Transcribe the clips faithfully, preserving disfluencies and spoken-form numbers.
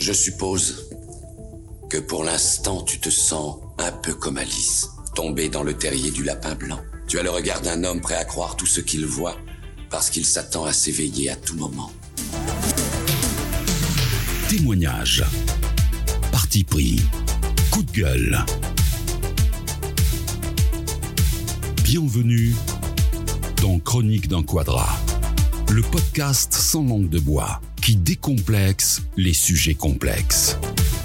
Je suppose que pour l'instant, tu te sens un peu comme Alice, tombée dans le terrier du lapin blanc. Tu as le regard d'un homme prêt à croire tout ce qu'il voit, parce qu'il s'attend à s'éveiller à tout moment. Témoignage, parti pris, coup de gueule. Bienvenue dans Chronique d'un Quadra, le podcast sans langue de bois qui décomplexe les sujets complexes.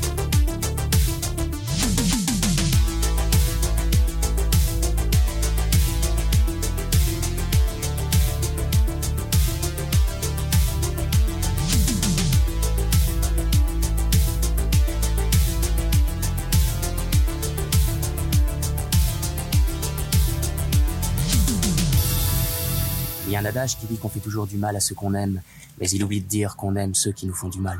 Il y a un adage qui dit qu'on fait toujours du mal à ceux qu'on aime, mais il oublie de dire qu'on aime ceux qui nous font du mal.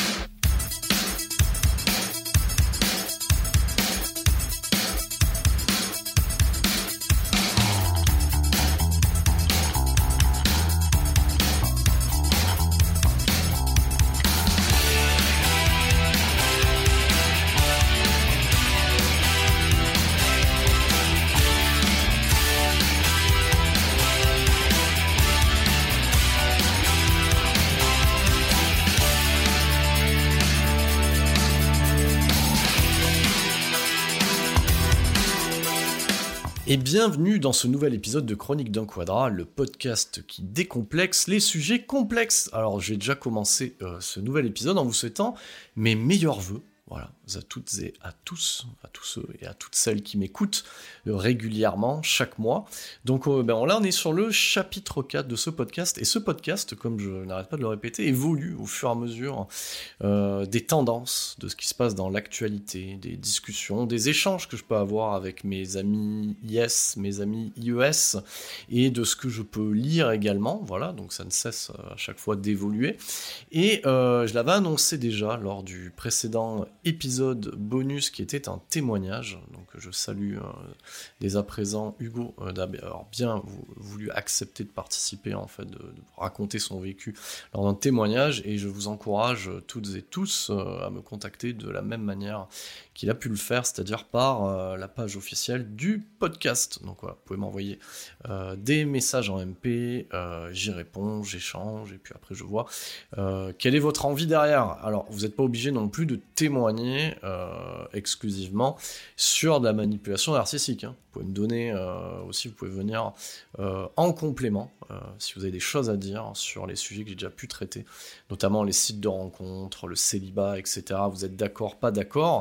Et bienvenue dans ce nouvel épisode de Chronique d'un Quadra, le podcast qui décomplexe les sujets complexes. Alors j'ai déjà commencé euh, ce nouvel épisode en vous souhaitant mes meilleurs vœux, voilà, à toutes et à tous, à tous ceux et à toutes celles qui m'écoutent euh, régulièrement, chaque mois. Donc euh, ben, là on est sur le chapitre quatre de ce podcast, et ce podcast, comme je n'arrête pas de le répéter, évolue au fur et à mesure euh, des tendances, de ce qui se passe dans l'actualité, des discussions, des échanges que je peux avoir avec mes amis I S, mes amis I E S, et de ce que je peux lire également, voilà, donc ça ne cesse à chaque fois d'évoluer. Et euh, je l'avais annoncé déjà lors du précédent épisode bonus qui était un témoignage, donc je salue euh, dès à présent Hugo euh, d'avoir bien voulu accepter de participer, en fait, de, de raconter son vécu lors d'un témoignage, et je vous encourage toutes et tous euh, à me contacter de la même manière qu'il a pu le faire, c'est-à-dire par euh, la page officielle du podcast. Donc voilà, vous pouvez m'envoyer euh, des messages en M P, euh, j'y réponds, j'échange, et puis après je vois euh, quelle est votre envie derrière. Alors vous n'êtes pas obligé non plus de témoigner euh, exclusivement sur de la manipulation narcissique, hein. Vous pouvez me donner euh, aussi, vous pouvez venir euh, en complément, euh, si vous avez des choses à dire sur les sujets que j'ai déjà pu traiter, notamment les sites de rencontres, le célibat, et cetera. Vous êtes d'accord, pas d'accord,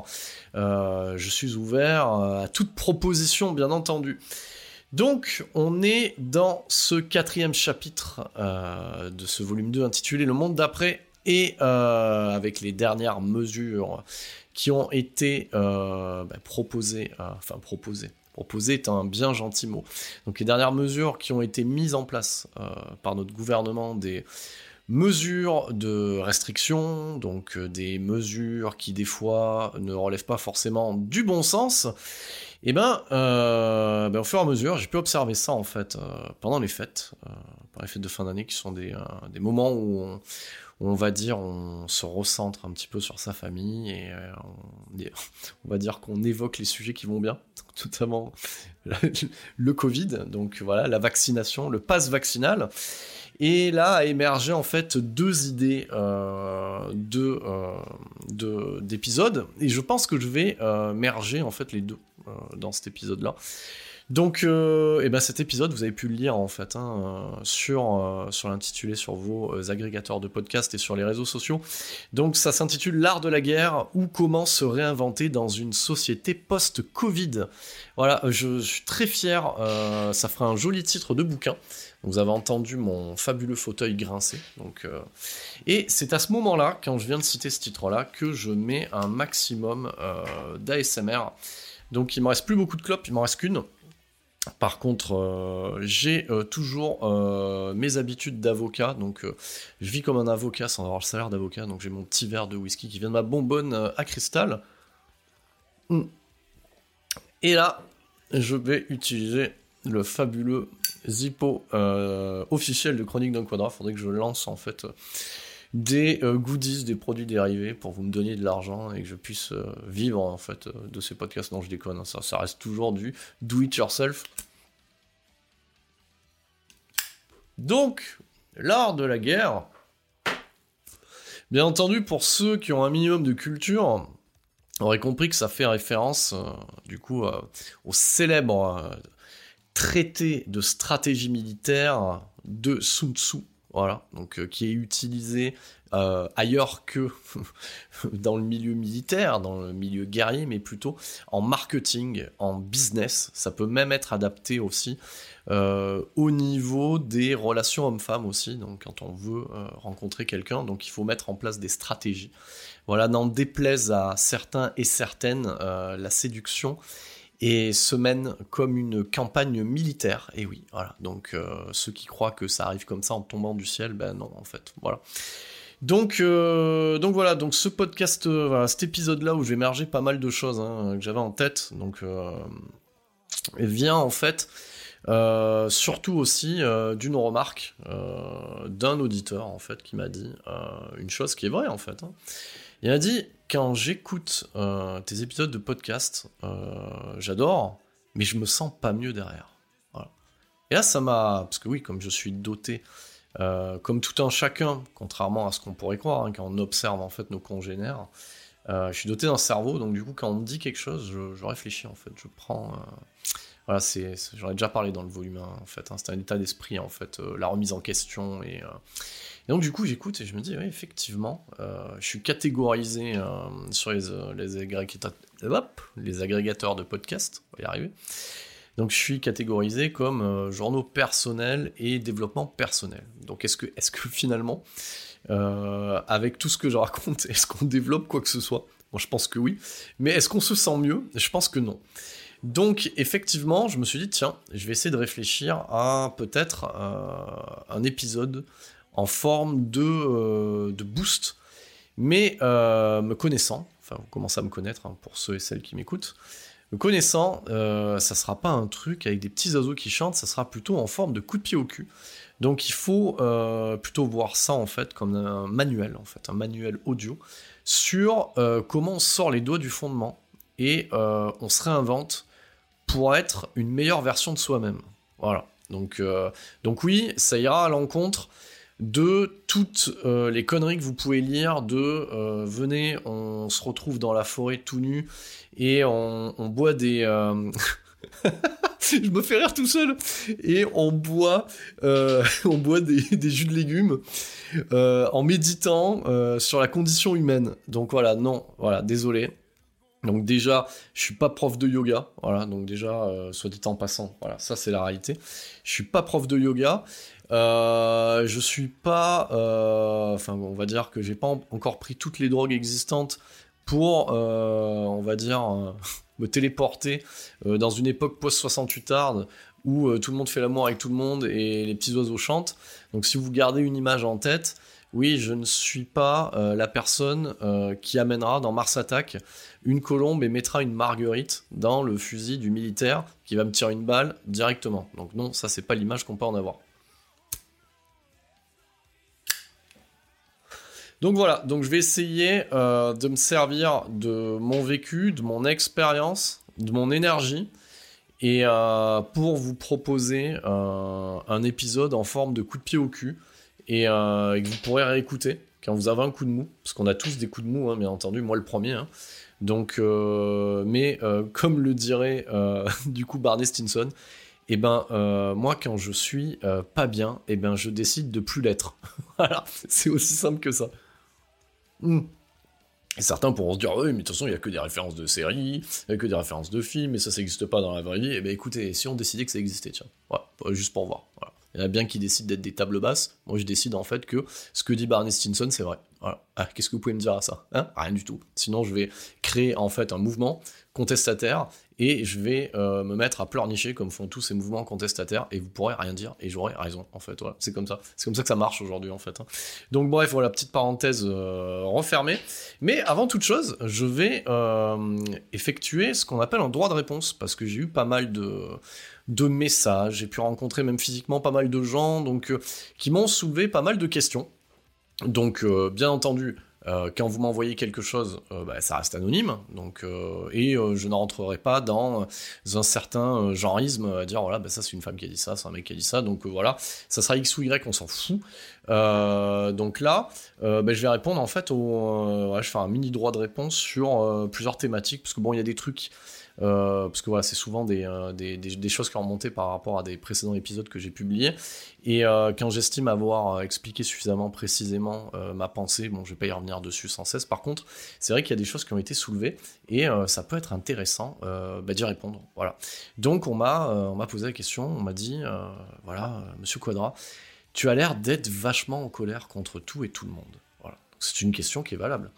euh, je suis ouvert à toute proposition, bien entendu. Donc, on est dans ce quatrième chapitre euh, de ce volume deux intitulé « Le monde d'après » et euh, avec les dernières mesures qui ont été euh, bah, proposées, euh, enfin proposées, proposées est un bien gentil mot. Donc les dernières mesures qui ont été mises en place euh, par notre gouvernement, des mesures de restriction, donc euh, des mesures qui des fois ne relèvent pas forcément du bon sens, et ben, euh, ben au fur et à mesure, j'ai pu observer ça en fait euh, pendant les fêtes, euh, pendant les fêtes de fin d'année, qui sont des, euh, des moments où on, où on va dire on se recentre un petit peu sur sa famille, et euh, on, on va dire qu'on évoque les sujets qui vont bien, notamment le Covid, donc voilà, la vaccination, le pass vaccinal. Et là a émergé en fait deux idées euh, de, euh, de, d'épisodes, et je pense que je vais euh, merger en fait les deux euh, dans cet épisode-là. Donc, euh, et ben cet épisode, vous avez pu le lire en fait hein, euh, sur, euh, sur l'intitulé sur vos euh, agrégateurs de podcasts et sur les réseaux sociaux. Donc ça s'intitule « L'art de la guerre ou comment se réinventer dans une société post-Covid ». Voilà, je, je suis très fier, euh, ça fera un joli titre de bouquin. Vous avez entendu mon fabuleux fauteuil grincer. Donc, euh... Et c'est à ce moment-là, quand je viens de citer ce titre-là, que je mets un maximum euh, d'A S M R. Donc il me reste plus beaucoup de clopes, il m'en reste qu'une. Par contre, euh, j'ai euh, toujours euh, mes habitudes d'avocat, donc euh, je vis comme un avocat sans avoir le salaire d'avocat, donc j'ai mon petit verre de whisky qui vient de ma bonbonne euh, à cristal. Mm. Et là, je vais utiliser le fabuleux Zippo euh, officiel de Chronique d'un Quadra. Faudrait que je lance en fait des euh, goodies, des produits dérivés pour vous me donner de l'argent et que je puisse euh, vivre en fait euh, de ces podcasts. Non, je déconne, hein, ça, ça reste toujours du do it yourself. Donc, l'art de la guerre, bien entendu, pour ceux qui ont un minimum de culture, auraient compris que ça fait référence, euh, du coup, euh, au célèbre euh, traité de stratégie militaire de Sun Tzu, voilà, donc euh, qui est utilisé euh, ailleurs que dans le milieu militaire, dans le milieu guerrier, mais plutôt en marketing, en business. Ça peut même être adapté aussi euh, au niveau des relations hommes-femmes aussi, donc quand on veut euh, rencontrer quelqu'un, donc il faut mettre en place des stratégies. Voilà, n'en déplaise à certains et certaines, euh, la séduction et se mène comme une campagne militaire. Et oui, voilà. Donc euh, ceux qui croient que ça arrive comme ça en tombant du ciel, ben non, en fait, voilà. Donc, euh, donc voilà, donc ce podcast, euh, voilà, cet épisode-là où je vais émerger pas mal de choses hein, que j'avais en tête, donc euh, vient en fait euh, surtout aussi euh, d'une remarque euh, d'un auditeur en fait qui m'a dit euh, une chose qui est vraie en fait. Hein. Il m'a dit, quand j'écoute euh, tes épisodes de podcast, euh, j'adore, mais je me sens pas mieux derrière. Voilà. Et là, ça m'a... Parce que oui, comme je suis doté, euh, comme tout un chacun, contrairement à ce qu'on pourrait croire, hein, quand on observe en fait nos congénères, euh, je suis doté d'un cerveau, donc du coup, quand on me dit quelque chose, je, je réfléchis en fait, je prends... Euh... Voilà, c'est, c'est, j'en ai déjà parlé dans le volume un, en fait, hein, c'est un état d'esprit, en fait, euh, la remise en question, et... Euh... Et donc du coup j'écoute et je me dis oui effectivement euh, je suis catégorisé euh, sur les, euh, les, agrégateurs, hop, les agrégateurs de podcasts, on va y arriver. Donc je suis catégorisé comme euh, journaux personnels et développement personnel. Donc est-ce que, est-ce que finalement euh, avec tout ce que je raconte, est-ce qu'on développe quoi que ce soit ? Bon, je pense que oui, mais est-ce qu'on se sent mieux ? Je pense que non. Donc effectivement je me suis dit tiens je vais essayer de réfléchir à peut-être euh, un épisode en forme de, euh, de boost, mais euh, me connaissant, enfin vous commencez à me connaître hein, pour ceux et celles qui m'écoutent, me connaissant, euh, ça sera pas un truc avec des petits oiseaux qui chantent, ça sera plutôt en forme de coup de pied au cul. Donc il faut euh, plutôt voir ça en fait comme un manuel, en fait, un manuel audio sur euh, comment on sort les doigts du fondement et euh, on se réinvente pour être une meilleure version de soi-même. Voilà. Donc, euh, donc oui, ça ira à l'encontre de toutes euh, les conneries que vous pouvez lire, de euh, venez, on se retrouve dans la forêt tout nu et on, on boit des... Euh... je me fais rire tout seul et on boit, euh, on boit des, des jus de légumes euh, en méditant euh, sur la condition humaine. Donc voilà, non, voilà, désolé. Donc déjà, je suis pas prof de yoga, voilà, donc déjà, euh, soit dit en passant, voilà, ça c'est la réalité. Je suis pas prof de yoga, euh, je suis pas, euh, enfin on va dire que j'ai pas en- encore pris toutes les drogues existantes pour, euh, on va dire, euh, me téléporter euh, dans une époque post-soixante-huit arde où euh, tout le monde fait l'amour avec tout le monde et les petits oiseaux chantent. Donc si vous gardez une image en tête, oui, je ne suis pas euh, la personne euh, qui amènera dans Mars Attack une colombe et mettra une marguerite dans le fusil du militaire qui va me tirer une balle directement. Donc non, ça c'est pas l'image qu'on peut en avoir. Donc voilà, donc je vais essayer euh, de me servir de mon vécu, de mon expérience, de mon énergie, et euh, pour vous proposer euh, un épisode en forme de coup de pied au cul, et euh, que vous pourrez réécouter quand vous avez un coup de mou, parce qu'on a tous des coups de mou, hein, bien entendu, moi le premier. Hein. Donc, euh, mais euh, comme le dirait euh, du coup Barney Stinson, et eh ben euh, moi quand je suis euh, pas bien, et eh ben je décide de plus l'être. Voilà, c'est aussi simple que ça. Mm. Et certains pourront se dire oui mais de toute façon il y a que des références de séries, il y a que des références de films, et ça ça n'existe pas dans la vraie vie. Et ben écoutez, si on décidait que ça existait, tiens, voilà, juste pour voir. Voilà. Il y en a bien qui décident d'être des tables basses. Moi je décide en fait que ce que dit Barney Stinson c'est vrai. Voilà. Ah, qu'est-ce que vous pouvez me dire à ça, hein? Rien du tout. Sinon je vais créer en fait un mouvement contestataire et je vais euh, me mettre à pleurnicher comme font tous ces mouvements contestataires, et vous pourrez rien dire et j'aurai raison en fait. Voilà. C'est comme ça. C'est comme ça que ça marche aujourd'hui en fait. Hein. Donc bref, voilà, petite parenthèse euh, refermée. Mais avant toute chose, je vais euh, effectuer ce qu'on appelle un droit de réponse, parce que j'ai eu pas mal de de messages, j'ai pu rencontrer même physiquement pas mal de gens donc euh, qui m'ont soulevé pas mal de questions. Donc, euh, bien entendu, euh, quand vous m'envoyez quelque chose, euh, bah, ça reste anonyme, donc, euh, et euh, je ne rentrerai pas dans un certain euh, genreisme à dire, voilà, bah, ça c'est une femme qui a dit ça, c'est un mec qui a dit ça, donc euh, voilà, ça sera X ou Y, on s'en fout. Euh, donc là, euh, bah, je vais répondre en fait, au, euh, ouais, je fais un mini droit de réponse sur euh, plusieurs thématiques, parce que bon, il y a des trucs... Euh, parce que voilà, c'est souvent des, euh, des, des, des choses qui ont remonté par rapport à des précédents épisodes que j'ai publiés, et euh, quand j'estime avoir expliqué suffisamment précisément euh, ma pensée, bon, je vais pas y revenir dessus sans cesse. Par contre, c'est vrai qu'il y a des choses qui ont été soulevées, et euh, ça peut être intéressant euh, bah, d'y répondre, voilà. Donc on m'a, euh, on m'a posé la question, on m'a dit, euh, voilà, euh, Monsieur Quadra, tu as l'air d'être vachement en colère contre tout et tout le monde, voilà. Donc, c'est une question qui est valable.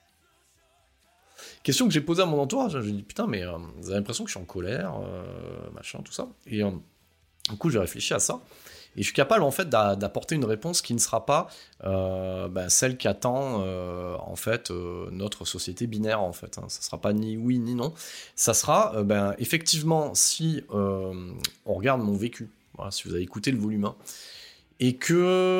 Question que j'ai posée à mon entourage, j'ai dit putain mais euh, vous avez l'impression que je suis en colère, euh, machin, tout ça. Et euh, du coup j'ai réfléchi à ça, et je suis capable en fait d'a- d'apporter une réponse qui ne sera pas euh, bah, celle qu'attend euh, en fait euh, notre société binaire en fait. Hein. Ça sera pas ni oui ni non, ça sera euh, ben, effectivement si euh, on regarde mon vécu, voilà, si vous avez écouté le volume un, et que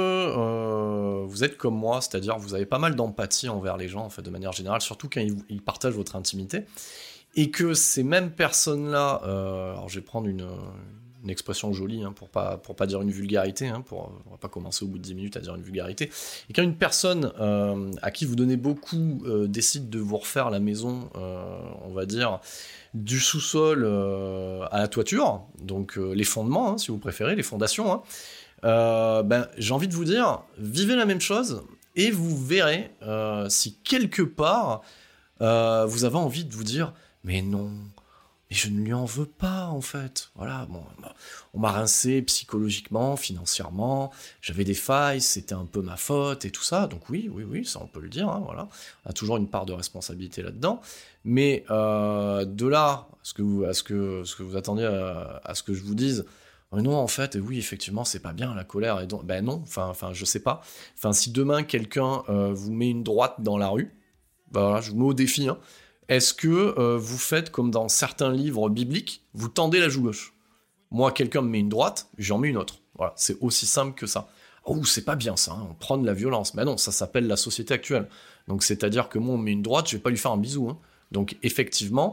euh, vous êtes comme moi, c'est-à-dire vous avez pas mal d'empathie envers les gens, en fait, de manière générale, surtout quand ils, ils partagent votre intimité, et que ces mêmes personnes-là, euh, alors je vais prendre une, une expression jolie, hein, pour pas, pour pas dire une vulgarité, hein, pour, on va pas commencer au bout de dix minutes à dire une vulgarité, et quand une personne euh, à qui vous donnez beaucoup euh, décide de vous refaire la maison, euh, on va dire, du sous-sol euh, à la toiture, donc euh, les fondements, hein, si vous préférez, les fondations, hein, Euh, ben, j'ai envie de vous dire, vivez la même chose et vous verrez euh, si quelque part euh, vous avez envie de vous dire mais non, mais je ne lui en veux pas en fait. Voilà, bon, on m'a rincé psychologiquement, financièrement, j'avais des failles, c'était un peu ma faute et tout ça. Donc oui, oui, oui, ça on peut le dire. Hein, voilà, on a toujours une part de responsabilité là-dedans. Mais euh, de là à ce que vous, à ce que, ce que vous attendiez à, à ce que je vous dise. Non, en fait, oui, effectivement, c'est pas bien la colère. Et donc, ben non, enfin, enfin, je sais pas. Enfin, si demain quelqu'un euh, vous met une droite dans la rue, ben voilà, je vous mets au défi. Hein, est-ce que euh, vous faites comme dans certains livres bibliques, vous tendez la joue gauche? Moi, quelqu'un me met une droite, j'en mets une autre. Voilà, c'est aussi simple que ça. Oh, c'est pas bien ça. Hein, on prend de la violence. Ben non, ça s'appelle la société actuelle. Donc, c'est-à-dire que moi, on me met une droite, je vais pas lui faire un bisou. Hein. Donc, effectivement,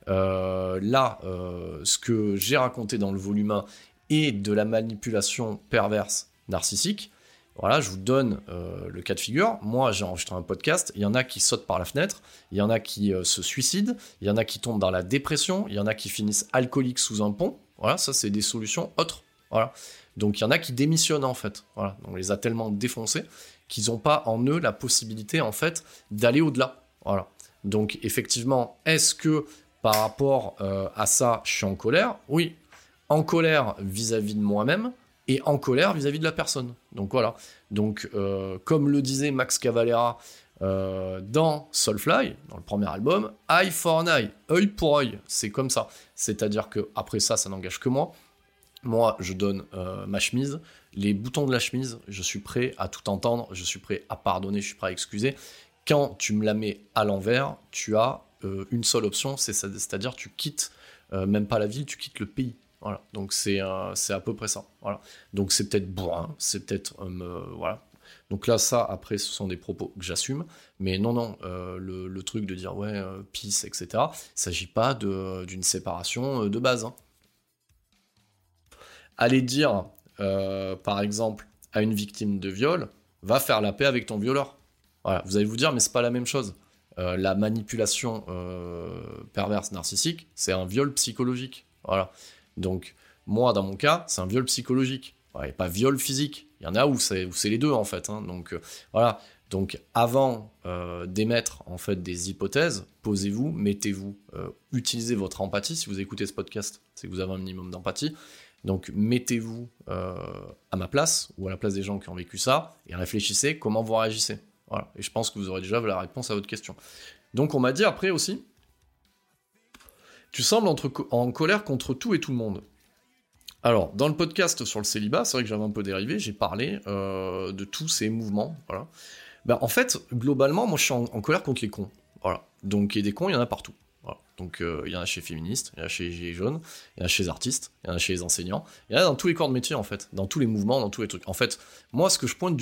euh, là, euh, ce que j'ai raconté dans le volume un et de la manipulation perverse narcissique, voilà, je vous donne euh, le cas de figure. Moi, j'ai enregistré un podcast, il y en a qui sautent par la fenêtre, il y en a qui euh, se suicident, il y en a qui tombent dans la dépression, il y en a qui finissent alcooliques sous un pont. Voilà, ça, c'est des solutions autres. Voilà. Donc, il y en a qui démissionnent, en fait. Voilà. On les a tellement défoncés qu'ils n'ont pas en eux la possibilité, en fait, d'aller au-delà. Voilà. Donc, effectivement, est-ce que, par rapport euh, à ça, je suis en colère? Oui. En colère vis-à-vis de moi-même et en colère vis-à-vis de la personne. Donc voilà. Donc euh, comme le disait Max Cavalera euh, dans Soulfly, dans le premier album, eye for an eye, œil pour œil, c'est comme ça. C'est-à-dire que après ça, ça n'engage que moi. Moi, je donne euh, ma chemise, les boutons de la chemise, je suis prêt à tout entendre, je suis prêt à pardonner, je suis prêt à excuser. Quand tu me la mets à l'envers, tu as euh, une seule option, c'est, c'est-à-dire tu quittes euh, même pas la ville, tu quittes le pays. Voilà, donc c'est, euh, c'est à peu près ça. Voilà. Donc c'est peut-être bourrin, c'est peut-être... Euh, voilà. Donc là, ça, après, ce sont des propos que j'assume. Mais non, non, euh, le, le truc de dire, ouais, euh, peace, et cetera, il ne s'agit pas de, d'une séparation de base. Hein. Aller dire, euh, par exemple, à une victime de viol, va faire la paix avec ton violeur. Voilà. Vous allez vous dire, mais c'est pas la même chose. Euh, la manipulation euh, perverse narcissique, c'est un viol psychologique. Voilà. Donc, moi, dans mon cas, c'est un viol psychologique. Ouais, pas viol physique. Il y en a où c'est, où c'est les deux, en fait. Hein. Donc, euh, voilà. Donc, avant euh, d'émettre, en fait, des hypothèses, posez-vous, mettez-vous, euh, utilisez votre empathie. Si vous écoutez ce podcast, c'est que vous avez un minimum d'empathie. Donc, mettez-vous euh, à ma place, ou à la place des gens qui ont vécu ça, et réfléchissez comment vous réagissez. Voilà. Et je pense que vous aurez déjà la réponse à votre question. Donc, on m'a dit après aussi, tu sembles entre, en colère contre tout et tout le monde. Alors, dans le podcast sur le célibat, c'est vrai que j'avais un peu dérivé, j'ai parlé euh, de tous ces mouvements, voilà. Ben, en fait, globalement, moi je suis en, en colère contre les cons, voilà. Donc, et des cons, il y en a partout. Voilà. Donc, il euh, y en a chez les féministes, il y en a chez les gilets jaunes, il y en a chez les artistes, il y en a chez les enseignants, il y en a dans tous les corps de métier, en fait, dans tous les mouvements, dans tous les trucs. En fait, moi, ce que je pointe du doigt,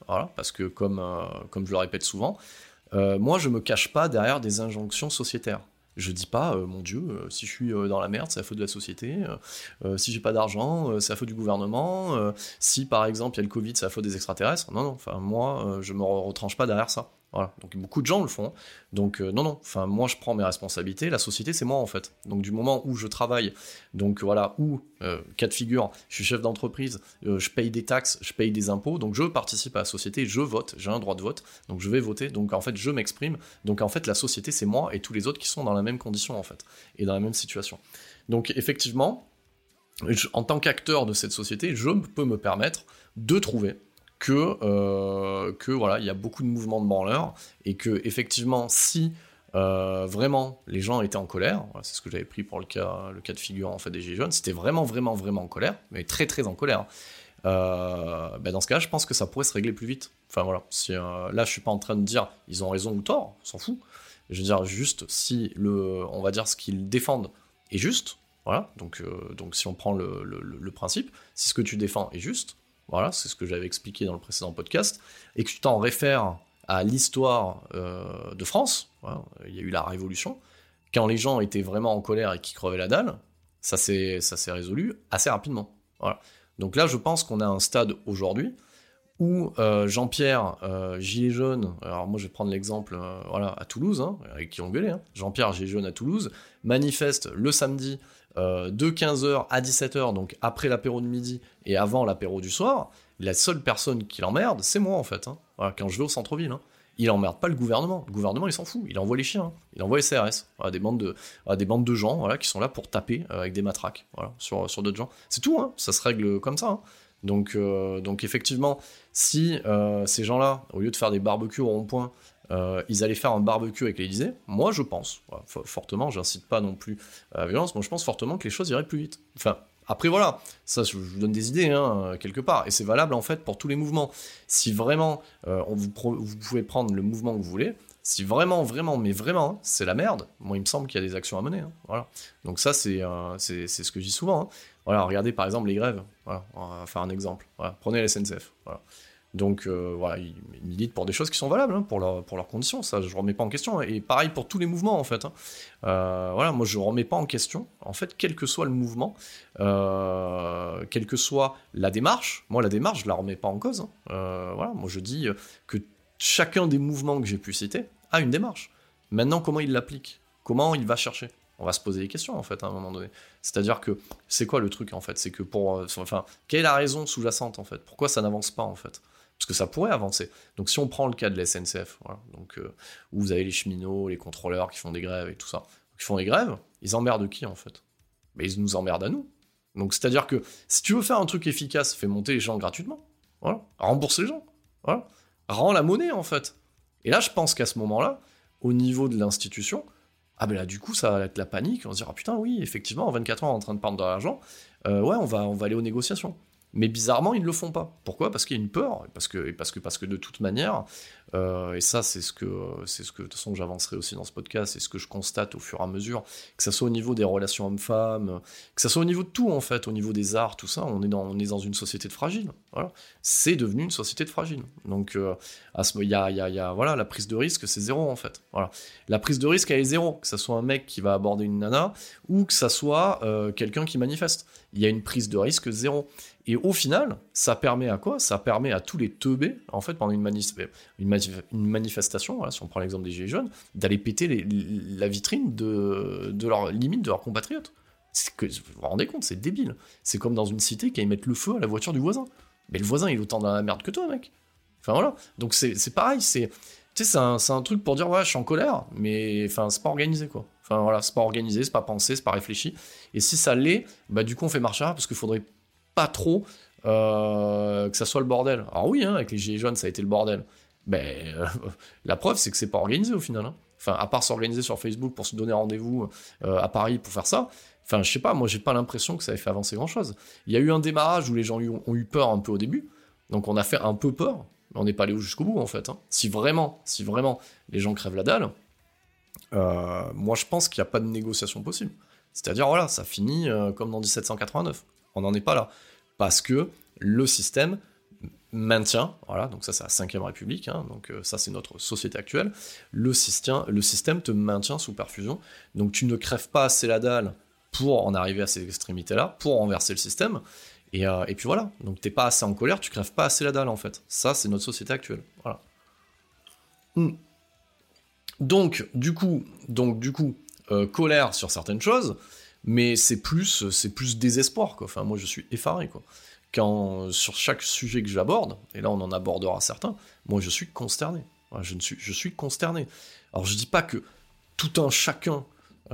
voilà, parce que comme, euh, comme je le répète souvent, euh, moi je me cache pas derrière des injonctions sociétaires. Je dis pas, euh, mon Dieu, euh, si je suis euh, dans la merde, c'est la faute de la société, euh, euh, si j'ai pas d'argent, euh, c'est la faute du gouvernement, euh, si par exemple il y a le Covid, c'est la faute des extraterrestres. Non, non, enfin moi, euh, je me retranche pas derrière ça. Voilà. Donc beaucoup de gens le font. Donc euh, non, non, enfin moi je prends mes responsabilités, la société c'est moi en fait. Donc du moment où je travaille, donc voilà, où, euh, cas de figure, je suis chef d'entreprise, euh, je paye des taxes, je paye des impôts, donc je participe à la société, je vote, j'ai un droit de vote, donc je vais voter, donc en fait je m'exprime, donc en fait la société c'est moi et tous les autres qui sont dans la même condition en fait, et dans la même situation. Donc effectivement, je, en tant qu'acteur de cette société, je peux me permettre de trouver que, euh, que voilà, il y a beaucoup de mouvements de branleurs, et que effectivement, si euh, vraiment les gens étaient en colère, voilà, c'est ce que j'avais pris pour le cas, le cas de figure en fait des Gilets jaunes, c'était vraiment, vraiment, vraiment en colère, mais très, très en colère. Euh, ben dans ce cas-là, je pense que ça pourrait se régler plus vite. Enfin voilà, si, euh, là, je suis pas en train de dire ils ont raison ou tort, on s'en fout. Je veux dire juste si le, on va dire ce qu'ils défendent est juste, voilà. Donc, euh, donc si on prend le, le, le principe, si ce que tu défends est juste. Voilà, c'est ce que j'avais expliqué dans le précédent podcast, et que tu t'en réfères à l'histoire euh, de France, voilà, il y a eu la Révolution, quand les gens étaient vraiment en colère et qui crevaient la dalle, ça s'est, ça s'est résolu assez rapidement. Voilà. Donc là, je pense qu'on a un stade aujourd'hui où euh, Jean-Pierre, euh, gilet jaune, alors moi je vais prendre l'exemple euh, voilà, à Toulouse, hein, avec qui ont gueulé, hein, Jean-Pierre, gilet jaune à Toulouse, manifeste le samedi euh, de quinze heures à dix-sept heures, donc après l'apéro de midi et avant l'apéro du soir. La seule personne qui l'emmerde, c'est moi en fait, hein. Voilà, quand je vais au centre-ville. Hein. Il emmerde pas le gouvernement, le gouvernement il s'en fout, il envoie les chiens, hein. Il envoie les C R S, voilà, des, bandes de, voilà, des bandes de gens voilà, qui sont là pour taper euh, avec des matraques voilà, sur, sur d'autres gens. C'est tout, hein, ça se règle comme ça. Hein. Donc, euh, donc effectivement, si euh, ces gens-là, au lieu de faire des barbecues au rond-point, euh, ils allaient faire un barbecue avec l'Élysée, moi je pense, voilà, fortement, j'incite pas non plus à la violence, moi je pense fortement que les choses iraient plus vite. Enfin, après voilà, ça je vous donne des idées, hein, quelque part, et c'est valable en fait pour tous les mouvements. Si vraiment, euh, on vous, pro- vous pouvez prendre le mouvement que vous voulez, si vraiment, vraiment, mais vraiment, hein, c'est la merde, moi il me semble qu'il y a des actions à mener, hein, voilà. Donc ça c'est, euh, c'est, c'est ce que je dis souvent, hein. Voilà, regardez par exemple les grèves, voilà, on va faire un exemple, voilà, prenez la S N C F, voilà. Donc euh, voilà, ils militent pour des choses qui sont valables, hein, pour, leur, pour leurs conditions, ça je remets pas en question, et pareil pour tous les mouvements en fait, hein. Euh, voilà, moi je remets pas en question, en fait, quel que soit le mouvement, euh, quelle que soit la démarche, moi la démarche je la remets pas en cause, hein. Euh, voilà, moi je dis que chacun des mouvements que j'ai pu citer a une démarche. Maintenant, comment il l'applique ? Comment il va chercher ? On va se poser des questions, en fait, à un moment donné. C'est-à-dire que, c'est quoi le truc, en fait ? C'est que pour... Euh, enfin, quelle est la raison sous-jacente, en fait ? Pourquoi ça n'avance pas, en fait ? Parce que ça pourrait avancer. Donc, si on prend le cas de la S N C F, voilà, donc, euh, où vous avez les cheminots, les contrôleurs qui font des grèves et tout ça, qui font des grèves, ils emmerdent qui, en fait ? Mais ils nous emmerdent à nous. Donc, c'est-à-dire que, si tu veux faire un truc efficace, fais monter les gens gratuitement. Voilà. Rembourse les gens. Voilà. Rends la monnaie, en fait. Et là, je pense qu'à ce moment-là, au niveau de l'institution, ah ben là, du coup, ça va être la panique. On va se dire, ah putain, oui, effectivement, en vingt-quatre heures, on est en train de perdre de l'argent. Euh, ouais, on va, on va aller aux négociations. Mais bizarrement, ils ne le font pas. Pourquoi ? Parce qu'il y a une peur, parce que, parce que, parce que de toute manière, euh, et ça, c'est ce que, c'est ce que, de toute façon, j'avancerai aussi dans ce podcast, c'est ce que je constate au fur et à mesure, que ça soit au niveau des relations hommes-femmes, que ça soit au niveau de tout, en fait, au niveau des arts, tout ça, on est dans, on est dans une société de fragile. Voilà. C'est devenu une société de fragile. Donc, euh, à ce, y a, y a, y a, voilà, la prise de risque, c'est zéro, en fait. Voilà. La prise de risque, elle est zéro. Que ça soit un mec qui va aborder une nana, ou que ça soit euh, quelqu'un qui manifeste. Il y a une prise de risque zéro. Et au final, ça permet à quoi ? Ça permet à tous les teubés, en fait, pendant une, manif- une, manif- une manifestation, voilà, si on prend l'exemple des Gilets jaunes, d'aller péter les, la vitrine de, de leur limite, de leurs compatriotes. C'est que, vous vous rendez compte, c'est débile. C'est comme dans une cité qui aille mettre le feu à la voiture du voisin. Mais le voisin, il est autant dans la merde que toi, mec. Enfin voilà. Donc c'est, c'est pareil, c'est, tu sais, c'est un, c'est un truc pour dire, ouais, je suis en colère, mais enfin, c'est pas organisé, quoi. Enfin voilà, c'est pas organisé, c'est pas pensé, c'est pas réfléchi. Et si ça l'est, bah du coup, on fait marche arrière parce qu'il faudrait pas trop euh, que ça soit le bordel. Alors oui, hein, avec les Gilets jaunes, ça a été le bordel. Ben, euh, la preuve, c'est que c'est pas organisé au final. Hein. Enfin, à part s'organiser sur Facebook pour se donner rendez-vous euh, à Paris pour faire ça, enfin, je sais pas, moi j'ai pas l'impression que ça ait fait avancer grand-chose. Il y a eu un démarrage où les gens ont eu peur un peu au début, donc on a fait un peu peur, mais on n'est pas allé jusqu'au bout en fait. Hein. Si vraiment, si vraiment les gens crèvent la dalle, euh, moi je pense qu'il n'y a pas de négociation possible. C'est-à-dire, voilà, ça finit euh, comme dans dix-sept cent quatre-vingt-neuf. On n'en est pas là. Parce que le système maintient, voilà, donc ça c'est la cinquième République, hein, donc euh, ça c'est notre société actuelle, le système, le système te maintient sous perfusion, donc tu ne crèves pas assez la dalle pour en arriver à ces extrémités-là, pour renverser le système, et, euh, et puis voilà, donc t'es pas assez en colère, tu crèves pas assez la dalle en fait, ça c'est notre société actuelle, voilà. Mm. Donc du coup, donc du coup, euh, colère sur certaines choses, mais c'est plus, c'est plus désespoir, quoi, enfin moi je suis effaré, quoi. Quand, sur chaque sujet que j'aborde, et là on en abordera certains, moi je suis consterné. Je, ne suis, je suis consterné. Alors je dis pas que tout un chacun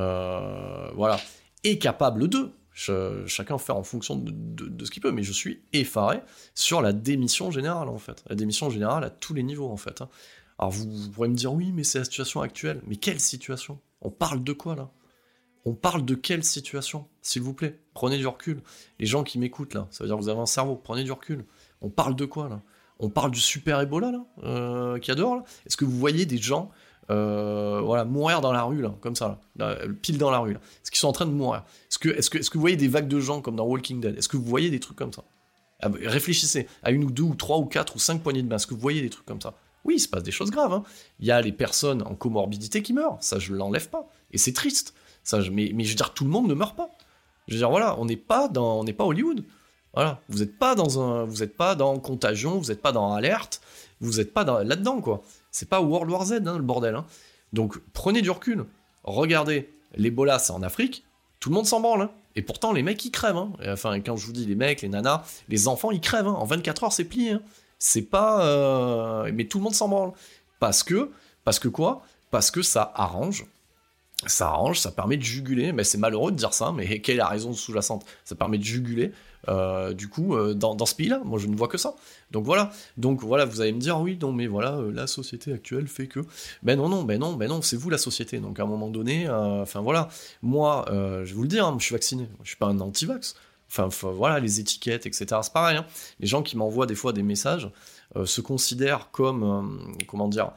euh, voilà, est capable d'eux, je, chacun fait en fonction de, de, de ce qu'il peut, mais je suis effaré sur la démission générale en fait. La démission générale à tous les niveaux en fait. Alors vous, vous pourrez me dire oui mais c'est la situation actuelle. Mais quelle situation ? On parle de quoi là ? On parle de quelle situation, s'il vous plaît ? Prenez du recul. Les gens qui m'écoutent, là, ça veut dire que vous avez un cerveau, prenez du recul. On parle de quoi, là ? On parle du super Ebola, là, euh, qu'il y a dehors, là ? Est-ce que vous voyez des gens euh, voilà, mourir dans la rue, là, comme ça, là, là, pile dans la rue, là ? Est-ce qu'ils sont en train de mourir ? Est-ce que, est-ce que, est-ce que vous voyez des vagues de gens comme dans Walking Dead ? Est-ce que vous voyez des trucs comme ça ? Ah, bah, réfléchissez à une ou deux ou trois ou quatre ou cinq poignées de main. Est-ce que vous voyez des trucs comme ça ? Oui, il se passe des choses graves. Hein. Il y a les personnes en comorbidité qui meurent. Ça, je l'enlève pas. Et c'est triste. Ça, je, mais, mais je veux dire, tout le monde ne meurt pas. Je veux dire, voilà, on n'est pas dans, on n'est pas Hollywood. Voilà, vous n'êtes pas dans un, vous n'êtes pas dans Contagion, vous n'êtes pas dans Alerte, vous n'êtes pas dans, là-dedans, quoi. C'est pas World War Z, hein, le bordel. Hein. Donc, prenez du recul. Regardez, l'Ebola, c'est en Afrique. Tout le monde s'en branle. Hein. Et pourtant, les mecs, ils crèvent. Hein. Et enfin, quand je vous dis les mecs, les nanas, les enfants, ils crèvent. Hein. En vingt-quatre heures, c'est plié. Hein. C'est pas, euh... mais tout le monde s'en branle. Parce que, parce que quoi ? Parce que ça arrange. Ça arrange, ça permet de juguler, mais c'est malheureux de dire ça, mais quelle est la raison sous-jacente ? Ça permet de juguler, euh, du coup, euh, dans, dans ce pays-là, moi je ne vois que ça. Donc voilà, donc voilà, vous allez me dire, oui, non, mais voilà, euh, la société actuelle fait que... Ben non, non, ben non, ben non, c'est vous la société, donc à un moment donné, enfin euh, voilà, moi, euh, je vais vous le dire, hein, je suis vacciné, je suis pas un anti-vax, enfin voilà, les étiquettes, et cetera, c'est pareil, hein. Les gens qui m'envoient des fois des messages euh, se considèrent comme, euh, comment dire...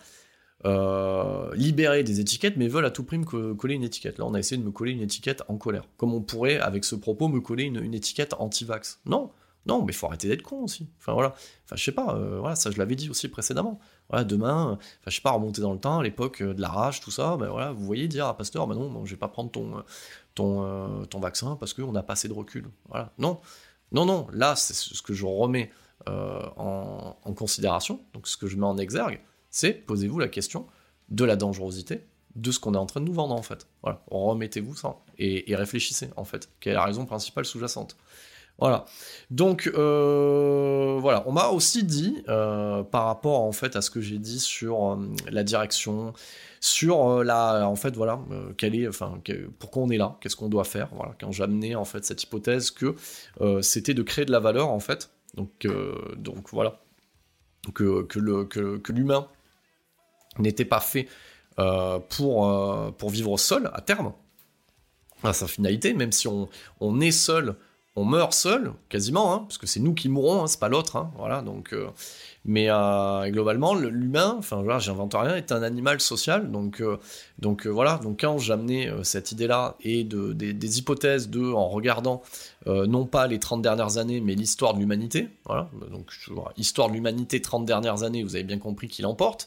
Euh, libérer des étiquettes, mais veulent à tout prix me co- coller une étiquette. Là, on a essayé de me coller une étiquette en colère. Comme on pourrait, avec ce propos, me coller une, une étiquette anti-vax. Non, non, mais faut arrêter d'être con aussi. Enfin, voilà. Enfin, je sais pas, euh, voilà, ça, je l'avais dit aussi précédemment. Voilà, demain, enfin, je sais pas, remonter dans le temps, à l'époque de la rage, tout ça, ben voilà, vous voyez dire à Pasteur, ben non, non, je vais pas prendre ton, ton, euh, ton vaccin parce qu'on n'a pas assez de recul. Voilà. Non, non, non, là, c'est ce que je remets euh, en, en considération, donc ce que je mets en exergue, c'est, posez-vous la question de la dangerosité de ce qu'on est en train de nous vendre, en fait. Voilà, remettez-vous ça, et, et réfléchissez, en fait, quelle est la raison principale sous-jacente. Voilà, donc, euh, voilà, on m'a aussi dit, euh, par rapport, en fait, à ce que j'ai dit sur euh, la direction, sur euh, la, en fait, voilà, euh, quelle est, enfin, que, pourquoi on est là, qu'est-ce qu'on doit faire, voilà, quand j'amenais, en fait, cette hypothèse que euh, c'était de créer de la valeur, en fait, donc, euh, donc voilà, que, que, le, que, que l'humain n'était pas fait euh, pour, euh, pour vivre seul, à terme, à sa finalité, même si on, on est seul, on meurt seul, quasiment, hein, parce que c'est nous qui mourrons, hein, c'est pas l'autre, hein, voilà, donc... Euh, mais euh, globalement, l'humain, enfin voilà, j'invente rien, est un animal social, donc, euh, donc euh, voilà, donc quand j'amenais euh, cette idée-là, et de, des, des hypothèses de, en regardant, euh, non pas les trente dernières années, mais l'histoire de l'humanité, voilà, donc voilà, histoire de l'humanité, trente dernières années, vous avez bien compris qui l'emporte,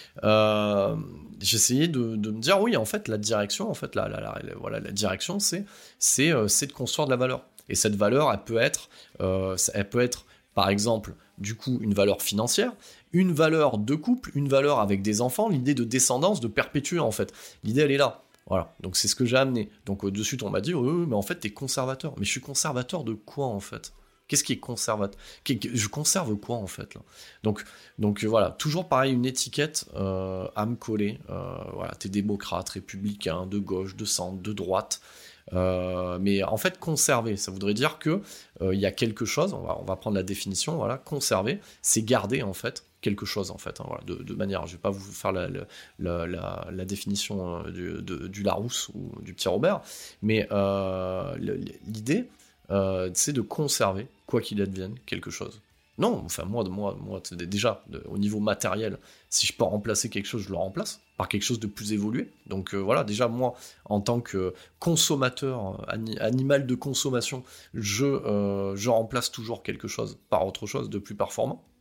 Euh, j'essayais de, de me dire oui en fait la direction en fait la, la, la, la voilà la direction c'est c'est euh, c'est de construire de la valeur, et cette valeur elle peut être euh, elle peut être par exemple du coup une valeur financière, une valeur de couple, une valeur avec des enfants, l'idée de descendance, de perpétuer en fait, l'idée elle est là. Voilà, donc c'est ce que j'ai amené. Donc au dessus on m'a dit oh, mais en fait t'es conservateur. Mais je suis conservateur de quoi en fait? Qu'est-ce qui est conservateur? Je conserve quoi en fait là? Donc, donc voilà, toujours pareil, une étiquette euh, à me coller. Euh, voilà, t'es démocrate, républicain, de gauche, de centre, de droite. Euh, mais en fait, conserver, ça voudrait dire que il euh, y a quelque chose. On va, on va prendre la définition. Voilà, conserver, c'est garder en fait quelque chose en fait. Hein, voilà, de, de manière, je vais pas vous faire la, la, la, la définition euh, du, de, du Larousse ou du Petit Robert, mais euh, l'idée. Euh, c'est de conserver, quoi qu'il advienne, quelque chose. Non, enfin moi, moi, moi déjà, de, au niveau matériel, si je peux remplacer quelque chose, je le remplace par quelque chose de plus évolué. Donc euh, voilà, déjà moi, en tant que consommateur, ani- animal de consommation, je, euh, je remplace toujours quelque chose par autre chose de plus performant.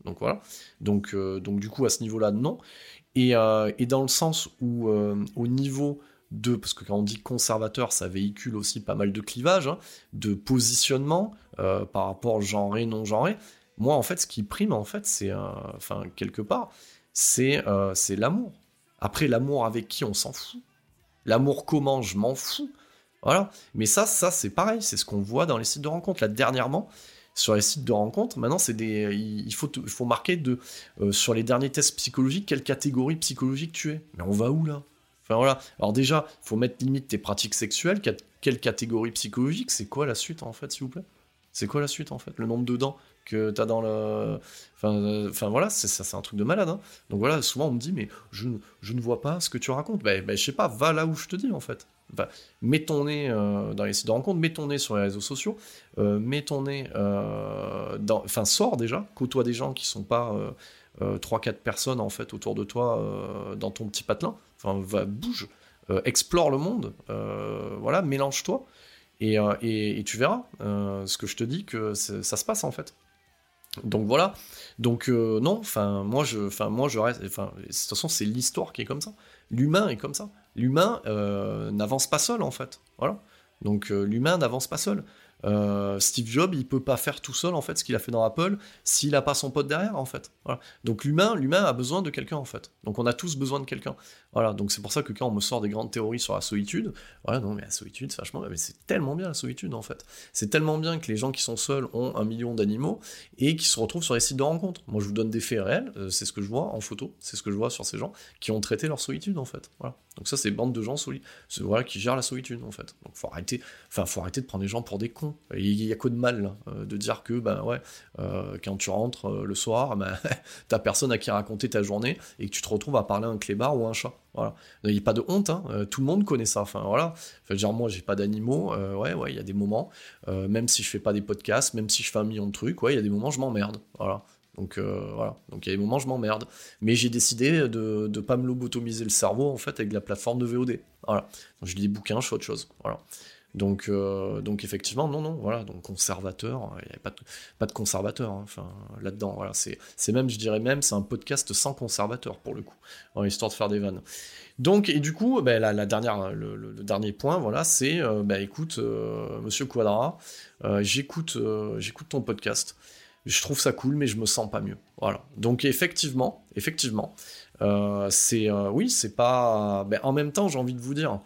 Donc voilà. Donc, euh, donc du coup, à ce niveau-là, non. Et, euh, et dans le sens où, euh, au niveau de... Parce que quand on dit conservateur, ça véhicule aussi pas mal de clivages, hein, de positionnement euh, par rapport genré, non-genré. Moi, en fait, ce qui prime, en fait, c'est... Euh, enfin, quelque part, c'est, euh, c'est l'amour. Après, l'amour avec qui, on s'en fout. L'amour comment, je m'en fous. Voilà. Mais ça, ça, c'est pareil. C'est ce qu'on voit dans les sites de rencontres. Là, dernièrement... Sur les sites de rencontres, maintenant, c'est des, il faut, il faut marquer de, euh, sur les derniers tests psychologiques quelle catégorie psychologique tu es. Mais on va où là ? Enfin voilà. Alors déjà, il faut mettre limite tes pratiques sexuelles. Quelle catégorie psychologique ? C'est quoi la suite en fait, s'il vous plaît ? C'est quoi la suite en fait ? Le nombre de dents que t'as dans le. Enfin, euh, enfin voilà, c'est, ça, c'est un truc de malade. Hein. Donc voilà, souvent on me dit, mais je, je ne vois pas ce que tu racontes. Ben, ben je sais pas, va là où je te dis en fait. Enfin, mets ton nez euh, dans les sites de rencontres, mets ton nez sur les réseaux sociaux, euh, mets ton nez euh, dans... Enfin, sors déjà, côtoie des gens qui sont pas euh, euh, trois quatre personnes en fait autour de toi euh, dans ton petit patelin. Enfin, va, bouge, euh, explore le monde, euh, voilà, mélange-toi, et, euh, et, et tu verras euh, ce que je te dis que ça se passe en fait. Donc voilà, donc euh, non, enfin moi je, enfin moi je reste, enfin de toute façon c'est l'histoire qui est comme ça, l'humain est comme ça, l'humain euh, n'avance pas seul en fait, voilà. Donc euh, l'humain n'avance pas seul. Euh, Steve Jobs, il peut pas faire tout seul en fait ce qu'il a fait dans Apple s'il a pas son pote derrière en fait. Voilà. Donc l'humain, l'humain a besoin de quelqu'un en fait. Donc on a tous besoin de quelqu'un. Voilà. Donc c'est pour ça que quand on me sort des grandes théories sur la solitude, voilà, non mais la solitude, c'est vachement, mais c'est tellement bien la solitude en fait. C'est tellement bien que les gens qui sont seuls ont un million d'animaux et qui se retrouvent sur les sites de rencontres. Moi je vous donne des faits réels, euh, c'est ce que je vois en photo, c'est ce que je vois sur ces gens qui ont traité leur solitude en fait. Voilà. Donc ça c'est bande de gens soli- voilà, qui gèrent la solitude en fait. Donc faut arrêter, enfin faut arrêter de prendre les gens pour des cons. Il y a que de mal là, euh, de dire que ben ouais, euh, quand tu rentres euh, le soir, ben, t'as personne à qui raconter ta journée et que tu te retrouves à parler à un clébard ou à un chat. Voilà. Il n'y a pas de honte, hein. euh, tout le monde connaît ça. Enfin voilà. Enfin, genre moi j'ai pas d'animaux, euh, ouais ouais, il y a des moments, euh, même si je fais pas des podcasts, même si je fais un million de trucs, ouais, il y a des moments je m'emmerde. Voilà. Donc euh, voilà, donc il y a des moments je m'emmerde, mais j'ai décidé de de pas me lobotomiser le cerveau en fait avec la plateforme de V O D. Voilà, donc je lis des bouquins, je fais autre chose. Voilà, donc euh, donc effectivement non non voilà, donc conservateur, il y a pas de, pas de conservateur, hein, enfin là-dedans voilà, c'est c'est même je dirais même c'est un podcast sans conservateur pour le coup, en histoire de faire des vannes. Donc et du coup ben, la, la dernière le, le, le dernier point voilà c'est euh, ben écoute euh, Monsieur Quadra, euh, j'écoute euh, j'écoute ton podcast. Je trouve ça cool, mais je me sens pas mieux. Voilà. Donc effectivement, effectivement, euh, c'est euh, oui, c'est pas. Ben, en même temps, j'ai envie de vous dire,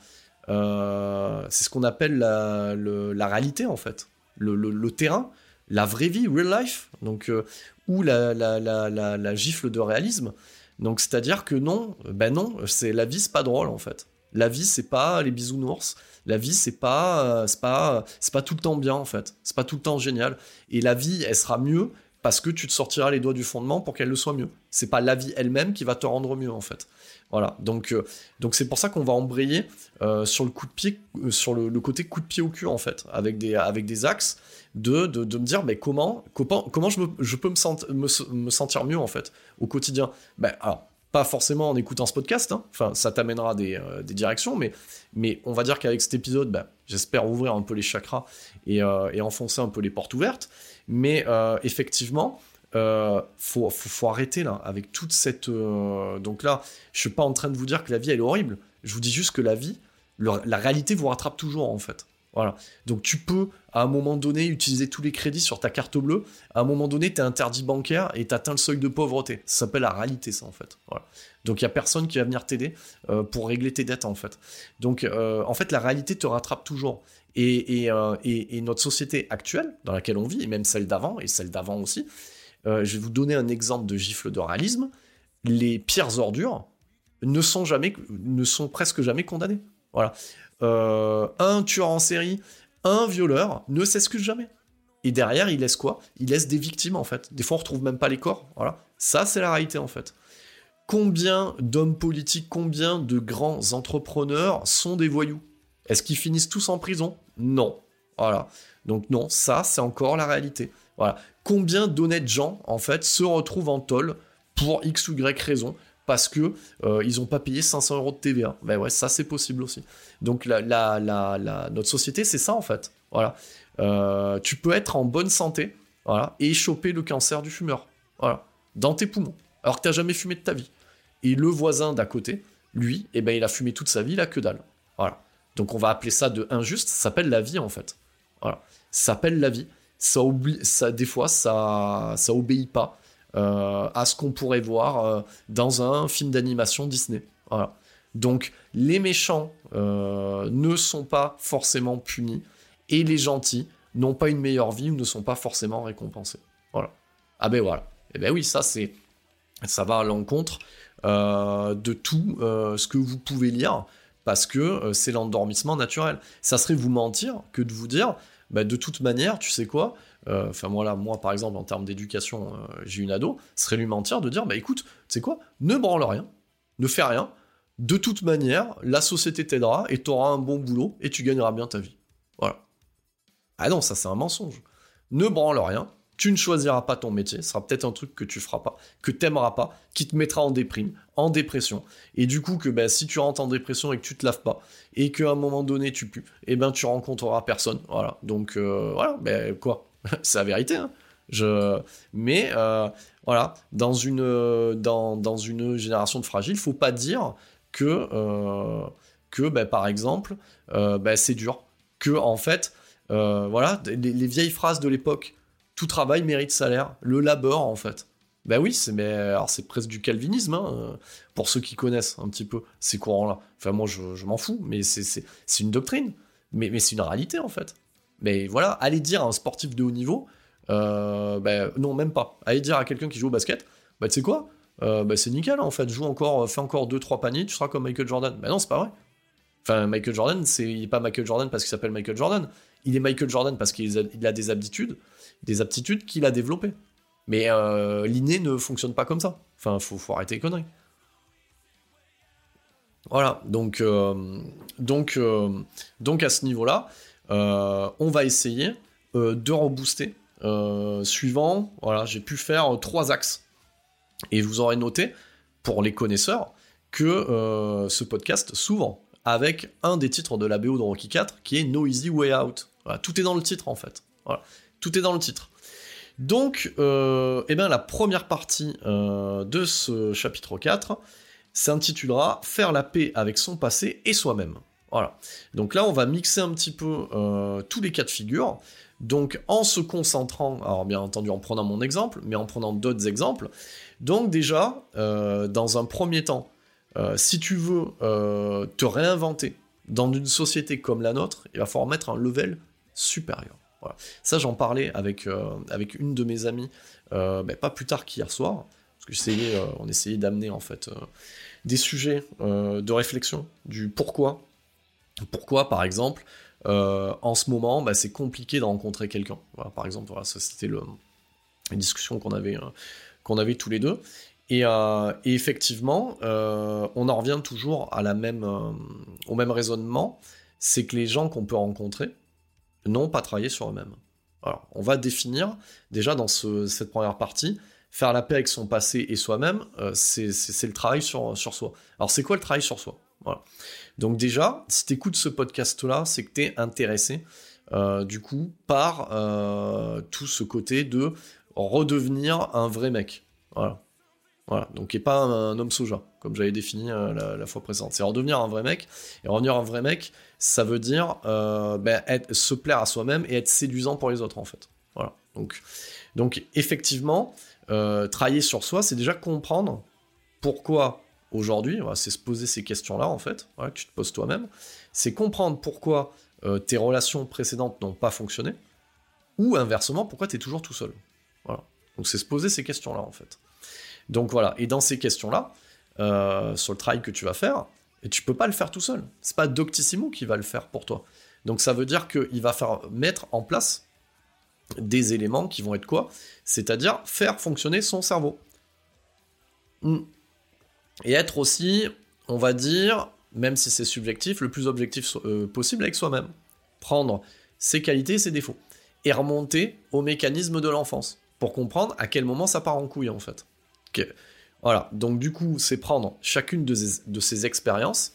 euh, c'est ce qu'on appelle la, le, la réalité en fait, le, le, le terrain, la vraie vie, real life. Donc euh, ou la, la, la, la, la gifle de réalisme. Donc c'est-à-dire que non, ben non, c'est la vie, c'est pas drôle en fait. La vie, c'est pas les bisounours. La vie, c'est pas, euh, c'est pas, c'est pas tout le temps bien en fait. C'est pas tout le temps génial. Et la vie, elle sera mieux parce que tu te sortiras les doigts du fondement pour qu'elle le soit mieux. C'est pas la vie elle-même qui va te rendre mieux en fait. Voilà. Donc, euh, donc c'est pour ça qu'on va embrayer euh, sur le coup de pied, euh, sur le, le côté coup de pied au cul en fait, avec des, avec des axes de, de, de me dire, mais comment, comment, comment je, me, je peux me, sent, me, me sentir mieux en fait au quotidien. Ben alors. Pas forcément en écoutant ce podcast, hein. Enfin, ça t'amènera des, euh, des directions, mais, mais on va dire qu'avec cet épisode, bah, j'espère ouvrir un peu les chakras et, euh, et enfoncer un peu les portes ouvertes, mais euh, effectivement, euh, faut, faut, faut arrêter là, avec toute cette... Euh... Donc là, je suis pas en train de vous dire que la vie, elle est horrible, je vous dis juste que la vie, le, la réalité vous rattrape toujours, en fait. Voilà. Donc tu peux, à un moment donné, utiliser tous les crédits sur ta carte bleue. À un moment donné, t'es interdit bancaire et t'atteins le seuil de pauvreté. Ça s'appelle la réalité, ça, en fait. Voilà. Donc il y a personne qui va venir t'aider euh, pour régler tes dettes, en fait. Donc, euh, en fait, la réalité te rattrape toujours. Et, et, euh, et, et notre société actuelle, dans laquelle on vit, et même celle d'avant, et celle d'avant aussi, euh, je vais vous donner un exemple de gifle de réalisme. Les pires ordures ne sont jamais, ne sont presque jamais condamnées. Voilà. Euh, un tueur en série, un violeur ne s'excuse jamais. Et derrière, il laisse quoi ? Il laisse des victimes, en fait. Des fois, on retrouve même pas les corps. Voilà. Ça, c'est la réalité, en fait. Combien d'hommes politiques, combien de grands entrepreneurs sont des voyous ? Est-ce qu'ils finissent tous en prison ? Non. Voilà. Donc non, ça, c'est encore la réalité. Voilà. Combien d'honnêtes gens, en fait, se retrouvent en tôle pour X ou Y raison ? Parce que euh, ils n'ont pas payé cinq cents euros de T V A. Ben ouais, ça c'est possible aussi. Donc la, la, la, la, notre société, c'est ça en fait. Voilà. Euh, tu peux être en bonne santé, voilà, et choper le cancer du fumeur. Voilà. dans tes poumons, alors que t'as jamais fumé de ta vie. Et le voisin d'à côté, lui, eh ben, il a fumé toute sa vie, il a que dalle. Voilà. Donc on va appeler ça de injuste, ça s'appelle la vie en fait. Voilà. Ça s'appelle la vie. Ça oublie, ça, des fois, ça, ça obéit pas euh, à ce qu'on pourrait voir euh, dans un film d'animation Disney. Voilà. Donc les méchants euh, ne sont pas forcément punis et les gentils n'ont pas une meilleure vie ou ne sont pas forcément récompensés. Voilà. Ah ben voilà. Et ben oui, ça c'est, ça va à l'encontre euh, de tout euh, ce que vous pouvez lire parce que euh, c'est l'endormissement naturel. Ça serait vous mentir que de vous dire, bah, de toute manière, tu sais quoi, enfin euh, voilà, moi par exemple en termes d'éducation, euh, j'ai une ado, ce serait lui mentir de dire, bah écoute, tu sais quoi, ne branle rien, ne fais rien. De toute manière, la société t'aidera et t'auras un bon boulot et tu gagneras bien ta vie. Voilà. Ah non, ça c'est un mensonge. Ne branle rien, tu ne choisiras pas ton métier, ce sera peut-être un truc que tu feras pas, que t'aimeras pas, qui te mettra en déprime, en dépression. Et du coup, que ben, si tu rentres en dépression et que tu te laves pas, et qu'à un moment donné tu pues, et ben tu rencontreras personne. Voilà. Donc euh, voilà, ben quoi, c'est la vérité, hein. Je... Mais euh, voilà, dans une, dans, dans une génération de fragiles, faut pas dire que, euh, que bah, par exemple, euh, bah, c'est dur. Que, en fait, euh, voilà, les, les vieilles phrases de l'époque, tout travail mérite salaire, le labeur, en fait. Ben oui, c'est, mais, alors c'est presque du calvinisme, hein, pour ceux qui connaissent un petit peu ces courants-là. Enfin, moi, je, je m'en fous, mais c'est, c'est, c'est une doctrine. Mais, mais c'est une réalité, en fait. Mais voilà, aller dire à un sportif de haut niveau, euh, ben non, même pas. Aller dire à quelqu'un qui joue au basket, ben tu sais quoi, Euh, bah c'est nickel en fait, joue encore, fais encore deux trois paniers, tu seras comme Michael Jordan. Bah non, c'est pas vrai. Enfin, Michael Jordan, c'est, il est pas Michael Jordan parce qu'il s'appelle Michael Jordan. Il est Michael Jordan parce qu'il a, il a des aptitudes, des aptitudes qu'il a développées. Mais euh, l'inné ne fonctionne pas comme ça. Enfin, faut, faut arrêter les conneries. Voilà, donc, euh, donc, euh, donc à ce niveau-là, euh, on va essayer euh, de rebooster euh, suivant, voilà, j'ai pu faire euh, trois axes. Et je vous aurais noté, pour les connaisseurs, que euh, ce podcast s'ouvre avec un des titres de la B O de Rocky quatre, qui est No Easy Way Out. Voilà, tout est dans le titre, en fait. Voilà, tout est dans le titre. Donc, euh, eh ben, la première partie euh, de ce chapitre quatre s'intitulera « Faire la paix avec son passé et soi-même ». Voilà. Donc là, on va mixer un petit peu euh, tous les cas de figure. Donc, en se concentrant, alors bien entendu en prenant mon exemple, mais en prenant d'autres exemples. Donc déjà, euh, dans un premier temps, euh, si tu veux euh, te réinventer dans une société comme la nôtre, il va falloir mettre un level supérieur. Voilà. Ça, j'en parlais avec, euh, avec une de mes amies, euh, ben, pas plus tard qu'hier soir, parce que j'essayais, euh, on essayait d'amener en fait euh, des sujets euh, de réflexion, du pourquoi. Pourquoi, par exemple, euh, en ce moment, bah, c'est compliqué de rencontrer quelqu'un. Voilà, par exemple, voilà, ça c'était le, une discussion qu'on avait, euh, qu'on avait tous les deux. Et, euh, et effectivement, euh, on en revient toujours à la même, euh, au même raisonnement, c'est que les gens qu'on peut rencontrer n'ont pas travaillé sur eux-mêmes. Alors, on va définir, déjà dans ce, cette première partie, faire la paix avec son passé et soi-même, euh, c'est, c'est, c'est le travail sur, sur soi. Alors, c'est quoi le travail sur soi ? Voilà. Donc déjà, si tu écoutes ce podcast-là, c'est que tu es intéressé, euh, du coup, par euh, tout ce côté de redevenir un vrai mec. Voilà. Voilà. Donc, et pas un, un homme soja, comme j'avais défini euh, la, la fois précédente. C'est redevenir un vrai mec. Et redevenir un vrai mec, ça veut dire euh, ben, être, se plaire à soi-même et être séduisant pour les autres, en fait. Voilà. Donc, donc effectivement, euh, travailler sur soi, c'est déjà comprendre pourquoi... Aujourd'hui, voilà, c'est se poser ces questions-là, en fait, voilà, que tu te poses toi-même, c'est comprendre pourquoi euh, tes relations précédentes n'ont pas fonctionné, ou inversement, pourquoi tu es toujours tout seul. Voilà. Donc c'est se poser ces questions-là, en fait. Donc voilà, et dans ces questions-là, euh, sur le travail que tu vas faire, et tu peux pas le faire tout seul. C'est pas Doctissimo qui va le faire pour toi. Donc ça veut dire qu'il va faire mettre en place des éléments qui vont être quoi ? C'est-à-dire faire fonctionner son cerveau. Hmm. Et être aussi, on va dire, même si c'est subjectif, le plus objectif euh, possible avec soi-même. Prendre ses qualités et ses défauts. Et remonter au mécanisme de l'enfance. Pour comprendre à quel moment ça part en couille, en fait. Okay. Voilà, donc du coup, c'est prendre chacune de ces, de ces expériences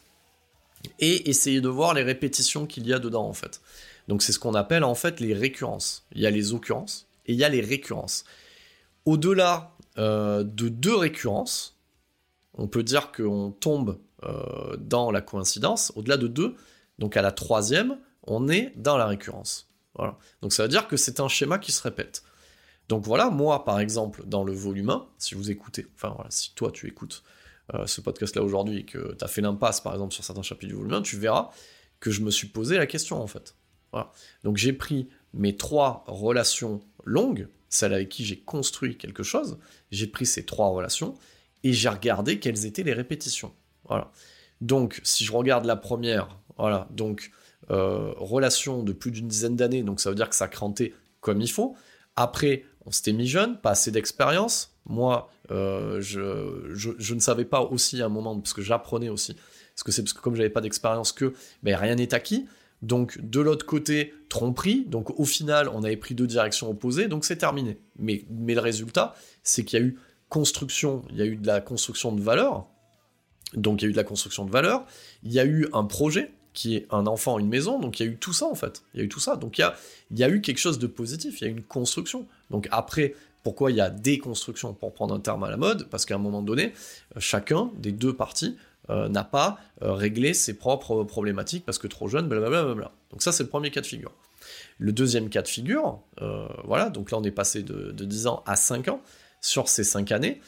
et essayer de voir les répétitions qu'il y a dedans, en fait. Donc c'est ce qu'on appelle, en fait, les récurrences. Il y a les occurrences et il y a les récurrences. Au-delà... euh, de deux récurrences, on peut dire qu'on tombe euh, dans la coïncidence. Au-delà de deux, donc à la troisième, on est dans la récurrence. Voilà. Donc ça veut dire que c'est un schéma qui se répète. Donc voilà, moi par exemple, dans le volume un, si vous écoutez, enfin voilà, si toi tu écoutes euh, ce podcast-là aujourd'hui et que tu as fait l'impasse par exemple sur certains chapitres du volume un, tu verras que je me suis posé la question en fait. Voilà. Donc j'ai pris mes trois relations longues, celles avec qui j'ai construit quelque chose, j'ai pris ces trois relations et j'ai regardé quelles étaient les répétitions. Voilà. Donc si je regarde la première, voilà, donc euh, relation de plus d'une dizaine d'années, donc ça veut dire que ça crantait comme il faut. Après, on s'était mis jeune, pas assez d'expérience. Moi, euh, je, je, je ne savais pas aussi à un moment, parce que j'apprenais aussi, parce que c'est parce que comme j'avais pas d'expérience que ben, rien n'est acquis. Donc de l'autre côté, tromperie. Donc au final, on avait pris deux directions opposées, donc c'est terminé. Mais, mais le résultat, c'est qu'il y a eu construction, il y a eu de la construction de valeur. Donc il y a eu de la construction de valeur. Il y a eu un projet qui est un enfant, une maison, donc il y a eu tout ça en fait, il y a eu tout ça, donc il y a, il y a eu quelque chose de positif, il y a eu une construction. Donc après, pourquoi il y a des constructions, pour prendre un terme à la mode, parce qu'à un moment donné, chacun des deux parties euh, n'a pas euh, réglé ses propres problématiques, parce que trop jeune, blablabla. Bla bla. Donc ça c'est le premier cas de figure. Le deuxième cas de figure, euh, voilà, donc là on est passé de, de dix ans à cinq ans, sur ces cinq années,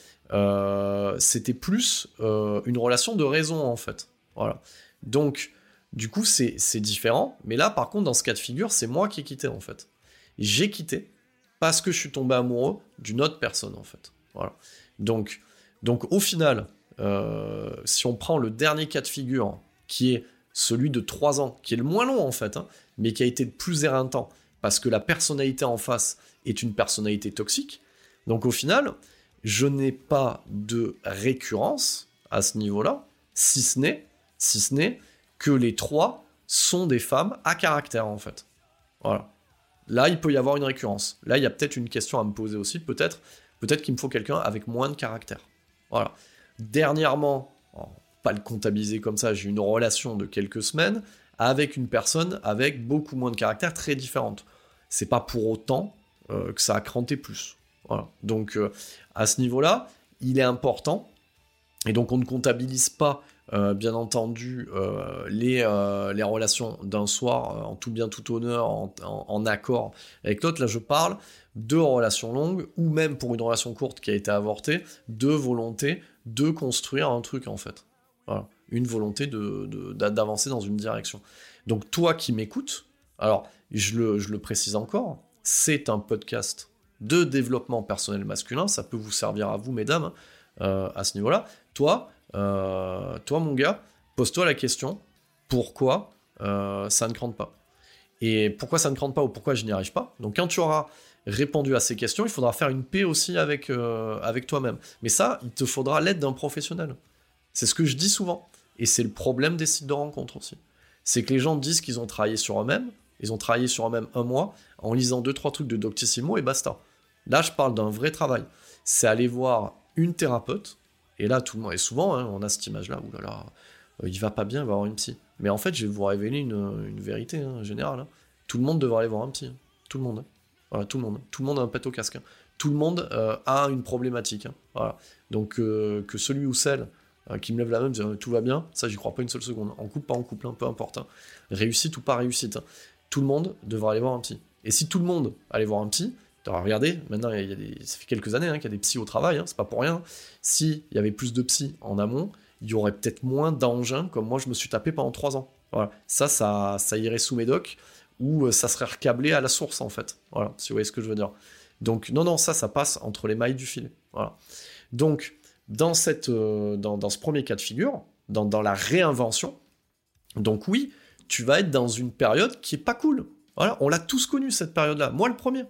euh, c'était plus euh, une relation de raison en fait, voilà. Donc du coup, c'est, c'est différent, mais là, par contre, dans ce cas de figure, c'est moi qui ai quitté, en fait. J'ai quitté parce que je suis tombé amoureux d'une autre personne, en fait. Voilà. Donc, donc au final, euh, si on prend le dernier cas de figure, qui est celui de trois ans, qui est le moins long, en fait, hein, mais qui a été le plus éreintant, parce que la personnalité en face est une personnalité toxique, donc au final, je n'ai pas de récurrence à ce niveau-là, si ce n'est, si ce n'est, que les trois sont des femmes à caractère, en fait. Voilà. Là, il peut y avoir une récurrence. Là, il y a peut-être une question à me poser aussi. Peut-être, peut-être qu'il me faut quelqu'un avec moins de caractère. Voilà. Dernièrement, pas le comptabiliser comme ça, j'ai eu une relation de quelques semaines avec une personne avec beaucoup moins de caractère, très différente. C'est pas pour autant euh, que ça a cranté plus. Voilà. Donc, euh, à ce niveau-là, il est important, et donc on ne comptabilise pas Euh, bien entendu euh, les, euh, les relations d'un soir euh, en tout bien tout honneur, en, en, en accord avec l'autre. Là je parle de relations longues, ou même pour une relation courte qui a été avortée, de volonté de construire un truc en fait. Voilà. Une volonté de, de, d'avancer dans une direction. Donc toi qui m'écoutes, alors je le, je le précise encore, c'est un podcast de développement personnel masculin, ça peut vous servir à vous mesdames hein, euh, à ce niveau-là. Toi Euh, toi mon gars, pose-toi la question, pourquoi euh, ça ne crante pas? Et pourquoi ça ne crante pas ou pourquoi je n'y arrive pas? Donc quand tu auras répondu à ces questions, il faudra faire une paix aussi avec, euh, avec toi-même. Mais ça, il te faudra l'aide d'un professionnel. C'est ce que je dis souvent. Et c'est le problème des sites de rencontres aussi. C'est que les gens disent qu'ils ont travaillé sur eux-mêmes, ils ont travaillé sur eux-mêmes un mois, en lisant deux trois trucs de Doctissimo et basta. Là, je parle d'un vrai travail. C'est aller voir une thérapeute. Et là, tout le monde, et souvent, hein, on a cette image-là, oulala, là là, euh, il va pas bien, il va voir une psy. Mais en fait, je vais vous révéler une, une vérité hein, générale. Hein. Tout le monde devrait aller voir un psy. Hein. Tout le monde. Hein. Voilà, tout le monde. Tout le monde a un pet au casque. Hein. Tout le monde euh, a une problématique. Hein. Voilà. Donc, euh, que celui ou celle euh, qui me lève la main, me dit tout va bien, ça, j'y crois pas une seule seconde. En couple, pas en couple, hein, peu importe. Hein. Réussite ou pas réussite. Hein. Tout le monde devrait aller voir un psy. Et si tout le monde allait voir un psy, alors regardez, maintenant il y a des, ça fait quelques années hein, qu'il y a des psys au travail, hein, c'est pas pour rien. S'il y avait plus de psys en amont, il y aurait peut-être moins d'engins comme moi je me suis tapé pendant trois ans. Voilà. Ça, ça, ça irait sous médoc ou ça serait recablé à la source en fait. Voilà, si vous voyez ce que je veux dire. Donc non, non, ça, ça passe entre les mailles du filet. Voilà. Donc dans, cette, euh, dans, dans ce premier cas de figure, dans, dans la réinvention, donc oui, tu vas être dans une période qui est pas cool. Voilà, on l'a tous connu cette période-là. Moi le premier.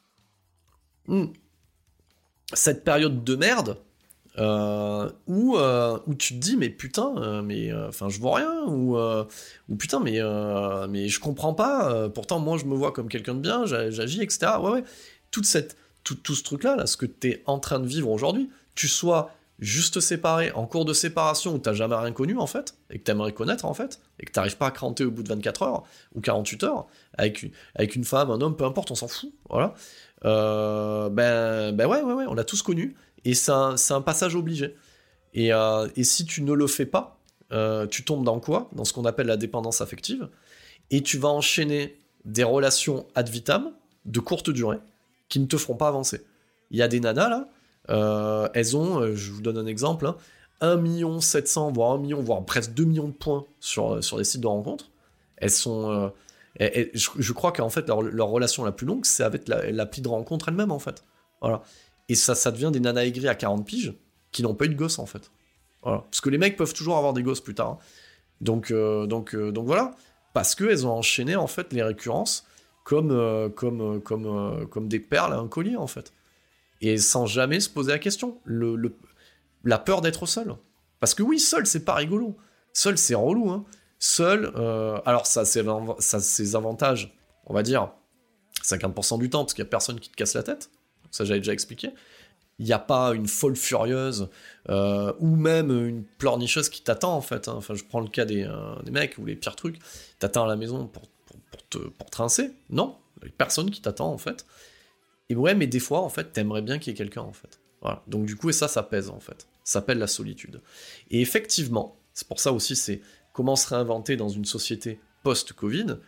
Mmh. Cette période de merde euh, où, euh, où tu te dis mais putain euh, mais enfin euh, je vois rien ou, euh, ou putain mais, euh, mais je comprends pas euh, pourtant moi je me vois comme quelqu'un de bien, j'agis etc. Ouais ouais, toute cette, tout, tout ce truc là, là ce que t'es en train de vivre aujourd'hui, tu sois juste séparé, en cours de séparation où t'as jamais rien connu en fait, et que t'aimerais connaître en fait, et que t'arrives pas à cranter au bout de vingt-quatre heures ou quarante-huit heures avec une, avec une femme, un homme, peu importe, on s'en fout, voilà. Euh, ben, ben ouais, ouais, ouais, on l'a tous connu, Et c'est un, c'est un passage obligé. Et, euh, et si tu ne le fais pas, euh, tu tombes dans quoi ? Dans ce qu'on appelle la dépendance affective. Et tu vas enchaîner des relations ad vitam, de courte durée, qui ne te feront pas avancer. Il y a des nanas, là, euh, elles ont, euh, je vous donne un exemple, hein, un million sept cents, voire un million, voire presque deux millions de points sur, sur les sites de rencontres. Elles sont... Euh, elles, elles, je, je crois qu'en fait, leur, leur relation la plus longue, c'est avec la, l'appli de rencontre elle-même, en fait. Voilà. Et ça, ça devient des nanas aigries à quarante piges qui n'ont pas eu de gosses, en fait. Voilà. Parce que les mecs peuvent toujours avoir des gosses plus tard. Hein. Donc, euh, donc, euh, donc voilà. Parce qu'elles ont enchaîné, en fait, les récurrences comme, euh, comme, euh, comme, euh, comme des perles à un collier, en fait. Et sans jamais se poser la question. Le... le La peur d'être seul. Parce que oui, seul, c'est pas rigolo. Seul, c'est relou. Hein. Seul, euh, alors ça, c'est ça, ses avantages, on va dire, cinquante pour cent du temps, parce qu'il y a personne qui te casse la tête. Ça, j'avais déjà expliqué. Il n'y a pas une folle furieuse, euh, ou même une pleurnicheuse qui t'attend, en fait. Hein. Enfin, je prends le cas des, euh, des mecs, ou les pires trucs. T'attends à la maison pour, pour, pour, te, pour trincer. Non, il n'y a personne qui t'attend, en fait. Et ouais, mais des fois, en fait, t'aimerais bien qu'il y ait quelqu'un, en fait. Voilà. Donc du coup, et ça, ça pèse, en fait. Ça s'appelle la solitude. Et effectivement, c'est pour ça aussi, c'est comment se réinventer dans une société post-Covid.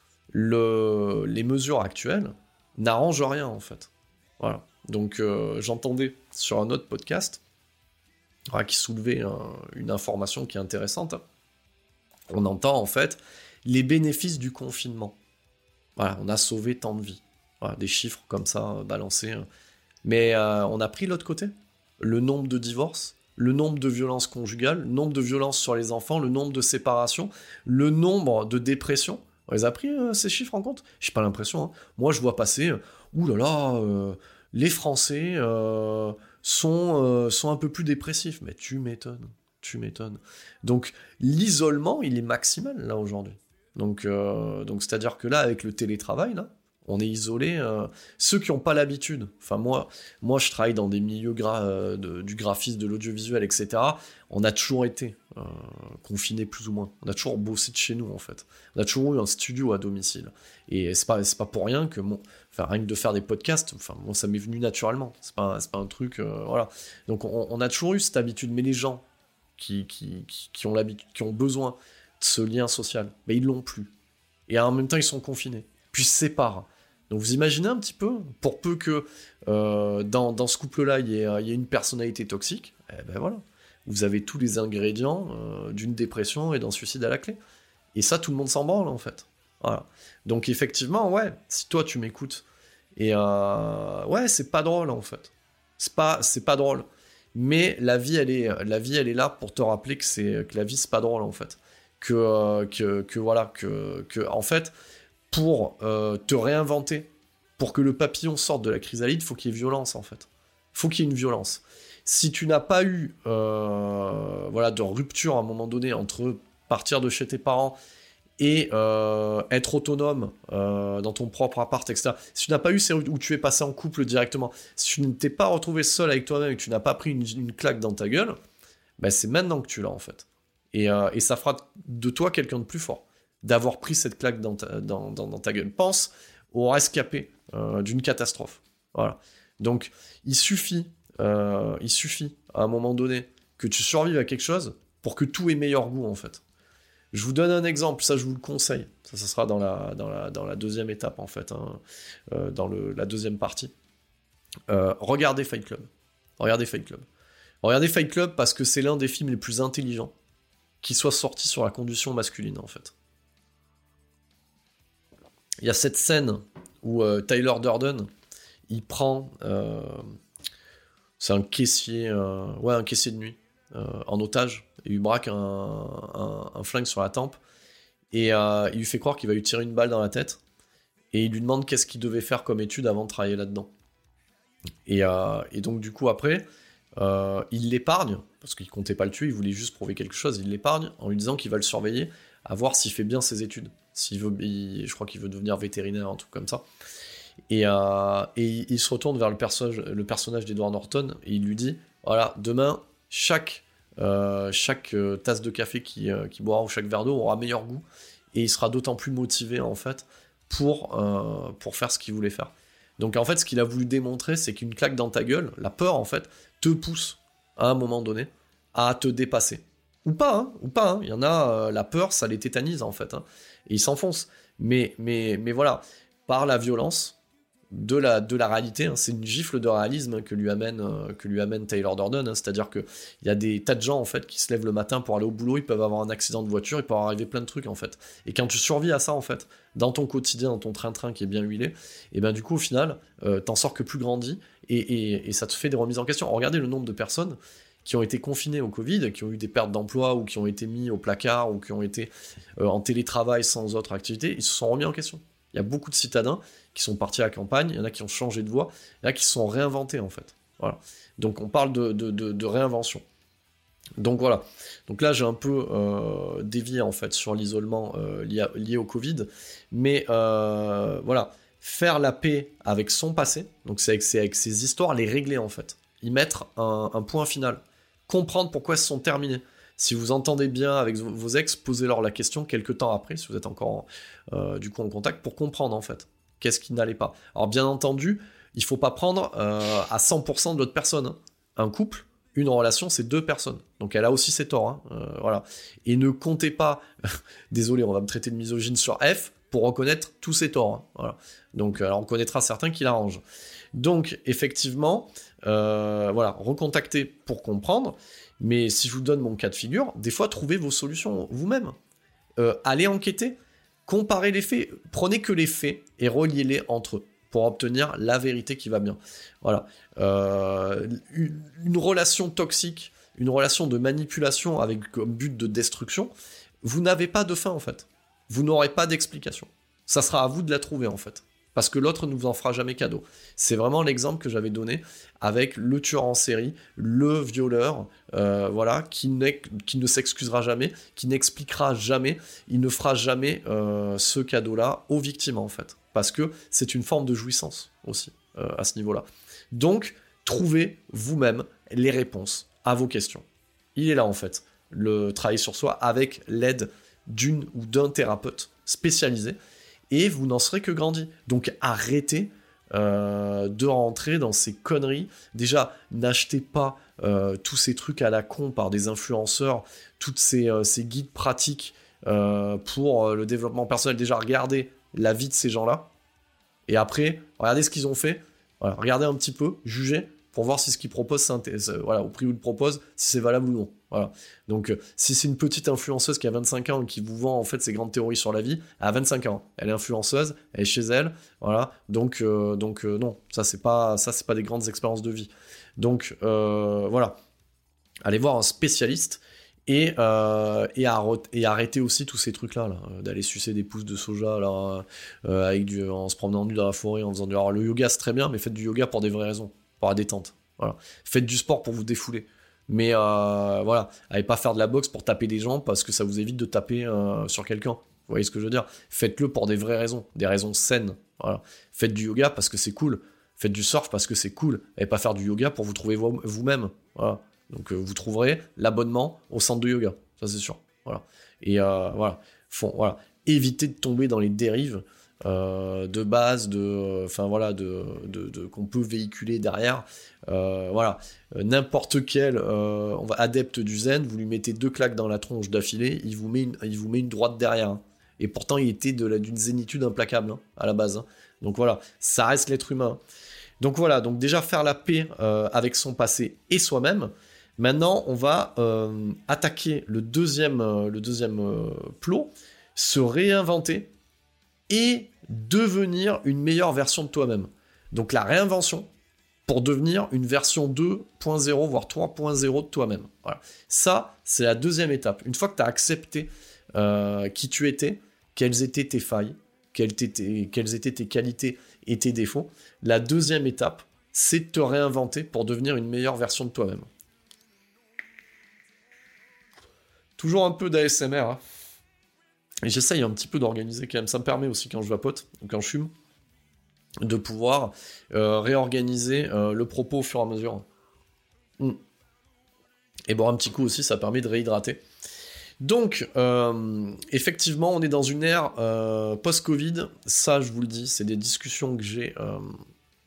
Le... Les mesures actuelles n'arrangent rien, en fait. Voilà. Donc euh, j'entendais sur un autre podcast voilà, qui soulevait un, une information qui est intéressante. On entend, en fait, les bénéfices du confinement. Voilà, on a sauvé tant de vies. Voilà, des chiffres comme ça, balancés. Mais euh, on a pris l'autre côté. Le nombre de divorces, le nombre de violences conjugales, le nombre de violences sur les enfants, le nombre de séparations, le nombre de dépressions. On les a pris, euh, ces chiffres, en compte ? J'ai pas l'impression. Hein. Moi, je vois passer, euh, ouh là là, euh, les Français euh, sont, euh, sont un peu plus dépressifs. Mais tu m'étonnes, tu m'étonnes. Donc, l'isolement, il est maximal, là, aujourd'hui. Donc, euh, donc c'est-à-dire que là, avec le télétravail, là, on est isolé. Euh, ceux qui n'ont pas l'habitude, enfin moi, moi je travaille dans des milieux gra- euh, de, du graphisme, de l'audiovisuel, et cetera. On a toujours été euh, confinés plus ou moins. On a toujours bossé de chez nous en fait. On a toujours eu un studio à domicile. Et c'est pas, c'est pas pour rien que mon, enfin rien que de faire des podcasts, enfin moi ça m'est venu naturellement. C'est pas, c'est pas un truc, euh, voilà. Donc on, on a toujours eu cette habitude. Mais les gens qui, qui, qui, qui ont l'habitude, qui ont besoin de ce lien social, mais ils l'ont plus. Et en même temps ils sont confinés. Puis se séparent. Donc vous imaginez un petit peu, pour peu que euh, dans, dans ce couple-là, il y, ait, il y ait une personnalité toxique, eh ben voilà, vous avez tous les ingrédients euh, d'une dépression et d'un suicide à la clé. Et ça, tout le monde s'en branle, en fait. Voilà. Donc effectivement, ouais, si toi tu m'écoutes, et euh, ouais, c'est pas drôle, en fait. C'est pas, c'est pas drôle. Mais la vie, elle est, la vie, elle est là pour te rappeler que, c'est, que la vie, c'est pas drôle, en fait. Que, euh, que, que voilà, que, que en fait... Pour euh, te réinventer, pour que le papillon sorte de la chrysalide, il faut qu'il y ait violence, en fait. Il faut qu'il y ait une violence. Si tu n'as pas eu euh, voilà, de rupture à un moment donné entre partir de chez tes parents et euh, être autonome euh, dans ton propre appart, et cetera. Si tu n'as pas eu ces où tu es passé en couple directement, si tu ne t'es pas retrouvé seul avec toi-même et que tu n'as pas pris une, une claque dans ta gueule, ben c'est maintenant que tu l'as, en fait. Et, euh, et ça fera de toi quelqu'un de plus fort. D'avoir pris cette claque dans ta, dans, dans, dans ta gueule. Pense au rescapé euh, d'une catastrophe. Voilà. Donc, il suffit, euh, il suffit, à un moment donné, que tu survives à quelque chose pour que tout ait meilleur goût, en fait. Je vous donne un exemple, ça, je vous le conseille. Ça, ça sera dans la, dans la, dans la deuxième étape, en fait, hein, euh, dans le, la deuxième partie. Euh, regardez Fight Club. Regardez Fight Club. Regardez Fight Club parce que c'est l'un des films les plus intelligents qui soit sorti sur la condition masculine, en fait. Il y a cette scène où euh, Tyler Durden, il prend, euh, c'est un caissier, euh, ouais, un caissier de nuit, euh, en otage, et il lui braque un, un, un flingue sur la tempe, et euh, il lui fait croire qu'il va lui tirer une balle dans la tête, et il lui demande qu'est-ce qu'il devait faire comme étude avant de travailler là-dedans. Et, euh, et donc du coup après, euh, il l'épargne, parce qu'il comptait pas le tuer, il voulait juste prouver quelque chose, il l'épargne en lui disant qu'il va le surveiller, à voir s'il fait bien ses études. S'il veut, il, je crois qu'il veut devenir vétérinaire, un truc comme ça. Et, euh, et il, il se retourne vers le personnage, le personnage d'Edward Norton et il lui dit, voilà, demain, chaque, euh, chaque euh, tasse de café qu'il euh, qui boira ou chaque verre d'eau aura meilleur goût et il sera d'autant plus motivé, en fait, pour, euh, pour faire ce qu'il voulait faire. Donc en fait, ce qu'il a voulu démontrer, c'est qu'une claque dans ta gueule, la peur en fait, te pousse à un moment donné à te dépasser. Ou pas, hein, ou pas. Hein. Il y en a, euh, la peur, ça les tétanise en fait, hein, et ils s'enfoncent. Mais, mais, mais voilà, par la violence de la, de la réalité, hein, c'est une gifle de réalisme que lui amène, euh, que lui amène Taylor Durden, hein, c'est-à-dire qu'il y a des tas de gens en fait qui se lèvent le matin pour aller au boulot, ils peuvent avoir un accident de voiture, il peut arriver plein de trucs en fait. Et quand tu survis à ça en fait, dans ton quotidien, dans ton train-train qui est bien huilé, et ben du coup au final, euh, t'en sors que plus grandi, et, et, et ça te fait des remises en question. Regardez le nombre de personnes qui ont été confinés au Covid, qui ont eu des pertes d'emploi, ou qui ont été mis au placard, ou qui ont été euh, en télétravail sans autre activité, ils se sont remis en question. Il y a beaucoup de citadins qui sont partis à la campagne, il y en a qui ont changé de voie, il y en a qui se sont réinventés en fait. Voilà. Donc on parle de, de, de, de réinvention. Donc voilà. Donc là j'ai un peu euh, dévié en fait sur l'isolement euh, lié, lié au Covid, mais euh, voilà, faire la paix avec son passé, donc c'est avec, c'est avec ses histoires, les régler en fait, y mettre un, un point final, comprendre pourquoi elles se sont terminées. Si vous entendez bien avec vos ex, posez-leur la question quelques temps après, si vous êtes encore euh, du coup en contact, pour comprendre en fait qu'est-ce qui n'allait pas. Alors bien entendu, il faut pas prendre euh, à cent pour cent de l'autre personne. Hein. Un couple, une relation, c'est deux personnes. Donc elle a aussi ses torts. Hein. Euh, voilà. Et ne comptez pas, désolé, on va me traiter de misogyne sur F, pour reconnaître tous ses torts. Hein. Voilà. Donc alors on connaîtra certains qui l'arrangent. Donc effectivement, euh, voilà, recontacter pour comprendre. Mais si je vous donne mon cas de figure, des fois, trouvez vos solutions vous-même. Euh, allez enquêter, comparez les faits, prenez que les faits et reliez-les entre eux pour obtenir la vérité qui va bien. Voilà. Euh, une, une relation toxique, une relation de manipulation avec comme but de destruction, vous n'avez pas de fin en fait. Vous n'aurez pas d'explication. Ça sera à vous de la trouver en fait. Parce que l'autre ne vous en fera jamais cadeau. C'est vraiment l'exemple que j'avais donné avec le tueur en série, le violeur, euh, voilà, qui, n'est, qui ne s'excusera jamais, qui n'expliquera jamais, il ne fera jamais euh, ce cadeau-là aux victimes, en fait. Parce que c'est une forme de jouissance aussi, euh, à ce niveau-là. Donc, trouvez vous-même les réponses à vos questions. Il est là, en fait, le travail sur soi avec l'aide d'une ou d'un thérapeute spécialisé, et vous n'en serez que grandi. Donc arrêtez euh, de rentrer dans ces conneries. Déjà, n'achetez pas euh, tous ces trucs à la con par des influenceurs, toutes ces, euh, ces guides pratiques euh, pour euh, le développement personnel. Déjà, regardez la vie de ces gens-là. Et après, regardez ce qu'ils ont fait. Voilà, regardez un petit peu, jugez, pour voir si ce qu'ils proposent, c'est, voilà, au prix où ils le proposent, si c'est valable ou non. Voilà. Donc, euh, si c'est une petite influenceuse qui a vingt-cinq ans et qui vous vend en fait ses grandes théories sur la vie, elle a vingt-cinq ans, elle est influenceuse, elle est chez elle, voilà. Donc, euh, donc euh, non, ça c'est pas, ça c'est pas des grandes expériences de vie. Donc, euh, voilà, allez voir un spécialiste et euh, et, arr- et arrêtez aussi tous ces trucs là, là euh, d'aller sucer des pousses de soja là, euh, avec du, en se promenant nu dans la forêt, en faisant du. Alors le yoga c'est très bien, mais faites du yoga pour des vraies raisons, pour la détente. Voilà, faites du sport pour vous défouler. Mais euh, voilà, allez pas faire de la boxe pour taper des gens parce que ça vous évite de taper euh, sur quelqu'un. Vous voyez ce que je veux dire ? Faites-le pour des vraies raisons, des raisons saines. Voilà. Faites du yoga parce que c'est cool. Faites du surf parce que c'est cool. Allez pas faire du yoga pour vous trouver vous- vous-même. Voilà. Donc euh, vous trouverez l'abonnement au centre de yoga, ça c'est sûr. Voilà. Et euh, voilà, Font, voilà, évitez de tomber dans les dérives euh, de base, de, enfin voilà, de, de, de qu'on peut véhiculer derrière. Euh, voilà, euh, n'importe quel euh, on va, adepte du zen, vous lui mettez deux claques dans la tronche d'affilée, il vous met une, il vous met une droite derrière. Hein. Et pourtant, il était de la, d'une zénitude implacable hein, à la base. Hein. Donc voilà, ça reste l'être humain. Donc voilà, donc déjà faire la paix euh, avec son passé et soi-même. Maintenant, on va euh, attaquer le deuxième, euh, le deuxième euh, plot, se réinventer et devenir une meilleure version de toi-même. Donc la réinvention pour devenir une version deux point zéro, voire trois point zéro de toi-même. Voilà. Ça, c'est la deuxième étape. Une fois que tu as accepté euh, qui tu étais, quelles étaient tes failles, quelles étaient, quelles étaient tes qualités et tes défauts, la deuxième étape, c'est de te réinventer pour devenir une meilleure version de toi-même. Toujours un peu d'A S M R, hein. Et j'essaye un petit peu d'organiser quand même. Ça me permet aussi, quand je vapote, ou quand je fume, de pouvoir euh, réorganiser euh, le propos au fur et à mesure. Mm. Et boire un petit coup aussi, ça permet de réhydrater. Donc, euh, effectivement, on est dans une ère euh, post-Covid. Ça, je vous le dis, c'est des discussions que j'ai euh,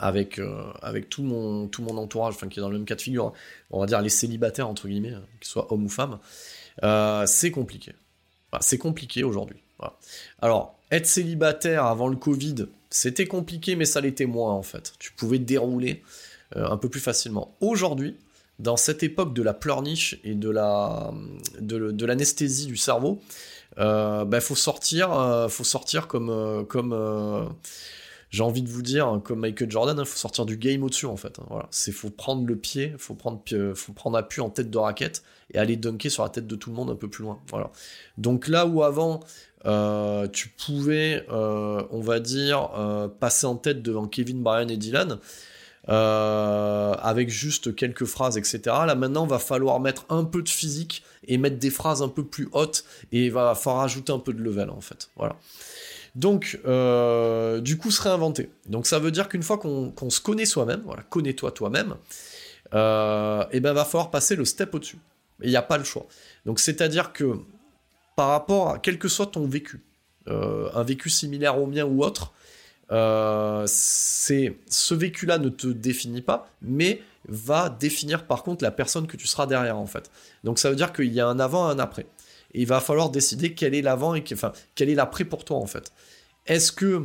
avec, euh, avec tout, mon, tout mon entourage, enfin qui est dans le même cas de figure, hein, on va dire les célibataires, entre guillemets, hein, qu'ils soient hommes ou femmes, euh, c'est compliqué. Voilà, c'est compliqué aujourd'hui. Voilà. Alors, être célibataire avant le Covid, c'était compliqué, mais ça l'était moins, en fait. Tu pouvais dérouler euh, un peu plus facilement. Aujourd'hui, dans cette époque de la pleurniche et de, la, de, de l'anesthésie du cerveau, euh, bah, faut sortir, euh, faut sortir comme... Euh, comme euh, j'ai envie de vous dire, comme Michael Jordan, il hein, faut sortir du game au-dessus, en fait. Hein, voilà. C'est, faut prendre le pied, faut prendre, faut prendre appui en tête de raquette et aller dunker sur la tête de tout le monde un peu plus loin. Voilà. Donc là où avant, euh, tu pouvais, euh, on va dire, euh, passer en tête devant Kevin, Brian et Dylan, euh, avec juste quelques phrases, et cetera. Là, maintenant, va falloir mettre un peu de physique et mettre des phrases un peu plus hautes et il va falloir rajouter un peu de level, en fait. Voilà. Donc, euh, du coup, se réinventer. Donc, ça veut dire qu'une fois qu'on, qu'on se connaît soi-même, voilà, connais-toi toi-même, euh, et ben, va falloir passer le step au-dessus. Il n'y a pas le choix. Donc, c'est-à-dire que, par rapport à quel que soit ton vécu, euh, un vécu similaire au mien ou autre, euh, c'est, ce vécu-là ne te définit pas, mais va définir par contre la personne que tu seras derrière, en fait. Donc, ça veut dire qu'il y a un avant et un après. Et il va falloir décider quel est l'avant et enfin, quel est l'après pour toi, en fait. Est-ce que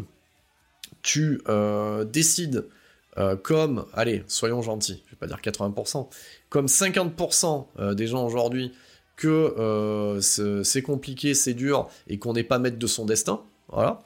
tu euh, décides euh, comme, allez, soyons gentils, je vais pas dire quatre-vingts pour cent, comme cinquante pour cent des gens aujourd'hui, que euh, c'est, c'est compliqué, c'est dur, et qu'on n'est pas maître de son destin, voilà.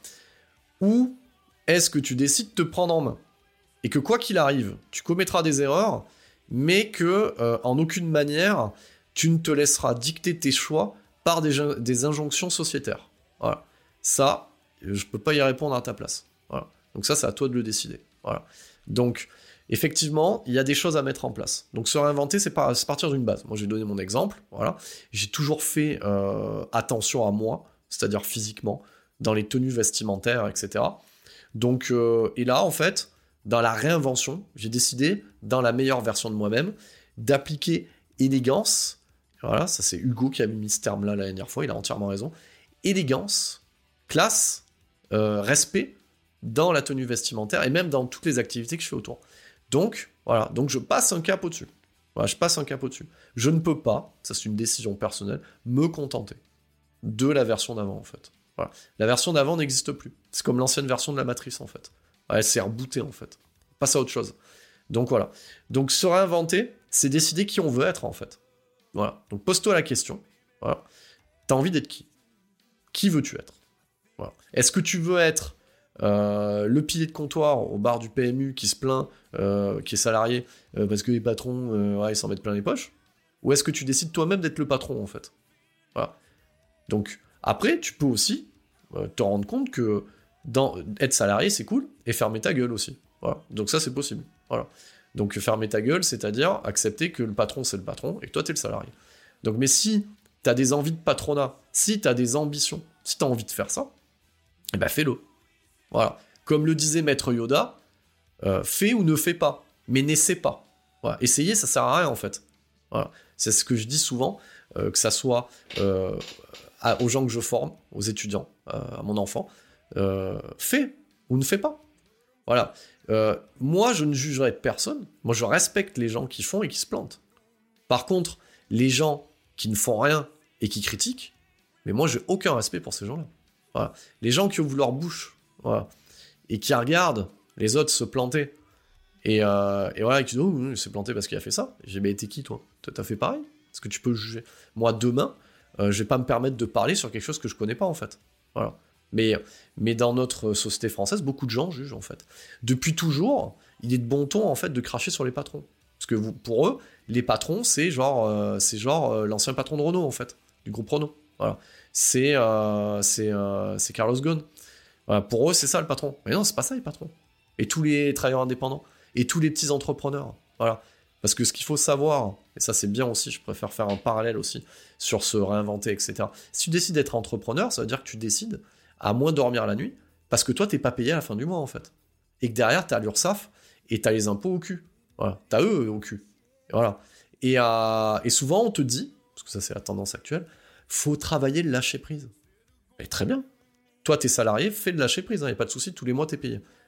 Ou est-ce que tu décides de te prendre en main et que quoi qu'il arrive, tu commettras des erreurs, mais que euh, en aucune manière, tu ne te laisseras dicter tes choix par des, des injonctions sociétaires. Voilà. Ça, je peux pas y répondre à ta place. Voilà. Donc ça, c'est à toi de le décider. Voilà. Donc, effectivement, il y a des choses à mettre en place. Donc se réinventer, c'est, par, c'est partir d'une base. Moi, j'ai donné mon exemple. Voilà. J'ai toujours fait euh, attention à moi, c'est-à-dire physiquement, dans les tenues vestimentaires, et cetera. Donc, euh, et là, en fait, dans la réinvention, j'ai décidé, dans la meilleure version de moi-même, d'appliquer élégance. Voilà, ça c'est Hugo qui a mis ce terme-là la dernière fois, il a entièrement raison. Élégance, classe, euh, respect dans la tenue vestimentaire et même dans toutes les activités que je fais autour. Donc, voilà, donc je passe un cap au-dessus. Voilà, je passe un cap au-dessus. Je ne peux pas, ça c'est une décision personnelle, me contenter de la version d'avant, en fait. Voilà. La version d'avant n'existe plus. C'est comme l'ancienne version de la Matrice, en fait. Elle s'est rebootée, en fait. Passe à autre chose. Donc voilà. Donc se réinventer, c'est décider qui on veut être, en fait. Voilà. Donc pose-toi la question. Voilà. T'as envie d'être qui ? Qui veux-tu être ? Voilà. Est-ce que tu veux être euh, le pilier de comptoir au bar du P M U qui se plaint, euh, qui est salarié, euh, parce que les patrons, euh, ouais, ils s'en mettent plein les poches ? Ou est-ce que tu décides toi-même d'être le patron, en fait ? Voilà. Donc, après, tu peux aussi euh, te rendre compte que dans, être salarié, c'est cool, et fermer ta gueule aussi. Voilà. Donc ça, c'est possible. Voilà. Donc fermer ta gueule, c'est-à-dire accepter que le patron, c'est le patron, et que toi, t'es le salarié. Donc, mais si t'as des envies de patronat, si t'as des ambitions, si t'as envie de faire ça, eh ben fais-le. Voilà. Comme le disait Maître Yoda, euh, fais ou ne fais pas, mais n'essaie pas. Voilà. Essayer, ça sert à rien, en fait. Voilà. C'est ce que je dis souvent, euh, que ça soit euh, à, aux gens que je forme, aux étudiants, euh, à mon enfant, euh, fais ou ne fais pas. Voilà. Euh, moi, je ne jugerai personne. Moi, je respecte les gens qui font et qui se plantent. Par contre, les gens qui ne font rien et qui critiquent, mais moi, j'ai aucun respect pour ces gens-là. Voilà. Les gens qui ouvrent leur bouche, voilà, et qui regardent les autres se planter, et, euh, et voilà, qui disent « Oh, il s'est planté parce qu'il a fait ça. » J'ai dit « Mais t'es qui, toi ? Toi, t'as fait pareil ? Est-ce que tu peux juger ? Moi, demain, euh, je vais pas me permettre de parler sur quelque chose que je connais pas, en fait. Voilà. Mais, mais dans notre société française, beaucoup de gens jugent, en fait. Depuis toujours, il est de bon ton, en fait, de cracher sur les patrons. Parce que vous, pour eux, les patrons, c'est genre, euh, c'est genre euh, l'ancien patron de Renault, en fait, du groupe Renault. Voilà. C'est, euh, c'est, euh, c'est Carlos Ghosn. Voilà. Pour eux, c'est ça, le patron. Mais non, c'est pas ça, les patrons. Et tous les travailleurs indépendants, et tous les petits entrepreneurs. Voilà. Parce que ce qu'il faut savoir, et ça c'est bien aussi, je préfère faire un parallèle aussi, sur se réinventer, et cetera. Si tu décides d'être entrepreneur, ça veut dire que tu décides à moins dormir la nuit, parce que toi, t'es pas payé à la fin du mois, en fait. Et que derrière, t'as l'URSSAF, et t'as les impôts au cul. Voilà. T'as eux au cul. Et voilà. Et, euh, et souvent, on te dit, parce que ça, c'est la tendance actuelle, faut travailler le lâcher-prise. Et très bien. Toi, t'es salarié, fais le lâcher-prise, il hein, n'y a pas de souci, tous les mois, t'es payé.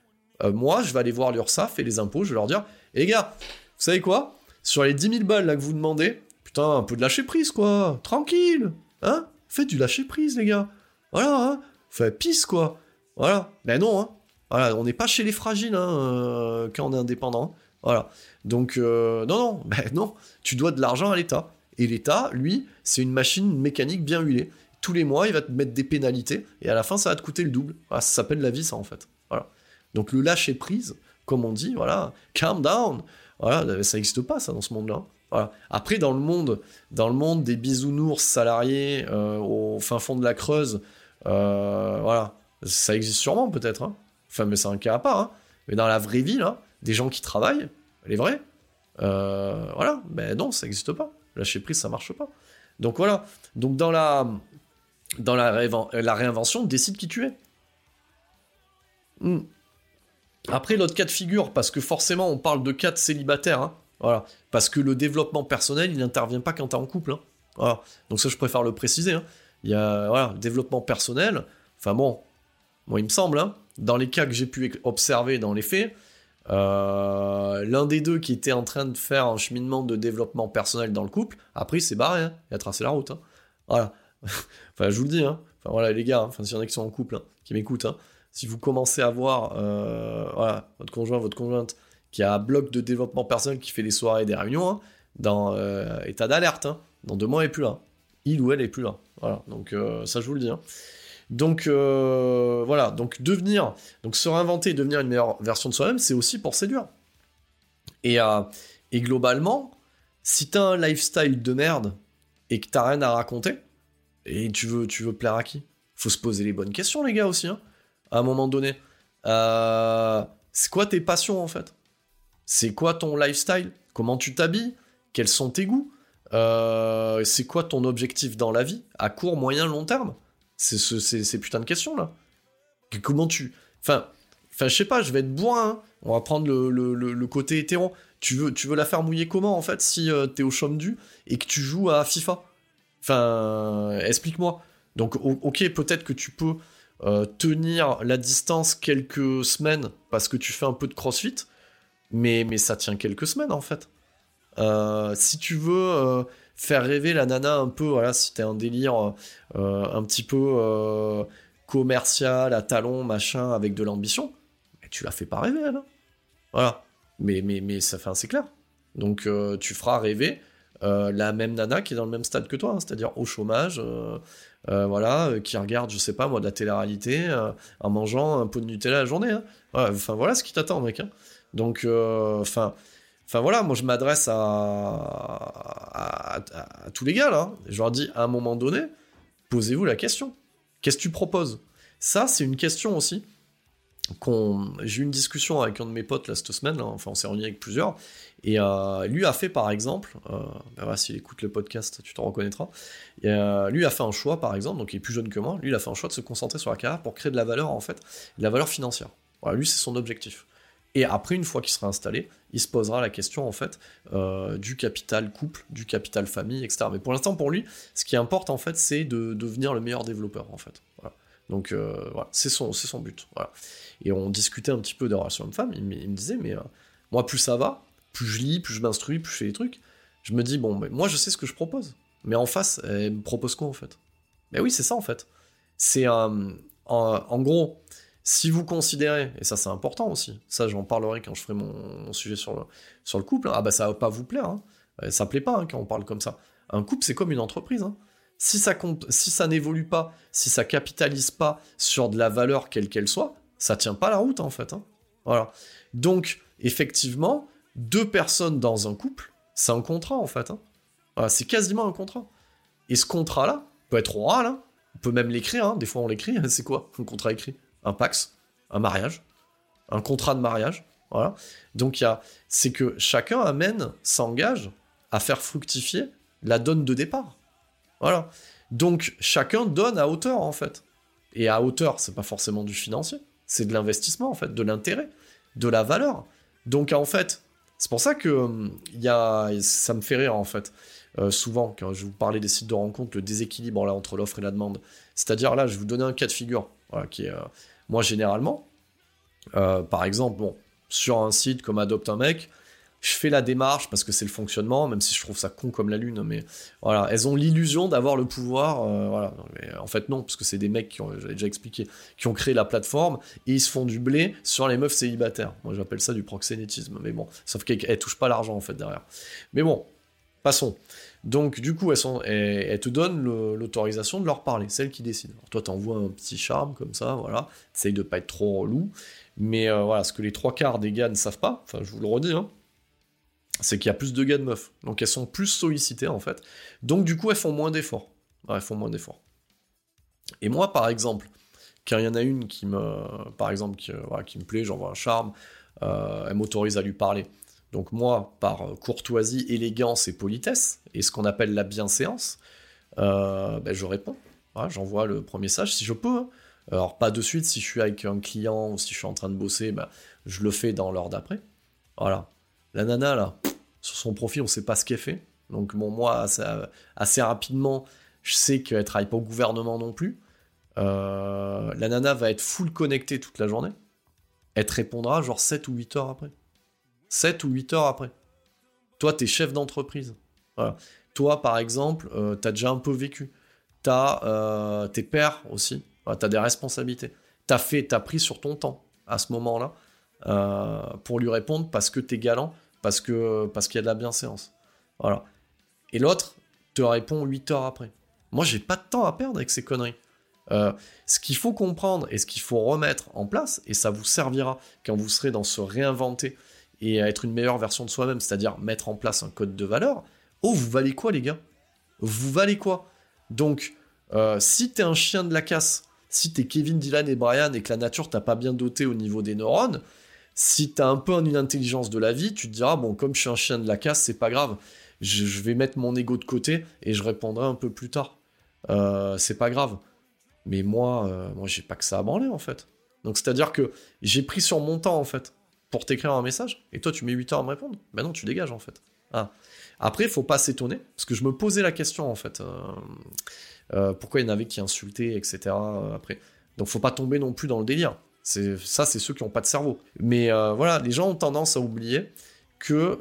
Euh, moi, je vais aller voir l'URSSAF et les impôts, je vais leur dire, les gars, vous savez quoi ? Sur les dix mille balles là que vous demandez, putain, un peu de lâcher prise, quoi. Tranquille, hein ? Faites du lâcher prise, les gars. Voilà, hein ? Faites pisse, quoi. Voilà. Ben non, hein. Voilà, on n'est pas chez les fragiles, hein, euh, quand on est indépendant. Voilà. Donc, euh, non, non, ben non. Tu dois de l'argent à l'État. Et l'État, lui, c'est une machine mécanique bien huilée. Tous les mois, il va te mettre des pénalités, et à la fin, ça va te coûter le double. Voilà, ça s'appelle la vie, ça, en fait. Voilà. Donc, le lâcher prise, comme on dit, voilà, calm down. Voilà, ça n'existe pas, ça, dans ce monde-là. Voilà. Après, dans le monde, dans le monde des bisounours salariés euh, au fin fond de la Creuse, euh, voilà, ça existe sûrement, peut-être. Hein. Enfin, mais c'est un cas à part. Hein. Mais dans la vraie vie, là, des gens qui travaillent, les vrais, euh, voilà, ben non, ça n'existe pas. Lâcher prise, ça marche pas. Donc voilà. Donc dans la, dans la, réinven- la réinvention, décide qui tu es. Hmm. Après, l'autre cas de figure, parce que forcément, on parle de cas de célibataire, hein, voilà, parce que le développement personnel, il n'intervient pas quand t'es en couple. Hein, voilà. Donc ça, je préfère le préciser. Hein. Il y a, voilà, le développement personnel, enfin bon, moi, il me semble, hein, dans les cas que j'ai pu observer dans les faits, euh, l'un des deux qui était en train de faire un cheminement de développement personnel dans le couple, après, il s'est barré, hein, il a tracé la route. Hein. Voilà. Enfin, je vous le dis, hein. Enfin, voilà, les gars, hein, enfin, s'il y en a qui sont en couple, hein, qui m'écoutent, hein, si vous commencez à voir euh, voilà, votre conjoint, votre conjointe qui a un bloc de développement personnel qui fait des soirées et des réunions, hein, dans euh, état d'alerte, hein, dans deux mois, il n'est plus là. Il ou elle n'est plus là. Voilà, donc euh, ça, je vous le dis. Hein. Donc, euh, voilà, donc devenir, donc se réinventer et devenir une meilleure version de soi-même, c'est aussi pour séduire. Et, euh, et globalement, si t'as un lifestyle de merde et que t'as rien à raconter, et tu veux, tu veux plaire à qui ? Faut se poser les bonnes questions, les gars, aussi, hein. À un moment donné, euh, c'est quoi tes passions en fait ? C'est quoi ton lifestyle ? Comment tu t'habilles ? Quels sont tes goûts ? euh, C'est quoi ton objectif dans la vie ? À court, moyen, long terme ? C'est ce, c'est, ces putains de questions là. Comment tu... Enfin, enfin je sais pas, je vais être bourrin, hein. On va prendre le, le, le, le côté hétéron. Tu veux, tu veux la faire mouiller comment en fait si euh, t'es au chaume du et que tu joues à FIFA ? Enfin, explique-moi. Donc, ok, peut-être que tu peux... Euh, tenir la distance quelques semaines parce que tu fais un peu de crossfit, mais, mais ça tient quelques semaines en fait. Euh, si tu veux euh, faire rêver la nana un peu, voilà, si t'es un délire euh, un petit peu euh, commercial, à talons, machin, avec de l'ambition, mais tu la fais pas rêver, elle. Hein. Voilà. Mais, mais, mais ça fait assez clair. Donc euh, tu feras rêver euh, la même nana qui est dans le même stade que toi, hein, c'est-à-dire au chômage, euh, Euh, voilà, euh, qui regarde, je sais pas moi, de la télé-réalité, euh, en mangeant un pot de Nutella la journée. Hein. Voilà, enfin voilà ce qui t'attend, mec. Hein. Donc, enfin, euh, enfin voilà, moi je m'adresse à, à, à, à tous les gars là. Hein. Je leur dis, à un moment donné, posez-vous la question. Qu'est-ce que tu proposes ? Ça, c'est une question aussi. Qu'on... J'ai eu une discussion avec un de mes potes là cette semaine, là. Enfin on s'est réunis avec plusieurs, et euh, lui a fait par exemple, euh, ben voilà, s'il écoute le podcast, tu t'en reconnaîtras, et, euh, lui a fait un choix par exemple, donc il est plus jeune que moi, lui il a fait un choix de se concentrer sur la carrière pour créer de la valeur en fait, de la valeur financière. Voilà, lui c'est son objectif. Et après, une fois qu'il sera installé, il se posera la question en fait euh, du capital couple, du capital famille, et cetera. Mais pour l'instant, pour lui, ce qui importe en fait, c'est de devenir le meilleur développeur en fait. Voilà. Donc euh, voilà, c'est son, c'est son but. Voilà. Et on discutait un petit peu des relations hommes-femmes. Il, il me disait, mais euh, moi, plus ça va, plus je lis, plus je m'instruis, plus je fais des trucs. Je me dis, bon, mais moi, je sais ce que je propose. Mais en face, elle me propose quoi en fait ? Mais oui, c'est ça en fait. C'est euh, en, en gros. Si vous considérez, et ça c'est important aussi, ça j'en parlerai quand je ferai mon, mon sujet sur le, sur le couple, hein, ah bah ça va pas vous plaire, hein. Ça plaît pas hein, quand on parle comme ça. Un couple c'est comme une entreprise, hein. Si ça compte, si ça n'évolue pas, si ça capitalise pas sur de la valeur quelle qu'elle soit, ça tient pas la route en fait. Hein. Voilà. Donc effectivement, deux personnes dans un couple, c'est un contrat en fait. Hein. Voilà, c'est quasiment un contrat. Et ce contrat-là peut être oral, hein. On peut même l'écrire, hein. Des fois on l'écrit, c'est quoi un contrat écrit ? Un pax, un mariage, un contrat de mariage, voilà. Donc il y a, c'est que chacun amène, s'engage à faire fructifier la donne de départ, voilà. Donc chacun donne à hauteur en fait, et à hauteur c'est pas forcément du financier, c'est de l'investissement en fait, de l'intérêt, de la valeur. Donc en fait, c'est pour ça que il y a, ça me fait rire en fait. Euh, souvent, quand je vous parlais des sites de rencontres, le déséquilibre là entre l'offre et la demande. C'est-à-dire là, je vais vous donner un cas de figure, voilà, qui est euh, moi généralement, Euh, par exemple, bon, sur un site comme Adopte un mec, je fais la démarche parce que c'est le fonctionnement, même si je trouve ça con comme la lune, mais voilà, elles ont l'illusion d'avoir le pouvoir, euh, voilà. Mais en fait non, parce que c'est des mecs qui ont, j'avais déjà expliqué, qui ont créé la plateforme et ils se font du blé sur les meufs célibataires. Moi j'appelle ça du proxénétisme, mais bon, sauf qu'elles elles touchent pas l'argent en fait derrière. Mais bon, passons. Donc du coup, elles, sont, elles, elles te donnent le, l'autorisation de leur parler, c'est elles qui décident. Alors, toi t'envoies un petit charme comme ça, voilà, t'essayes de pas être trop relou, mais euh, voilà, ce que les trois quarts des gars ne savent pas, enfin je vous le redis, hein, c'est qu'il y a plus de gars de meufs. Donc elles sont plus sollicitées, en fait. Donc du coup, elles font moins d'efforts. Ouais, elles font moins d'efforts. Et moi, par exemple, quand il y en a une qui me, par exemple, qui, euh, voilà, qui me plaît, j'envoie un charme, euh, elle m'autorise à lui parler. Donc moi, par courtoisie, élégance et politesse, et ce qu'on appelle la bienséance, euh, ben, je réponds. Voilà, j'envoie le premier message si je peux. Hein. Alors pas de suite, si je suis avec un client ou si je suis en train de bosser, ben, je le fais dans l'heure d'après. Voilà. La nana, là, sur son profil, on sait pas ce qu'elle fait. Donc, bon, moi, assez, assez rapidement, je sais qu'elle travaille pas au gouvernement non plus. Euh, la nana va être full connectée toute la journée. Elle te répondra genre sept ou huit heures après. sept ou huit heures après. Toi, t'es chef d'entreprise. Voilà. Toi, par exemple, euh, t'as déjà un peu vécu. T'as euh, tes pères aussi. Voilà, t'as des responsabilités. T'as fait, t'as pris sur ton temps à ce moment-là euh, pour lui répondre parce que t'es galant. Parce, que, parce qu'il y a de la bienséance. Voilà. Et l'autre te répond huit heures après. Moi, j'ai pas de temps à perdre avec ces conneries. Euh, ce qu'il faut comprendre et ce qu'il faut remettre en place, et ça vous servira quand vous serez dans ce réinventer et à être une meilleure version de soi-même, c'est-à-dire mettre en place un code de valeur. Oh, vous valez quoi, les gars ? Vous valez quoi ? Donc, euh, si t'es un chien de la casse, si t'es Kevin, Dylan et Brian et que la nature t'a pas bien doté au niveau des neurones, si t'as un peu une intelligence de la vie, tu te diras, bon, comme je suis un chien de la casse, c'est pas grave, je, je vais mettre mon ego de côté et je répondrai un peu plus tard. Euh, c'est pas grave. Mais moi, euh, moi, j'ai pas que ça à branler, en fait. Donc, c'est-à-dire que j'ai pris sur mon temps, en fait, pour t'écrire un message, et toi, tu mets huit heures à me répondre. Ben non, tu dégages, en fait. Ah. Après, faut pas s'étonner, parce que je me posais la question, en fait, euh, euh, pourquoi il y en avait qui insultaient, et cetera, euh, après. Donc, faut pas tomber non plus dans le délire. C'est, ça, c'est ceux qui n'ont pas de cerveau. Mais euh, voilà, les gens ont tendance à oublier que,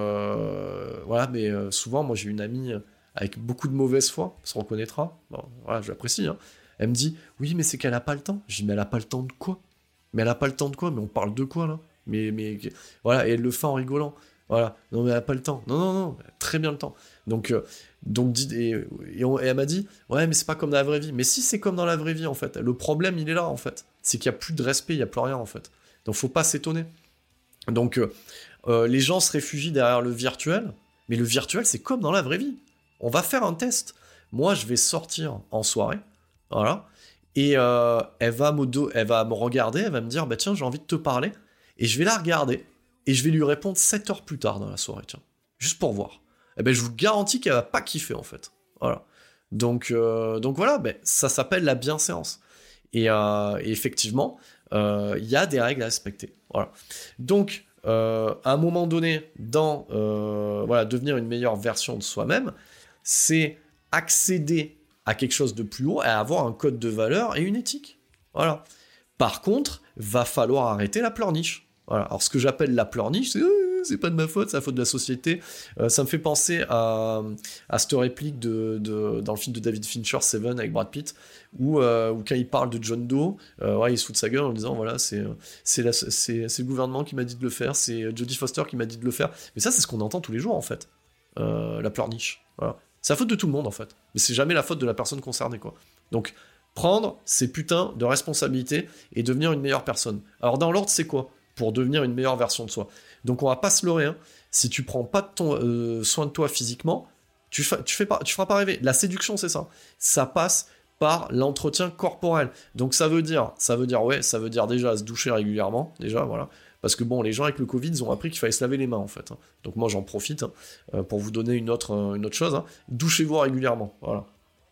euh, voilà, mais euh, souvent, moi, j'ai une amie avec beaucoup de mauvaise foi, elle se reconnaîtra, bon, voilà, je l'apprécie, hein. Elle me dit, oui, mais c'est qu'elle a pas le temps. Je dis, mais elle a pas le temps de quoi ? Mais elle a pas le temps de quoi ? Mais on parle de quoi, là ? Mais, mais, voilà, et elle le fait en rigolant. Voilà, non, mais elle a pas le temps. Non, non, non, elle a très bien le temps. Donc, euh, donc et, et, on, et elle m'a dit, ouais, mais c'est pas comme dans la vraie vie. Mais si, c'est comme dans la vraie vie, en fait. Le problème, il est là, en fait. C'est qu'il y a plus de respect, il y a plus rien, en fait. Donc, faut pas s'étonner. Donc, euh, euh, les gens se réfugient derrière le virtuel, mais le virtuel, c'est comme dans la vraie vie. On va faire un test. Moi, je vais sortir en soirée, voilà, et euh, elle, va me do- elle va me regarder, elle va me dire, bah tiens, j'ai envie de te parler, et je vais la regarder, et je vais lui répondre sept heures plus tard dans la soirée, tiens, juste pour voir. Et ben, je vous garantis qu'elle va pas kiffer, en fait. Voilà. Donc, euh, donc voilà, ben, ça s'appelle la bienséance. Et, euh, et effectivement, il euh, y a des règles à respecter. Voilà. Donc, euh, à un moment donné, dans euh, voilà, devenir une meilleure version de soi-même, c'est accéder à quelque chose de plus haut et avoir un code de valeur et une éthique. Voilà. Par contre, va falloir arrêter la pleurniche. Voilà. Alors, ce que j'appelle la pleurniche, c'est euh, c'est pas de ma faute, c'est la faute de la société. Euh, ça me fait penser à, à cette réplique de, de, dans le film de David Fincher, Seven, avec Brad Pitt, où, euh, où quand il parle de John Doe, euh, ouais, il se fout de sa gueule en disant, voilà, c'est, c'est, la, c'est, c'est le gouvernement qui m'a dit de le faire, c'est Jodie Foster qui m'a dit de le faire. Mais ça, c'est ce qu'on entend tous les jours, en fait. Euh, la pleurniche. Voilà. C'est la faute de tout le monde, en fait. Mais c'est jamais la faute de la personne concernée, quoi. Donc, prendre ces putains de responsabilités et devenir une meilleure personne. Alors, dans l'ordre, c'est quoi ? Pour devenir une meilleure version de soi. Donc, on va pas se leurrer, hein. Si tu prends pas de ton, euh, soin de toi physiquement, tu, fa- tu, fais pas, tu feras pas rêver. La séduction, c'est ça. Ça passe par l'entretien corporel. Donc, ça veut dire, ça veut dire, ouais, ça veut dire déjà se doucher régulièrement, déjà, voilà. Parce que bon, les gens avec le Covid, ils ont appris qu'il fallait se laver les mains, en fait. Donc moi, j'en profite hein, pour vous donner une autre, une autre chose. Hein. Douchez-vous régulièrement, voilà.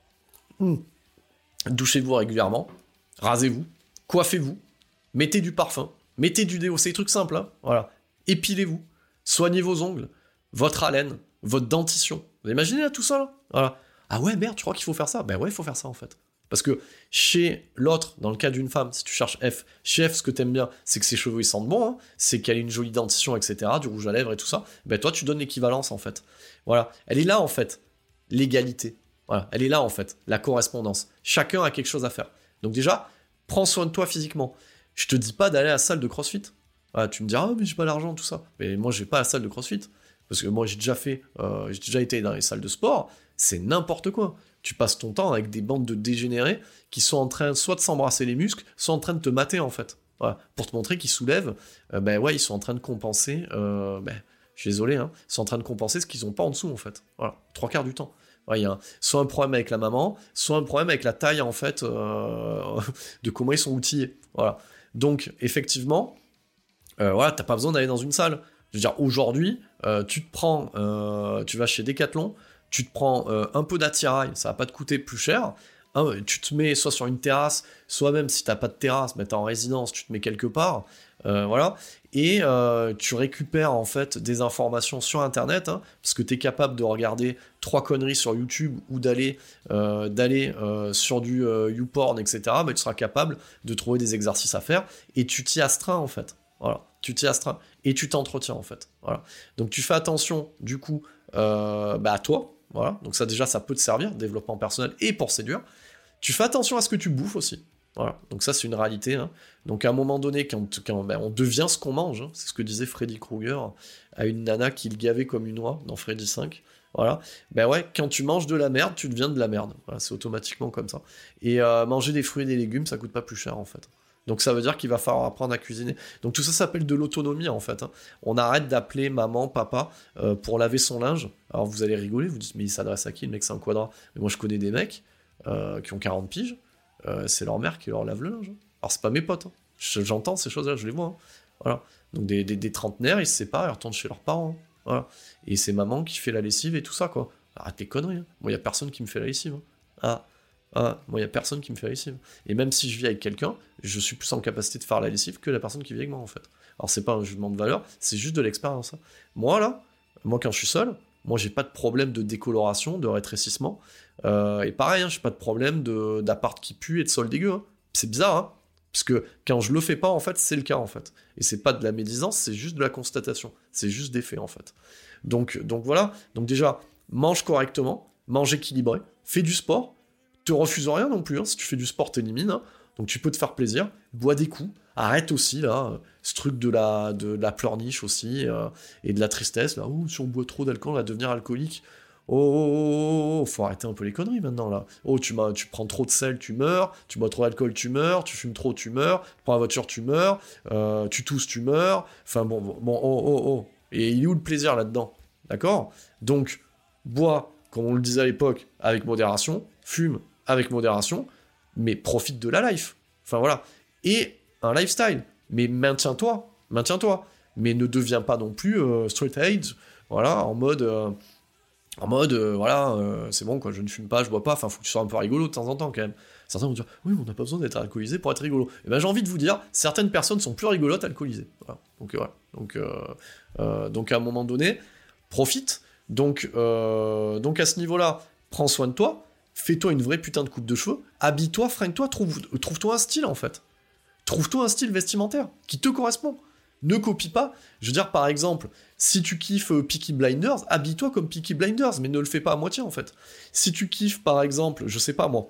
Mmh. Douchez-vous régulièrement, rasez-vous, coiffez-vous, mettez du parfum, mettez du déo, c'est des trucs simples, hein, voilà. Épilez-vous, soignez vos ongles, votre haleine, votre dentition. Vous imaginez là tout ça, là, voilà. Ah ouais, merde, tu crois qu'il faut faire ça ? Ben ouais, il faut faire ça, en fait. Parce que chez l'autre, dans le cas d'une femme, si tu cherches F, chez F, ce que t'aimes bien, c'est que ses cheveux ils sentent bon, hein, c'est qu'elle ait une jolie dentition, et cetera, du rouge à lèvres et tout ça. Ben toi, tu donnes l'équivalence en fait. Voilà, elle est là en fait, l'égalité. Voilà, elle est là en fait, la correspondance. Chacun a quelque chose à faire. Donc déjà, prends soin de toi physiquement. Je te dis pas d'aller à la salle de CrossFit. Voilà, tu me diras, ah, mais j'ai pas l'argent, tout ça. Mais moi, j'ai pas la salle de CrossFit. Parce que moi, j'ai déjà fait, euh, j'ai déjà été dans les salles de sport. C'est n'importe quoi. Tu passes ton temps avec des bandes de dégénérés qui sont en train soit de s'embrasser les muscles, soit en train de te mater, en fait. Voilà. Pour te montrer qu'ils soulèvent, euh, ben ouais, ils sont en train de compenser, euh, ben, je suis désolé, hein, ils sont en train de compenser ce qu'ils ont pas en dessous, en fait. Voilà, trois quarts du temps. Il ouais, y a un, soit un problème avec la maman, soit un problème avec la taille, en fait, euh, de comment ils sont outillés. Voilà. Donc, effectivement, euh, voilà, t'as pas besoin d'aller dans une salle. Je veux dire, aujourd'hui, euh, tu te prends, euh, tu vas chez Decathlon, tu te prends euh, un peu d'attirail, ça va pas te coûter plus cher. Hein, tu te mets soit sur une terrasse, soit même si t'as pas de terrasse, mais t'es en résidence, tu te mets quelque part, euh, voilà, et euh, tu récupères en fait des informations sur internet, hein, parce que t'es capable de regarder trois conneries sur YouTube ou d'aller euh, d'aller euh, sur du euh, YouPorn, et cetera. Mais tu seras capable de trouver des exercices à faire et tu t'y astreins en fait. Voilà, tu t'y astreins et tu t'entretiens en fait. Voilà. Donc tu fais attention du coup euh, bah, à toi. Voilà, donc ça déjà ça peut te servir, développement personnel et pour séduire. Tu fais attention à ce que tu bouffes aussi. Voilà, donc ça c'est une réalité. Hein. Donc à un moment donné, quand, quand ben, on devient ce qu'on mange, hein, c'est ce que disait Freddy Krueger à une nana qui le gavait comme une oie dans Freddy cinq. Voilà, ben ouais, quand tu manges de la merde, tu deviens de la merde. Voilà, c'est automatiquement comme ça. Et euh, manger des fruits et des légumes, ça coûte pas plus cher en fait. Donc ça veut dire qu'il va falloir apprendre à cuisiner. Donc tout ça s'appelle de l'autonomie en fait. Hein. On arrête d'appeler maman, papa euh, pour laver son linge. Alors vous allez rigoler, vous dites mais il s'adresse à qui? Le mec c'est un quadra. Mais moi je connais des mecs euh, qui ont quarante piges, euh, c'est leur mère qui leur lave le linge. Alors c'est pas mes potes, hein. J'entends ces choses-là, je les vois. Hein. Voilà. Donc des, des, des trentenaires, ils se séparent, ils retournent chez leurs parents. Hein. Voilà. Et c'est maman qui fait la lessive et tout ça quoi. Arrête tes conneries. Hein. Moi il y a personne qui me fait la lessive. Hein. Ah. Ah, moi, il n'y a personne qui me fait la lessive. Et même si je vis avec quelqu'un, je suis plus en capacité de faire la lessive que la personne qui vit avec moi, en fait. Alors, c'est pas un jugement de valeur, c'est juste de l'expérience. Hein. Moi, là, moi, quand je suis seul, moi, j'ai pas de problème de décoloration, de rétrécissement. Euh, et pareil, hein, j'ai pas de problème de, d'appart qui pue et de sol dégueu. Hein. C'est bizarre, hein. Parce que quand je le fais pas, en fait, c'est le cas, en fait. Et c'est pas de la médisance, c'est juste de la constatation. C'est juste des faits, en fait. Donc, donc voilà. Donc déjà, mange correctement, mange équilibré, fais du sport, te refuse rien non plus, hein. Si tu fais du sport, t'élimines, hein. Donc tu peux te faire plaisir, bois des coups, arrête aussi, là, ce truc de la, de la pleurniche aussi, euh, et de la tristesse, là, oh, si on boit trop d'alcool, on va devenir alcoolique, oh, oh, oh, oh, faut arrêter un peu les conneries maintenant, là, oh, tu, tu prends trop de sel, tu meurs, tu bois trop d'alcool, tu meurs, tu fumes trop, tu meurs, tu prends la voiture, tu meurs, euh, tu tousses, tu meurs, enfin bon, bon, bon, oh, oh, oh, et il est où le plaisir là-dedans, d'accord? Donc, bois, comme on le disait à l'époque, avec modération, fume, avec modération, mais profite de la life. Enfin voilà. Et un lifestyle. Mais maintiens-toi. Maintiens-toi. Mais ne deviens pas non plus euh, straight edge. Voilà, en mode... Euh, en mode, euh, voilà, euh, c'est bon, quoi, je ne fume pas, je bois pas. Enfin, faut que tu sois un peu rigolo de temps en temps, quand même. Certains vont dire, oui, mais on n'a pas besoin d'être alcoolisé pour être rigolo. Et ben j'ai envie de vous dire, certaines personnes sont plus rigolotes alcoolisées. Voilà. Donc, euh, voilà. Donc, euh, euh, donc, à un moment donné, profite. Donc, euh, donc à ce niveau-là, prends soin de toi. Fais-toi une vraie putain de coupe de cheveux, habille-toi, fringue-toi, trouve, trouve-toi un style en fait. Trouve-toi un style vestimentaire qui te correspond. Ne copie pas. Je veux dire, par exemple, si tu kiffes euh, Peaky Blinders, habille-toi comme Peaky Blinders, mais ne le fais pas à moitié en fait. Si tu kiffes, par exemple, je sais pas moi,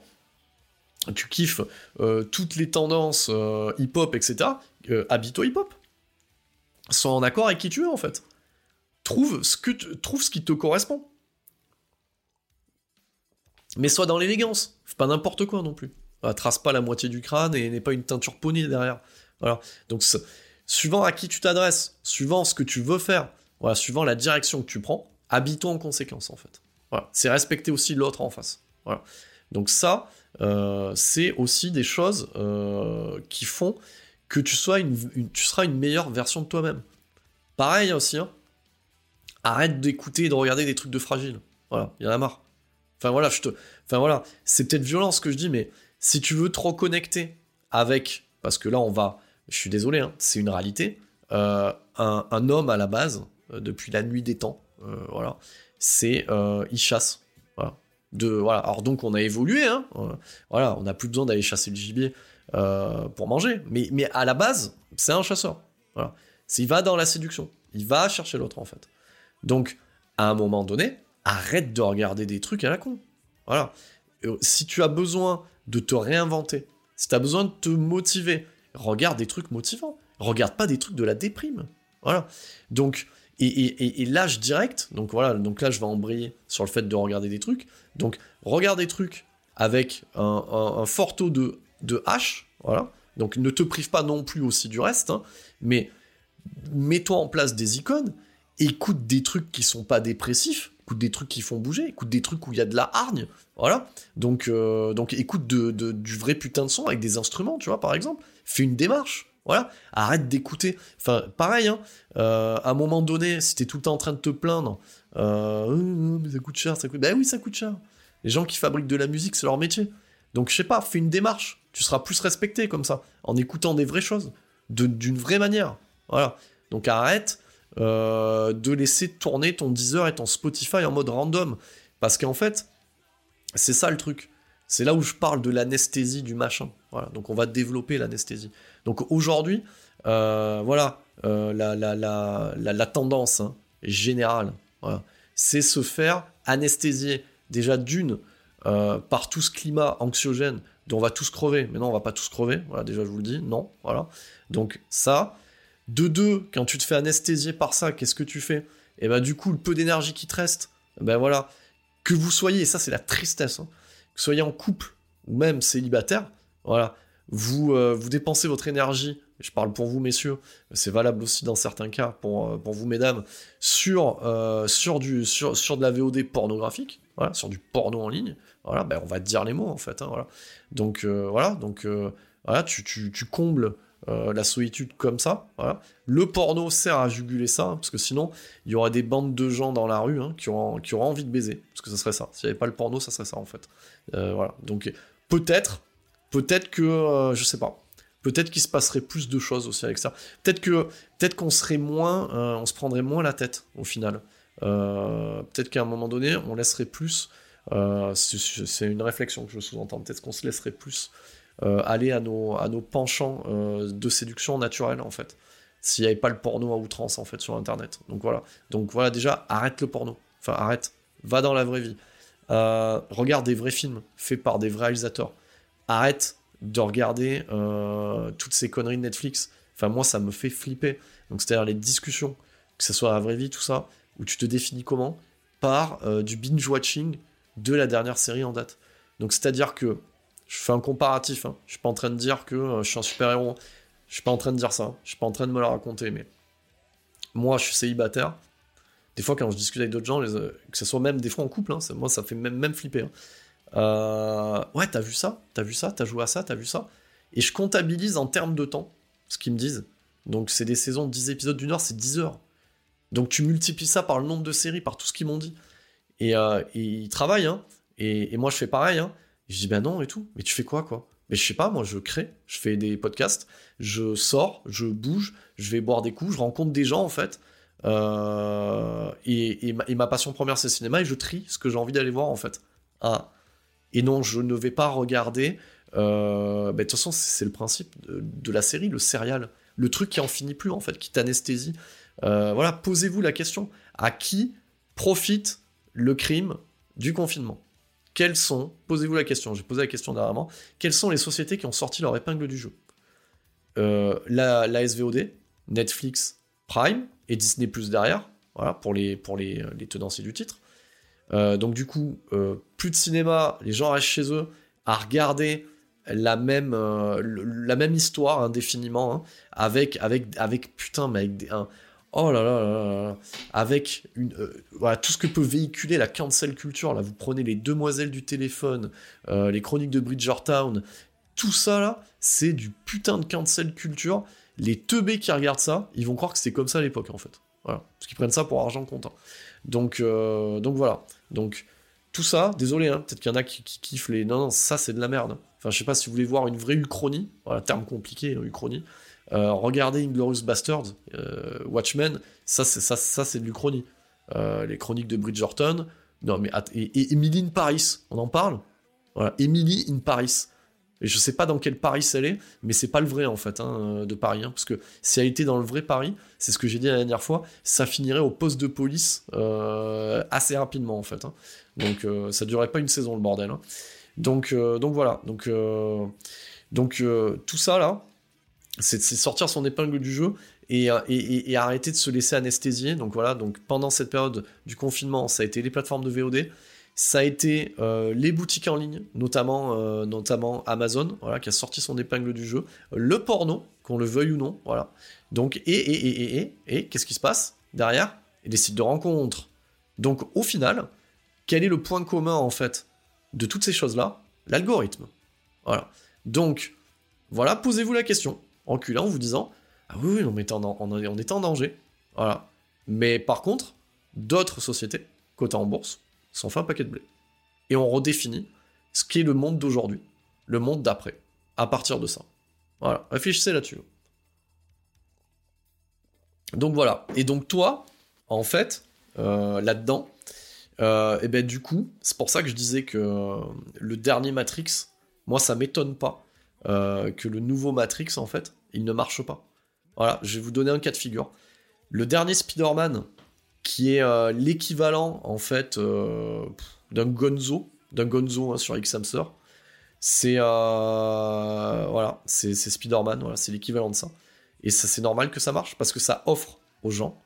tu kiffes euh, toutes les tendances euh, hip-hop, et cetera, euh, habille-toi hip-hop. Sois en accord avec qui tu es en fait. Trouve ce, que te, trouve ce qui te correspond. Mais sois dans l'élégance, fais pas n'importe quoi non plus. Voilà, trace pas la moitié du crâne et n'aie pas une teinture poney derrière. Voilà. Donc, suivant à qui tu t'adresses, suivant ce que tu veux faire, voilà, suivant la direction que tu prends, habille-toi en conséquence en fait. Voilà. C'est respecter aussi l'autre en face. Voilà. Donc ça, euh, c'est aussi des choses euh, qui font que tu sois une, une, tu seras une meilleure version de toi-même. Pareil aussi, hein. Arrête d'écouter et de regarder des trucs de fragiles. Voilà, il y en a marre. Enfin voilà, je te... enfin voilà, c'est peut-être violent ce que je dis, mais si tu veux te reconnecter avec, parce que là on va, je suis désolé, hein, c'est une réalité, euh, un, un homme à la base, euh, depuis la nuit des temps, euh, voilà, c'est, euh, il chasse, voilà, De, voilà. Alors donc on a évolué, hein. Euh, voilà, on n'a plus besoin d'aller chasser le gibier euh, pour manger, mais, mais à la base, c'est un chasseur. Voilà. C'est, il va dans la séduction, il va chercher l'autre en fait. Donc, à un moment donné, arrête de regarder des trucs à la con. Voilà. Euh, si tu as besoin de te réinventer, si tu as besoin de te motiver, regarde des trucs motivants. Regarde pas des trucs de la déprime. Voilà. Donc, et, et, et l'âge direct, donc voilà, donc là je vais embrayer sur le fait de regarder des trucs. Donc, regarde des trucs avec un, un, un fort taux de, de H, voilà. Donc, ne te prive pas non plus aussi du reste, hein, mais mets-toi en place des icônes, écoute des trucs qui sont pas dépressifs, écoute des trucs qui font bouger, écoute des trucs où il y a de la hargne, voilà. Donc, euh, donc écoute de, de, du vrai putain de son avec des instruments, tu vois, par exemple. Fais une démarche. Voilà, arrête d'écouter. Enfin, pareil, hein, euh, à un moment donné, si t'es tout le temps en train de te plaindre, euh, oh, mais ça coûte cher, ça coûte. Ben oui, ça coûte cher. Les gens qui fabriquent de la musique, c'est leur métier. Donc, je sais pas, fais une démarche. Tu seras plus respecté comme ça, en écoutant des vraies choses, de, d'une vraie manière. Voilà. Donc, arrête euh, de laisser tourner ton Deezer et ton Spotify en mode random. Parce qu'en fait, c'est ça le truc. C'est là où je parle de l'anesthésie du machin. Voilà. Donc on va développer l'anesthésie. Donc aujourd'hui, euh, voilà, euh, la, la, la, la, la tendance hein, générale, voilà, c'est se faire anesthésier déjà d'une euh, par tout ce climat anxiogène dont on va tous crever. Mais non, on va pas tous crever. Voilà, déjà je vous le dis, non. Voilà. Donc ça. De deux, quand tu te fais anesthésier par ça, qu'est-ce que tu fais ? Et ben du coup, le peu d'énergie qui te reste, ben voilà, que vous soyez, et ça c'est la tristesse. Hein, que vous soyez en couple ou même célibataire, voilà, vous, euh, vous dépensez votre énergie, je parle pour vous messieurs, c'est valable aussi dans certains cas pour, euh, pour vous mesdames, sur, euh, sur, du, sur, sur de la V O D pornographique, voilà, sur du porno en ligne, voilà, ben on va te dire les mots en fait, hein, voilà. Donc euh, voilà, donc euh, voilà, tu, tu, tu combles euh, la solitude comme ça, voilà. Le porno sert à juguler ça, hein, parce que sinon il y aura des bandes de gens dans la rue hein, qui, auront, qui auront envie de baiser, parce que ça serait ça, s'il n'y avait pas le porno, ça serait ça en fait. Euh, voilà, donc peut-être, peut-être que, euh, je sais pas, peut-être qu'il se passerait plus de choses aussi avec ça, peut-être que, peut-être qu'on serait moins, euh, on se prendrait moins la tête au final, euh, peut-être qu'à un moment donné, on laisserait plus, euh, c'est, c'est une réflexion que je sous-entends, peut-être qu'on se laisserait plus euh, aller à nos, à nos penchants euh, de séduction naturelle en fait, s'il n'y avait pas le porno à outrance en fait sur internet, donc voilà, donc voilà déjà, arrête le porno, enfin arrête, va dans la vraie vie. Euh, regarde des vrais films faits par des vrais réalisateurs. Arrête de regarder euh, toutes ces conneries de Netflix. Enfin, moi, ça me fait flipper. Donc, c'est-à-dire les discussions, que ce soit la vraie vie, tout ça, où tu te définis comment ? Par euh, du binge-watching de la dernière série en date. Donc, c'est-à-dire que, je fais un comparatif, hein. Je suis pas en train de dire que euh, je suis un super-héros. Je suis pas en train de dire ça. Je suis pas en train de me la raconter, mais moi, je suis célibataire. Des fois, quand je discute avec d'autres gens, les, euh, que ce soit même des fois en couple, hein, ça, moi, ça fait même, même flipper. Hein. Euh, ouais, t'as vu ça, t'as vu ça, t'as joué à ça, t'as vu ça. Et je comptabilise en termes de temps ce qu'ils me disent. Donc, c'est des saisons de dix épisodes d'une heure, c'est dix heures. Donc, tu multiplies ça par le nombre de séries, par tout ce qu'ils m'ont dit. Et, euh, et ils travaillent, hein. Et, et moi, je fais pareil, hein. Et je dis, ben non, et tout. Mais tu fais quoi, quoi ? Mais je sais pas, moi, je crée, je fais des podcasts, je sors, je bouge, je vais boire des coups, je rencontre des gens, en fait. Euh, et, et, ma, et ma passion première c'est le cinéma et je trie ce que j'ai envie d'aller voir en fait. Ah. Et non, je ne vais pas regarder euh, bah, de toute façon c'est, c'est le principe de, de la série, le serial, le truc qui en finit plus en fait, qui t'anesthésie. Euh, voilà, posez-vous la question, à qui profite le crime du confinement ? Quelles sont, posez-vous la question, j'ai posé la question dernièrement, quelles sont les sociétés qui ont sorti leur épingle du jeu ? euh, la, la S V O D, Netflix, Prime et Disney plus derrière, voilà, pour les, pour les, les tenanciers du titre. Euh, donc du coup, euh, plus de cinéma, les gens restent chez eux à regarder la même, euh, la même histoire indéfiniment, hein, avec, avec, avec, putain, mais avec des, un, oh là là là là, là avec une, euh, voilà, tout ce que peut véhiculer la cancel culture, là, vous prenez les Demoiselles du téléphone, euh, les Chroniques de Bridgertown, tout ça là, c'est du putain de cancel culture. Les teubés qui regardent ça, ils vont croire que c'était comme ça à l'époque, en fait. Voilà. Parce qu'ils prennent ça pour argent comptant. Donc, euh, donc voilà. Donc, tout ça, désolé, hein, peut-être qu'il y en a qui, qui kiffent les... Non, non, ça, c'est de la merde. Enfin, je sais pas si vous voulez voir une vraie uchronie, voilà, terme compliqué, hein, uchronie. Euh, regardez Inglourious Basterds, euh, Watchmen, ça c'est, ça, ça, c'est de l'uchronie. Euh, les Chroniques de Bridgerton, Non, mais att- et, et Emily in Paris, on en parle? Voilà, Emily in Paris. Et je sais pas dans quel Paris elle est, mais c'est pas le vrai en fait hein, de Paris, hein, parce que si elle était dans le vrai Paris, c'est ce que j'ai dit la dernière fois, ça finirait au poste de police euh, assez rapidement en fait. Hein. Donc euh, ça durerait pas une saison le bordel. Hein. Donc euh, donc voilà, donc euh, donc euh, tout ça là, c'est, c'est sortir son épingle du jeu et, et, et, et arrêter de se laisser anesthésier. Donc voilà, donc pendant cette période du confinement, ça a été les plateformes de V O D. Ça a été euh, les boutiques en ligne, notamment, euh, notamment Amazon, voilà, qui a sorti son épingle du jeu, le porno, qu'on le veuille ou non, voilà. Donc, et, et, et, et, et, et, qu'est-ce qui se passe derrière? Et des sites de rencontres. Donc, au final, quel est le point commun, en fait, de toutes ces choses-là? L'algorithme. Voilà. Donc, voilà, posez-vous la question, en reculant, en vous disant, ah oui, oui, on était en, on, on était en danger. Voilà. Mais par contre, d'autres sociétés, cotées en bourse, sont fait un paquet de blé. Et on redéfinit ce qu'est le monde d'aujourd'hui, le monde d'après, à partir de ça. Voilà, réfléchissez là-dessus. Donc voilà, et donc toi, en fait, euh, là-dedans, euh, et ben du coup, c'est pour ça que je disais que euh, le dernier Matrix, moi ça m'étonne pas euh, que le nouveau Matrix, en fait, il ne marche pas. Voilà, je vais vous donner un cas de figure. Le dernier Spider-Man, qui est euh, l'équivalent en fait euh, d'un Gonzo, d'un Gonzo hein, sur X-Hamster. C'est euh, voilà, c'est, c'est Spider-Man, voilà, c'est l'équivalent de ça. Et ça, c'est normal que ça marche parce que ça offre aux gens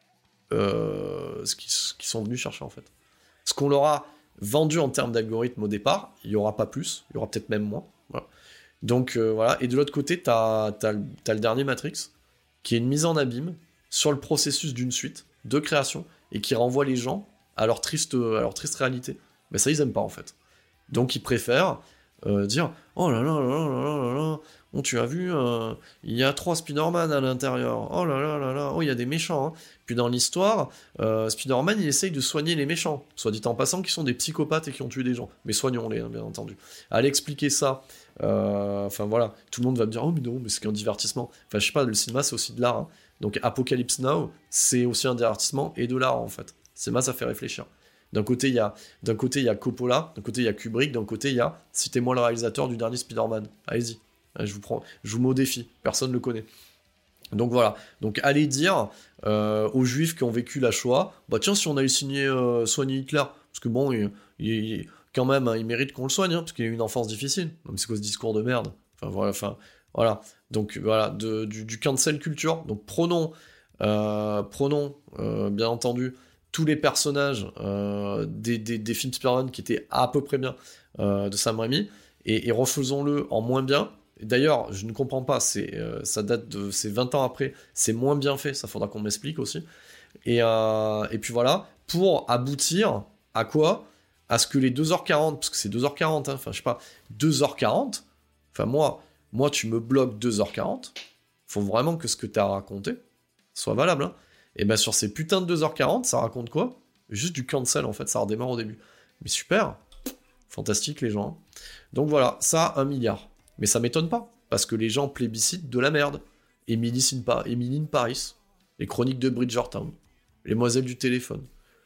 euh, ce, qu'ils, ce qu'ils sont venus chercher en fait. Ce qu'on leur a vendu en termes d'algorithme au départ, il y aura pas plus, il y aura peut-être même moins. Voilà. Donc euh, voilà. Et de l'autre côté, t'as, t'as, t'as le dernier Matrix, qui est une mise en abîme sur le processus d'une suite de création et qui renvoie les gens à leur triste, à leur triste réalité. Mais ça, ils aiment pas en fait. Donc ils préfèrent euh, dire oh là là là là là là là, oh, tu as vu, euh, il y a trois Spider-Man à l'intérieur. Oh là là là là, oh il y a des méchants. Hein. Puis dans l'histoire, euh, Spider-Man il essaye de soigner les méchants, soit dit en passant, qui sont des psychopathes et qui ont tué des gens. Mais soignons-les, hein, bien entendu. Allez expliquer ça. Euh, enfin voilà, tout le monde va me dire oh mais non, mais c'est qu'un divertissement. Enfin je sais pas, le cinéma c'est aussi de l'art. Hein. Donc Apocalypse Now, c'est aussi un divertissement et de l'art en fait. C'est moi ça fait réfléchir. D'un côté il y a, d'un côté il y a Coppola, d'un côté il y a Kubrick, d'un côté il y a citez-moi le réalisateur du dernier Spider-Man. Allez-y, je vous prends, je vous mets au défi. Personne ne le connaît. Donc voilà. Donc allez dire euh, aux Juifs qui ont vécu la Shoah, bah tiens si on allait signer euh, soigner Hitler, parce que bon, il, il, quand même, hein, il mérite qu'on le soigne, hein, parce qu'il a eu une enfance difficile. Non, mais c'est quoi ce discours de merde? Enfin voilà, enfin. Voilà, donc voilà, de, du, du cancel culture. Donc prenons, euh, prenons euh, bien entendu, tous les personnages euh, des, des, des films Spider-Man qui étaient à peu près bien euh, de Sam Raimi, et, et refaisons-le en moins bien. Et d'ailleurs, je ne comprends pas, c'est, euh, ça date de c'est vingt ans après, c'est moins bien fait, ça faudra qu'on m'explique aussi. Et, euh, et puis voilà, pour aboutir à quoi? À ce que les deux heures quarante, parce que c'est deux heures quarante, hein, enfin je sais pas, deux heures quarante, enfin moi... Moi, tu me bloques deux heures quarante, faut vraiment que ce que tu as raconté soit valable. Hein. Et bien sur ces putains de deux heures quarante, ça raconte quoi? Juste du cancel, en fait, ça redémarre au début. Mais super, fantastique les gens. Donc voilà, ça, un milliard. Mais ça m'étonne pas, parce que les gens plébiscitent de la merde. Emily in, pa- Emily in Paris, les chroniques de Bridgertown, les Demoiselles du téléphone,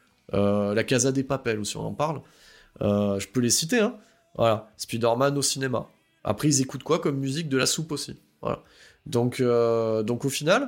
euh, la Casa des Papel aussi, on en parle. Euh, je peux les citer, hein. Voilà, Spider-Man au cinéma. Après, ils écoutent quoi comme musique? De la soupe aussi. Voilà. Donc, euh, donc au final,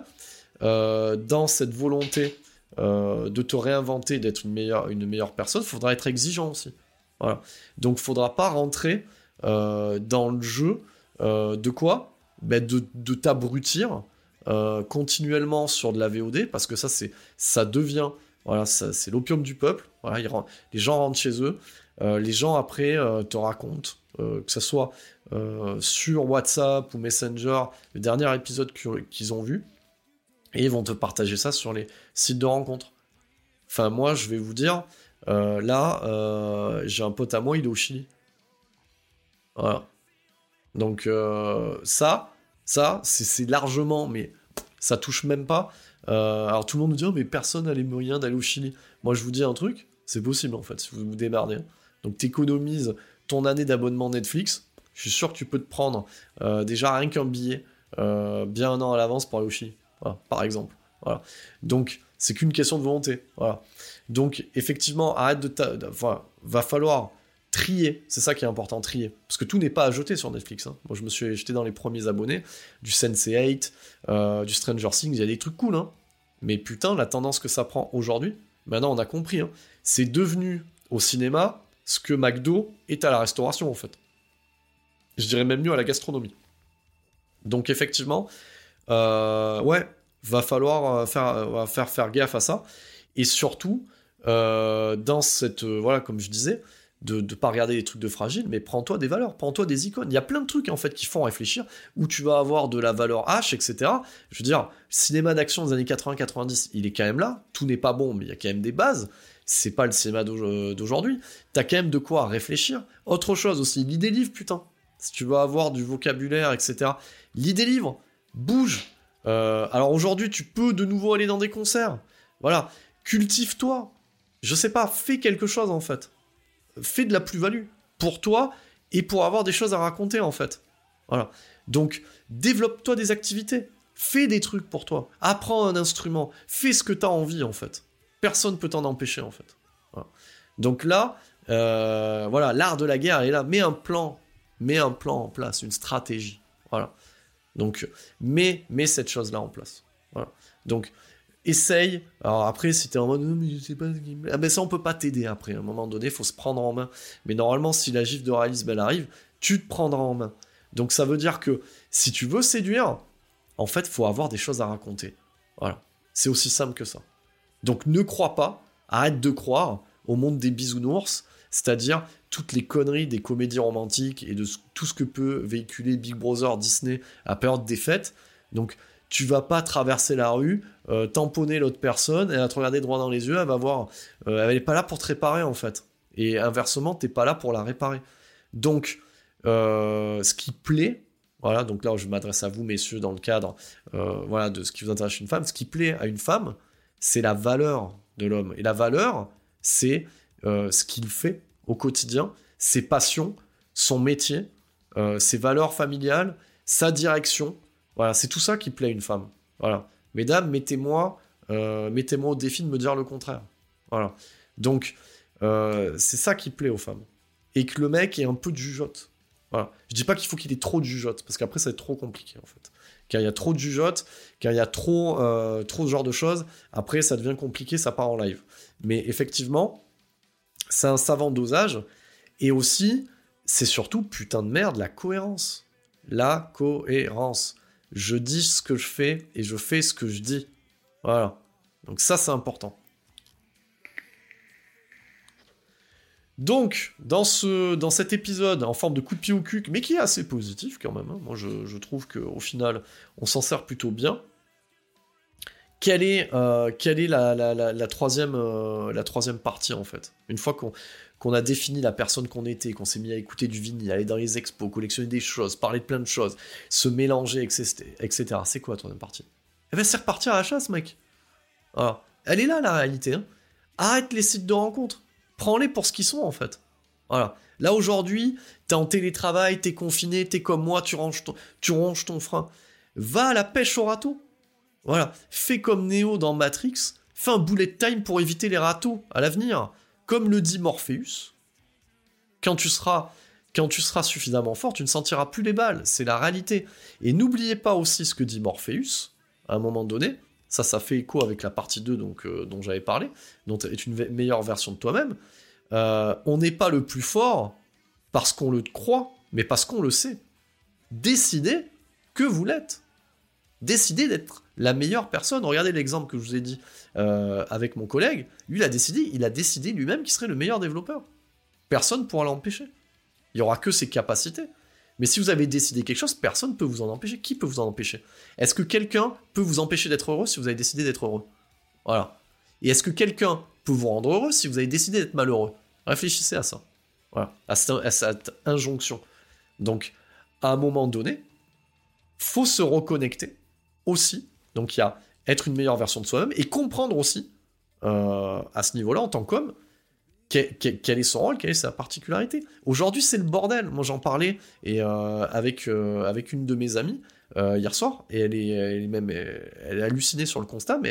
euh, dans cette volonté euh, de te réinventer, d'être une meilleure, une meilleure personne, il faudra être exigeant aussi. Voilà. Donc, il ne faudra pas rentrer euh, dans le jeu euh, de quoi? Ben de, de t'abrutir euh, continuellement sur de la V O D, parce que ça, c'est, ça devient... Voilà, ça, c'est l'opium du peuple. Voilà, ils, les gens rentrent chez eux. Euh, les gens, après, euh, te racontent, euh, que ce soit... Euh, sur WhatsApp ou Messenger, le dernier épisode qu'ils ont vu, et ils vont te partager ça sur les sites de rencontres. Enfin, moi, je vais vous dire, euh, là, euh, j'ai un pote à moi, il est au Chili. Voilà. Donc, euh, ça, ça, c'est, c'est largement, mais ça touche même pas. Euh, alors, tout le monde nous dit, oh, mais personne n'a les moyens d'aller au Chili. Moi, je vous dis un truc, c'est possible, en fait, si vous vous démerdez. Hein. Donc, t'économises ton année d'abonnement Netflix. Je suis sûr que tu peux te prendre euh, déjà rien qu'un billet euh, bien un an à l'avance pour aller au Chili, voilà, par exemple. Voilà. Donc, C'est qu'une question de volonté. Voilà. Donc, effectivement, arrête de... Ta... Enfin, va falloir trier. C'est ça qui est important, trier. Parce que tout n'est pas à jeter sur Netflix. Hein. Moi, je me suis... J'étais dans les premiers abonnés du sense eight, euh, du Stranger Things. Il y a des trucs cool, hein. Mais putain, la tendance que ça prend aujourd'hui, maintenant, on a compris. Hein. C'est devenu, au cinéma, ce que McDo est à la restauration, en fait. Je dirais même mieux à la gastronomie. Donc, effectivement, euh, ouais, va falloir faire, va faire, faire gaffe à ça. Et surtout, euh, dans cette... Euh, voilà, comme je disais, de ne pas regarder les trucs de fragile, mais prends-toi des valeurs, prends-toi des icônes. Il y a plein de trucs, en fait, qui font réfléchir, où tu vas avoir de la valeur H, et cetera. Je veux dire, le cinéma d'action des années quatre-vingts quatre-vingt-dix, il est quand même là. Tout n'est pas bon, mais il y a quand même des bases. C'est pas le cinéma d'aujourd'hui. T'as quand même de quoi réfléchir. Autre chose aussi, lis des livres, putain. Si tu veux avoir du vocabulaire, et cetera. Lis des livres, bouge. Euh, alors aujourd'hui, tu peux de nouveau aller dans des concerts. Voilà, cultive-toi. Je sais pas, fais quelque chose, en fait. Fais de la plus-value pour toi et pour avoir des choses à raconter, en fait. Voilà. Donc, développe-toi des activités. Fais des trucs pour toi. Apprends un instrument. Fais ce que t'as envie, en fait. Personne ne peut t'en empêcher, en fait. Voilà. Donc là, euh, voilà, l'art de la guerre est là. Mets un plan. Mets un plan en place, une stratégie. Voilà. Donc, mets, mets cette chose-là en place. Voilà. Donc, essaye. Alors après, si t'es en mode, non, mais je sais pas ce qui me... Ah ben ça, on peut pas t'aider après. À un moment donné, il faut se prendre en main. Mais normalement, si la gifle de réalisme, elle arrive, tu te prendras en main. Donc, ça veut dire que si tu veux séduire, en fait, il faut avoir des choses à raconter. Voilà. C'est aussi simple que ça. Donc, ne crois pas, arrête de croire au monde des bisounours, c'est-à-dire toutes les conneries des comédies romantiques et de tout ce que peut véhiculer Big Brother, Disney à période des fêtes. Donc, tu vas pas traverser la rue, euh, tamponner l'autre personne, elle va te regarder droit dans les yeux, elle va voir... Euh, elle est pas là pour te réparer, en fait. Et inversement, t'es pas là pour la réparer. Donc, euh, ce qui plaît... Voilà, donc là, je m'adresse à vous, messieurs, dans le cadre euh, voilà, de ce qui vous intéresse une femme. Ce qui plaît à une femme, c'est la valeur de l'homme. Et la valeur, c'est euh, ce qu'il fait au quotidien, ses passions, son métier, euh, ses valeurs familiales, sa direction. Voilà, c'est tout ça qui plaît à une femme. Voilà. Mesdames, mettez-moi, euh, mettez-moi au défi de me dire le contraire. Voilà. Donc, euh, c'est ça qui plaît aux femmes. Et que le mec ait un peu de jugeote. Voilà. Je dis pas qu'il faut qu'il ait trop de jugeote, parce qu'après, ça va être trop compliqué, en fait. Car il y a trop de jugeote, car il y a trop, euh, trop de genre de choses, après, ça devient compliqué, ça part en live. Mais effectivement, c'est un savant dosage, et aussi, c'est surtout, putain de merde, la cohérence. La cohérence. Je dis ce que je fais, et je fais ce que je dis. Voilà. Donc ça, c'est important. Donc, dans, ce, dans cet épisode, en forme de coup de pied au cul, mais qui est assez positif quand même, hein, moi je, je trouve qu'au final, on s'en sert plutôt bien. Quelle est, euh, quelle est la, la, la, la, troisième, euh, la troisième partie, en fait? Une fois qu'on, qu'on a défini la personne qu'on était, qu'on s'est mis à écouter du vinyle, aller dans les expos, collectionner des choses, parler de plein de choses, se mélanger, et cetera. C'est quoi la troisième partie? Eh ben, c'est repartir à la chasse, mec. Voilà. Elle est là, la réalité. Hein. Arrête les sites de rencontres. Prends-les pour ce qu'ils sont, en fait. Voilà. Là, aujourd'hui, t'es en télétravail, t'es confiné, t'es comme moi, tu ronges ton, tu ronges ton frein. Va à la pêche au râteau. Voilà. Fais comme Neo dans Matrix. Fais un bullet time pour éviter les râteaux à l'avenir. Comme le dit Morpheus. Quand tu seras, quand tu seras suffisamment fort, tu ne sentiras plus les balles. C'est la réalité. Et n'oubliez pas aussi ce que dit Morpheus, à un moment donné. Ça, ça fait écho avec la partie deux donc, euh, dont j'avais parlé, dont est une ve- meilleure version de toi-même. Euh, on n'est pas le plus fort parce qu'on le croit, mais parce qu'on le sait. Décidez que vous l'êtes. Décidez d'être la meilleure personne. Regardez l'exemple que je vous ai dit euh, avec mon collègue. Lui, il a décidé, il a décidé lui-même qu'il serait le meilleur développeur. Personne ne pourra l'empêcher. Il n'y aura que ses capacités. Mais si vous avez décidé quelque chose, personne ne peut vous en empêcher. Qui peut vous en empêcher? Est-ce que quelqu'un peut vous empêcher d'être heureux si vous avez décidé d'être heureux? Voilà. Et est-ce que quelqu'un peut vous rendre heureux si vous avez décidé d'être malheureux? Réfléchissez à ça. Voilà. À cette, à cette injonction. Donc, à un moment donné, faut se reconnecter aussi. Donc, il y a être une meilleure version de soi-même et comprendre aussi, euh, à ce niveau-là, en tant qu'homme, Quel, quel, quel est son rôle, quelle est sa particularité. Aujourd'hui, c'est le bordel. Moi, j'en parlais et, euh, avec, euh, avec une de mes amies euh, hier soir, et elle est, elle est même elle est hallucinée sur le constat, mais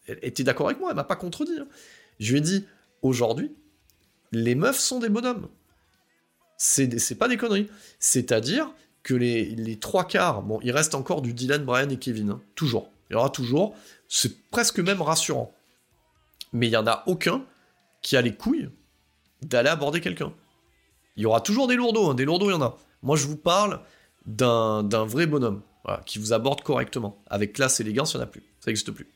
elle était d'accord avec moi, elle m'a pas contredit. Hein. Je lui ai dit, aujourd'hui, les meufs sont des bonhommes. C'est, c'est pas des conneries. C'est-à-dire que les, les trois quarts, bon, il reste encore du Dylan, Brian et Kevin, hein, toujours. Il y aura toujours, c'est presque même rassurant. Mais il y en a aucun qui a les couilles d'aller aborder quelqu'un. Il y aura toujours des lourdeaux, hein, des lourdeaux, il y en a. Moi, je vous parle d'un, d'un vrai bonhomme, voilà, qui vous aborde correctement. Avec classe et élégance, il n'y en a plus. Ça n'existe plus.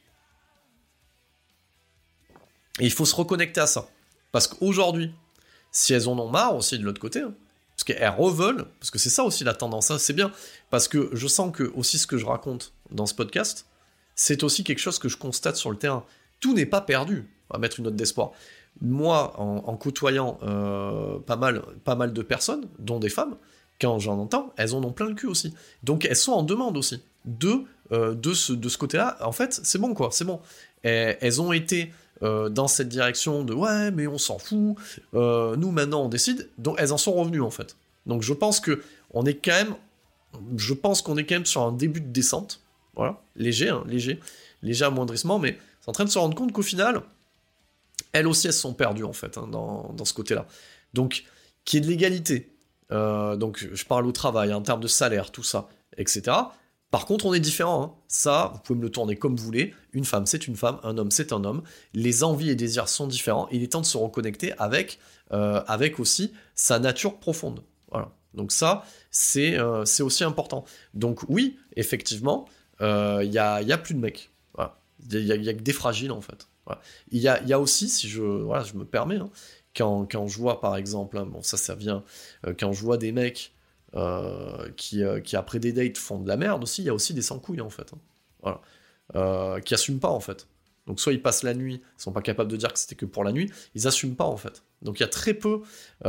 Et il faut se reconnecter à ça. Parce qu'aujourd'hui, si elles en ont marre aussi de l'autre côté, hein, parce qu'elles reveulent, parce que c'est ça aussi la tendance, hein, c'est bien, parce que je sens que aussi ce que je raconte dans ce podcast, c'est aussi quelque chose que je constate sur le terrain. Tout n'est pas perdu, on va mettre une note d'espoir. Moi, en, en côtoyant euh, pas, mal, pas mal de personnes, dont des femmes, quand j'en entends, elles en ont plein le cul aussi. Donc elles sont en demande aussi de, euh, de, ce, de ce côté-là. En fait, c'est bon quoi, c'est bon. Et, elles ont été euh, dans cette direction de « ouais, mais on s'en fout, euh, nous maintenant on décide », donc elles en sont revenues en fait. Donc je pense que on est quand même, je pense qu'on est quand même sur un début de descente, voilà, léger, hein, léger, léger amoindrissement, mais c'est en train de se rendre compte qu'au final, elles aussi elles se sont perdues en fait, hein, dans, dans ce côté-là. Donc, qu'il y ait de l'égalité, euh, donc je parle au travail, hein, en termes de salaire, tout ça, et cetera. Par contre, on est différents, hein. Ça, vous pouvez me le tourner comme vous voulez, une femme c'est une femme, un homme c'est un homme, les envies et désirs sont différents, il est temps de se reconnecter avec, euh, avec aussi sa nature profonde, voilà. Donc ça, c'est, euh, c'est aussi important. Donc oui, effectivement, il euh, y, a, y a plus de mecs, voilà. Il y a, y a que des fragiles, en fait. Voilà. Il y a, y a aussi, si je, voilà, je me permets, hein, quand, quand je vois, par exemple, hein, bon, ça, ça vient, euh, quand je vois des mecs euh, qui, euh, qui, après des dates, font de la merde aussi, il y a aussi des sans-couilles, en fait. Hein. Voilà. Euh, qui assument pas, en fait. Donc, soit ils passent la nuit, ils sont pas capables de dire que c'était que pour la nuit, ils assument pas, en fait. Donc, il y a très peu,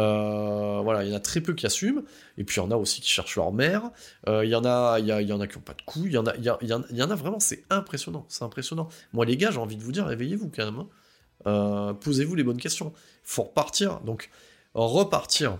euh, voilà, il y en a très peu qui assument, et puis il y en a aussi qui cherchent leur mère, euh, il y en a, il y, a, il y en a qui ont pas de couilles, il y en a, il y, a, il y en a vraiment, c'est impressionnant, c'est impressionnant. Moi, les gars, j'ai envie de vous dire, réveillez-vous quand même, hein. Euh, posez-vous les bonnes questions. Faut repartir, donc repartir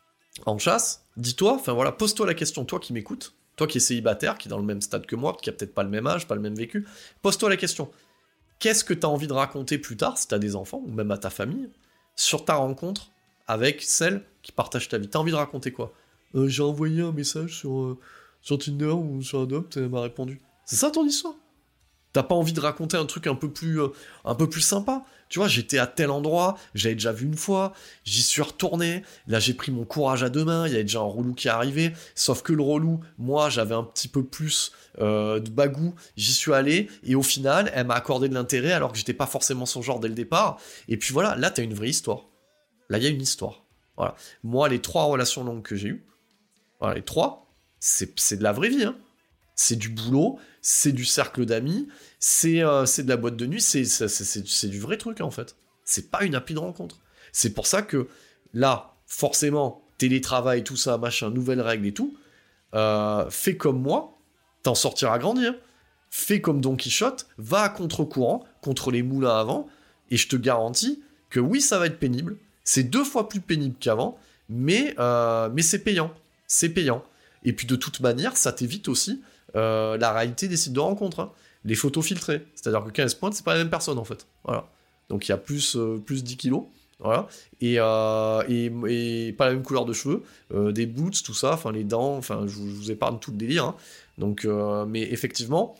en chasse. Dis-toi, enfin voilà, pose-toi la question, toi qui m'écoutes, toi qui es célibataire, qui est dans le même stade que moi, qui a peut-être pas le même âge, pas le même vécu, pose-toi la question. Qu'est-ce que tu as envie de raconter plus tard, si tu as des enfants, ou même à ta famille, sur ta rencontre avec celle qui partage ta vie? Tu as envie de raconter quoi? euh, J'ai envoyé un message sur, euh, sur Tinder ou sur Adopt, et elle m'a répondu. C'est ça ton histoire? T'as pas envie de raconter un truc un peu plus, euh, un peu plus sympa? Tu vois, j'étais à tel endroit, j'avais déjà vu une fois, j'y suis retourné, là j'ai pris mon courage à deux mains, il y avait déjà un relou qui est arrivé, sauf que le relou, moi j'avais un petit peu plus euh, de bagou, j'y suis allé, et au final, elle m'a accordé de l'intérêt alors que j'étais pas forcément son genre dès le départ, et puis voilà, là t'as une vraie histoire. Là il y a une histoire. Voilà. Moi, les trois relations longues que j'ai eues, voilà, les trois, c'est, c'est de la vraie vie, hein. C'est du boulot, c'est du cercle d'amis, c'est, euh, c'est de la boîte de nuit, c'est, c'est, c'est, c'est du vrai truc, en fait. C'est pas une appli de rencontre. C'est pour ça que, là, forcément, télétravail, tout ça, machin, nouvelles règles et tout, euh, fais comme moi, t'en sortiras grandi, hein. Fais comme Don Quichotte, va à contre-courant, contre les moulins avant, et je te garantis que oui, ça va être pénible, c'est deux fois plus pénible qu'avant, mais, euh, mais c'est payant, c'est payant. Et puis de toute manière, ça t'évite aussi Euh, la réalité des sites de rencontres, hein. Les photos filtrées, c'est-à-dire que quand elles se pointent, c'est pas la même personne en fait, voilà. Donc il y a plus, euh, plus dix kilos, voilà, et, euh, et, et pas la même couleur de cheveux, euh, des boots, tout ça, enfin les dents, enfin je, je vous épargne tout le délire, hein. Donc, euh, mais effectivement,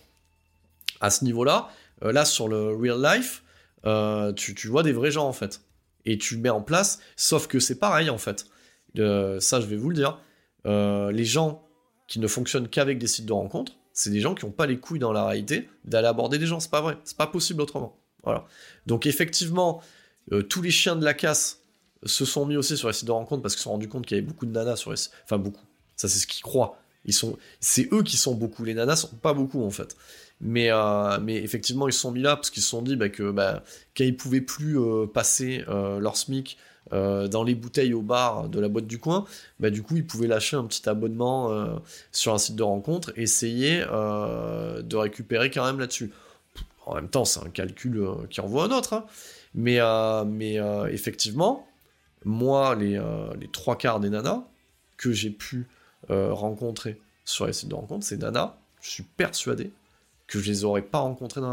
à ce niveau-là, euh, là sur le real life, euh, tu, tu vois des vrais gens en fait, et tu le mets en place, sauf que c'est pareil en fait, euh, ça je vais vous le dire, euh, les gens qui ne fonctionnent qu'avec des sites de rencontres, c'est des gens qui n'ont pas les couilles dans la réalité d'aller aborder des gens, c'est pas vrai, c'est pas possible autrement. Voilà. Donc effectivement, euh, tous les chiens de la casse se sont mis aussi sur les sites de rencontres parce qu'ils se sont rendus compte qu'il y avait beaucoup de nanas sur les sites, enfin beaucoup, ça c'est ce qu'ils croient, ils sont... c'est eux qui sont beaucoup, les nanas sont pas beaucoup en fait. Mais, euh, mais effectivement, ils se sont mis là parce qu'ils se sont dit bah, que bah, quand ils pouvaient plus euh, passer euh, leur SMIC Euh, dans les bouteilles au bar de la boîte du coin, bah, du coup ils pouvaient lâcher un petit abonnement euh, sur un site de rencontre, essayer euh, de récupérer quand même là-dessus. En même temps c'est un calcul euh, qui envoie un autre, hein. mais, euh, mais euh, effectivement moi les, euh, les trois quarts des nanas que j'ai pu euh, rencontrer sur les sites de rencontre, ces nanas, je suis persuadé que je les aurais pas rencontrées dans la vraie vie.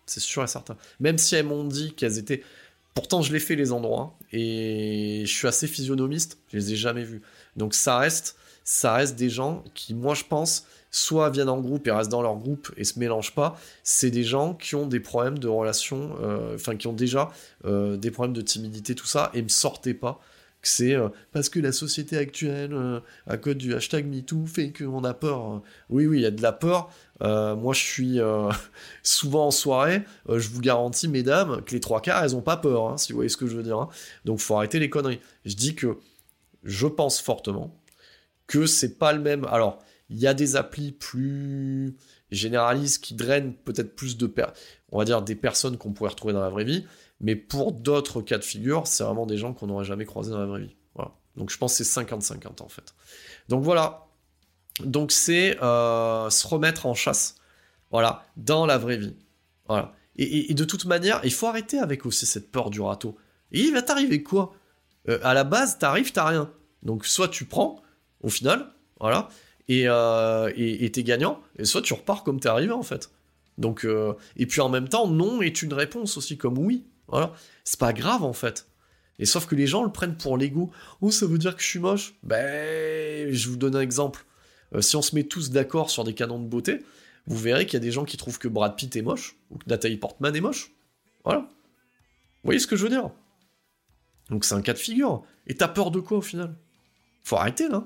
c'est sûr et certain. Même si elles m'ont dit qu'elles étaient... Pourtant, je l'ai fait les endroits, et je suis assez physionomiste, je les ai jamais vus. Donc ça reste, ça reste des gens qui, moi je pense, soit viennent en groupe et restent dans leur groupe et se mélangent pas, c'est des gens qui ont des problèmes de relations, euh, enfin qui ont déjà euh, des problèmes de timidité, tout ça, et me sortez pas que c'est euh, parce que la société actuelle, euh, à cause du hashtag MeToo, fait qu'on a peur. Oui, oui, il y a de la peur. Euh, moi, je suis euh, souvent en soirée, euh, je vous garantis, mesdames, que les trois quarts, elles ont pas peur, hein, si vous voyez ce que je veux dire. Hein. Donc, faut arrêter les conneries. Je dis que je pense fortement que c'est pas le même... Alors, il y a des applis plus généralistes qui drainent peut-être plus de... Per... on va dire des personnes qu'on pourrait retrouver dans la vraie vie, mais pour d'autres cas de figure, c'est vraiment des gens qu'on n'aurait jamais croisés dans la vraie vie. Voilà. Donc, je pense que c'est cinquante cinquante, en fait. Donc, voilà. Donc c'est euh, se remettre en chasse, voilà, dans la vraie vie, voilà. Et, et, et de toute manière, il faut arrêter avec aussi cette peur du râteau. Et il va t'arriver quoi euh, à la base, t'arrives, t'as rien. Donc soit tu prends, au final, voilà, et, euh, et, et t'es gagnant, et soit tu repars comme t'es arrivé en fait. Donc euh, et puis en même temps, non est une réponse aussi comme oui, voilà. C'est pas grave en fait. Et sauf que les gens le prennent pour l'ego. Oh, ça veut dire que je suis moche. Ben, je vous donne un exemple. Euh, si on se met tous d'accord sur des canons de beauté, vous verrez qu'il y a des gens qui trouvent que Brad Pitt est moche, ou que Nathalie Portman est moche. Voilà. Vous voyez ce que je veux dire ? Donc c'est un cas de figure. Et t'as peur de quoi au final ? Faut arrêter là.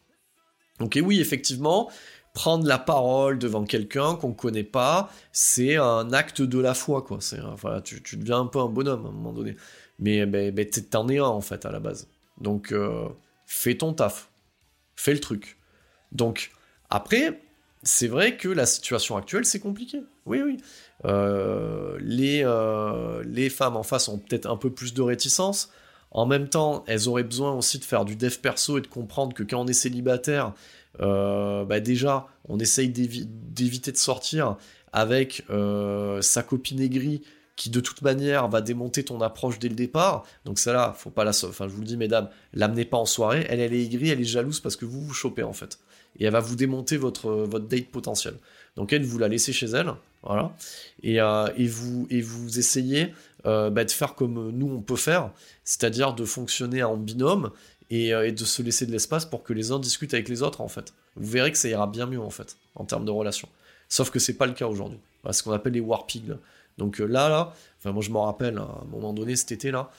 Donc et oui, effectivement, prendre la parole devant quelqu'un qu'on connaît pas, c'est un acte de la foi, quoi. C'est, voilà, tu, tu deviens un peu un bonhomme à un moment donné. Mais ben, ben, t'en es un en fait à la base. Donc euh, fais ton taf. Fais le truc. Donc, après, c'est vrai que la situation actuelle, c'est compliqué. Oui, oui. Euh, les, euh, les femmes en face ont peut-être un peu plus de réticence. En même temps, elles auraient besoin aussi de faire du dev perso et de comprendre que quand on est célibataire, euh, bah déjà, on essaye d'évi- d'éviter de sortir avec euh, sa copine aigrie qui de toute manière va démonter ton approche dès le départ. Donc celle-là, faut pas la... Enfin, je vous le dis, mesdames, l'amenez pas en soirée. Elle, elle est aigrie, elle est jalouse parce que vous vous chopez, en fait. Et elle va vous démonter votre, votre date potentiel. Donc elle, vous la laissez chez elle, voilà. Et, euh, et, vous, et vous essayez euh, bah, de faire comme nous, on peut faire, c'est-à-dire de fonctionner en binôme et, euh, et de se laisser de l'espace pour que les uns discutent avec les autres, en fait. Vous verrez que ça ira bien mieux, en fait, en termes de relations. Sauf que c'est pas le cas aujourd'hui. Voilà, ce qu'on appelle les war pigs, là. Donc euh, là, là, enfin moi je m'en rappelle, à un moment donné, cet été-là,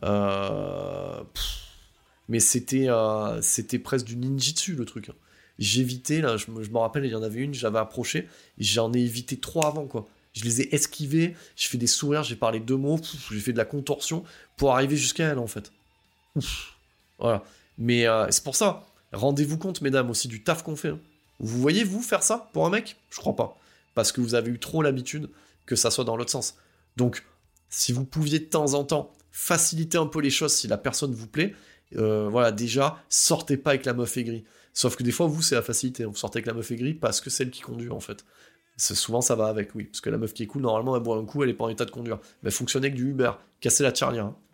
euh, pff, mais c'était, euh, c'était presque du ninjitsu, le truc. Hein. J'évitais, là, je me, je me rappelle, il y en avait une, j'avais approché, et j'en ai évité trois avant, quoi. Je les ai esquivés, j'ai fait des sourires, j'ai parlé deux mots, pff, j'ai fait de la contorsion pour arriver jusqu'à elle, en fait. Ouf. Voilà. Mais euh, c'est pour ça, rendez-vous compte, mesdames, aussi du taf qu'on fait. Hein. Vous voyez, vous, faire ça pour un mec ? Je crois pas. Parce que vous avez eu trop l'habitude que ça soit dans l'autre sens. Donc, si vous pouviez de temps en temps faciliter un peu les choses si la personne vous plaît, euh, voilà, déjà, sortez pas avec la meuf aigrie. Sauf que des fois, vous, c'est la facilité. Vous sortez avec la meuf aigrie parce que c'est elle qui conduit, en fait. C'est, souvent, ça va avec, oui. Parce que la meuf qui est cool, normalement, elle boit un coup, elle est pas en état de conduire. Mais fonctionnez avec du Uber. Cassez la tirelire. Hein.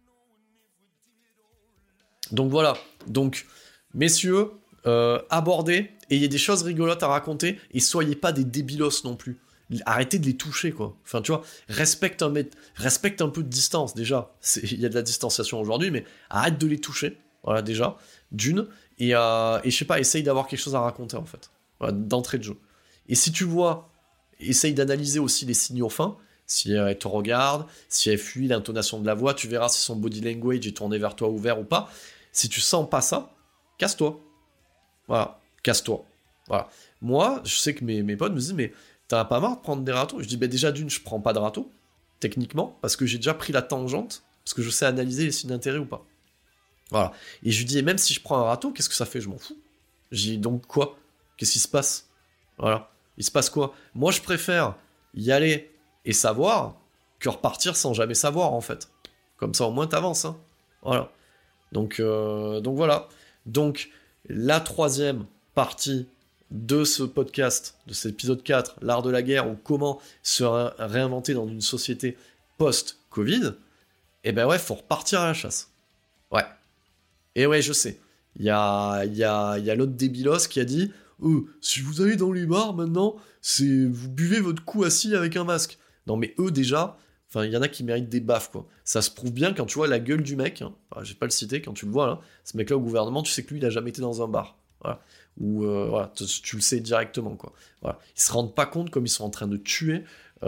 Donc, voilà. Donc, messieurs, euh, abordez, ayez des choses rigolotes à raconter, et soyez pas des débilos non plus. Arrêtez de les toucher, quoi. Enfin, tu vois, respecte un, mètre, respecte un peu de distance, déjà. Il y a de la distanciation aujourd'hui, mais arrête de les toucher. Voilà, déjà, d'une. Et, euh, et je sais pas, essaye d'avoir quelque chose à raconter, en fait. Voilà, d'entrée de jeu. Et si tu vois, essaye d'analyser aussi les signaux fins. Si elle te regarde, si elle fuit, l'intonation de la voix, tu verras si son body language est tourné vers toi ouvert ou pas. Si tu sens pas ça, casse-toi. Voilà, casse-toi. Voilà. Moi, je sais que mes, mes potes me disent, mais t'en as pas marre de prendre des râteaux ? Je dis, bah déjà d'une, je prends pas de râteau, techniquement, parce que j'ai déjà pris la tangente, parce que je sais analyser les signes d'intérêt ou pas. Voilà. Et je lui dis, et même si je prends un râteau, qu'est-ce que ça fait ? Je m'en fous. J'ai dit, donc quoi ? Qu'est-ce qui se passe ? Voilà. Il se passe quoi ? Moi, je préfère y aller et savoir que repartir sans jamais savoir, en fait. Comme ça, au moins, t'avances. Hein. Voilà. Donc, euh, donc voilà. Donc, la troisième partie de ce podcast, de cet épisode quatre, l'art de la guerre, ou comment se ré- réinventer dans une société post-Covid, et ben ouais, faut repartir à la chasse. Ouais. Et ouais, je sais. Il y a, y a, y a l'autre débilos qui a dit euh, si vous allez dans les bars maintenant, c'est vous buvez votre coup assis avec un masque. Non, mais eux, déjà, enfin, il y en a qui méritent des baffes, quoi. Ça se prouve bien quand tu vois la gueule du mec, hein. Enfin, je vais pas le citer, quand tu le vois, là, ce mec-là au gouvernement, tu sais que lui, il a jamais été dans un bar. Voilà. Ou, euh, voilà, tu, tu le sais directement, quoi. Voilà. Ils se rendent pas compte comme ils sont en train de tuer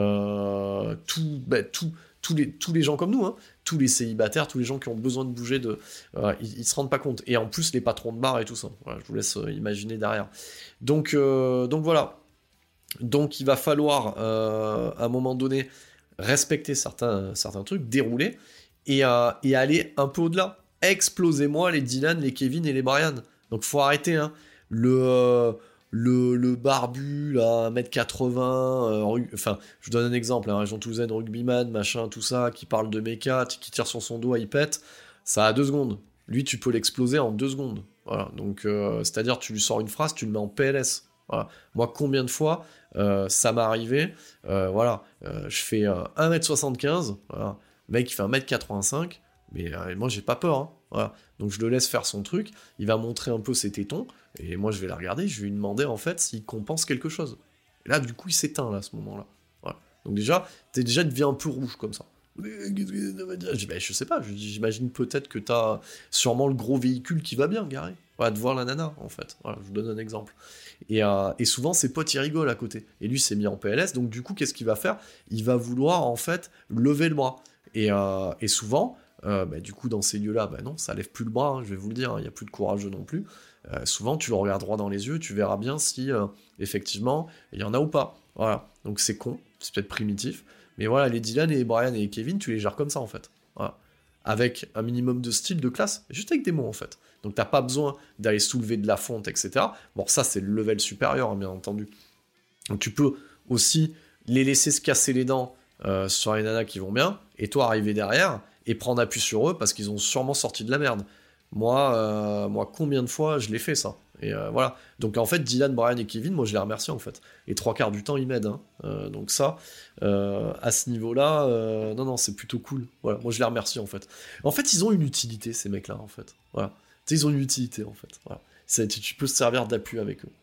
euh, tout, bah, tout, tous, les, tous les gens comme nous, hein. Tous les célibataires, tous les gens qui ont besoin de bouger, de, euh, ils, ils se rendent pas compte. Et en plus, les patrons de bar et tout ça. Voilà, je vous laisse euh, imaginer derrière. Donc, euh, donc voilà. Donc il va falloir, euh, à un moment donné, respecter certains, certains trucs, dérouler, et, euh, et aller un peu au-delà. Explosez-moi les Dylan, les Kevin et les Brian. Donc faut arrêter, hein. Le, euh, le, le barbu, là, un mètre quatre-vingts, euh, rug... enfin, je vous donne un exemple, hein, région toulousaine, rugbyman, machin, tout ça, qui parle de méca, qui tire sur son dos, il pète, ça a deux secondes. Lui, tu peux l'exploser en deux secondes. Voilà, donc, euh, c'est-à-dire, tu lui sors une phrase, tu le mets en P L S. Voilà. Moi, combien de fois euh, ça m'est arrivé, euh, voilà, euh, je fais euh, un mètre soixante-quinze, voilà, le mec il fait un mètre quatre-vingt-cinq, mais euh, moi j'ai pas peur, hein, voilà. Donc je le laisse faire son truc, il va montrer un peu ses tétons, et moi je vais la regarder, je vais lui demander en fait s'il compense quelque chose. Et là du coup il s'éteint là à ce moment-là. Voilà. Donc déjà, t'es déjà devient un peu rouge comme ça. Je dis, ben, je sais pas, j'imagine peut-être que t'as sûrement le gros véhicule qui va bien garé. Voilà, de voir la nana, en fait. Voilà, je vous donne un exemple. Et, euh, et souvent, ses potes, ils rigolent à côté. Et lui, s'est mis en P L S, donc du coup, qu'est-ce qu'il va faire ? Il va vouloir, en fait, lever le bras. Et, euh, et souvent, euh, bah, du coup, dans ces lieux-là, bah non, ça lève plus le bras, hein, je vais vous le dire, il hein, n'y a plus de courageux non plus. Euh, souvent, tu le regardes droit dans les yeux, tu verras bien si, euh, effectivement, il y en a ou pas. Voilà, donc c'est con, c'est peut-être primitif, mais voilà, les Dylan et les Brian et les Kevin, tu les gères comme ça, en fait. Voilà. Avec un minimum de style, de classe, juste avec des mots, en fait. Donc t'as pas besoin d'aller soulever de la fonte, et cetera. Bon, ça, c'est le level supérieur, hein, bien entendu. Donc tu peux aussi les laisser se casser les dents euh, sur les nanas qui vont bien, et toi arriver derrière, et prendre appui sur eux, parce qu'ils ont sûrement sorti de la merde. Moi, euh, moi combien de fois je l'ai fait, ça. Et euh, voilà. Donc en fait, Dylan, Brian et Kevin, moi je les remercie, en fait. Et trois quarts du temps, ils m'aident. Hein. Euh, donc ça, euh, à ce niveau-là, euh, non, non, c'est plutôt cool. Voilà, moi je les remercie, en fait. En fait, ils ont une utilité, ces mecs-là, en fait. Voilà. Tu sais, ils ont une utilité, en fait. Voilà. Ça, tu, tu peux se servir d'appui avec eux.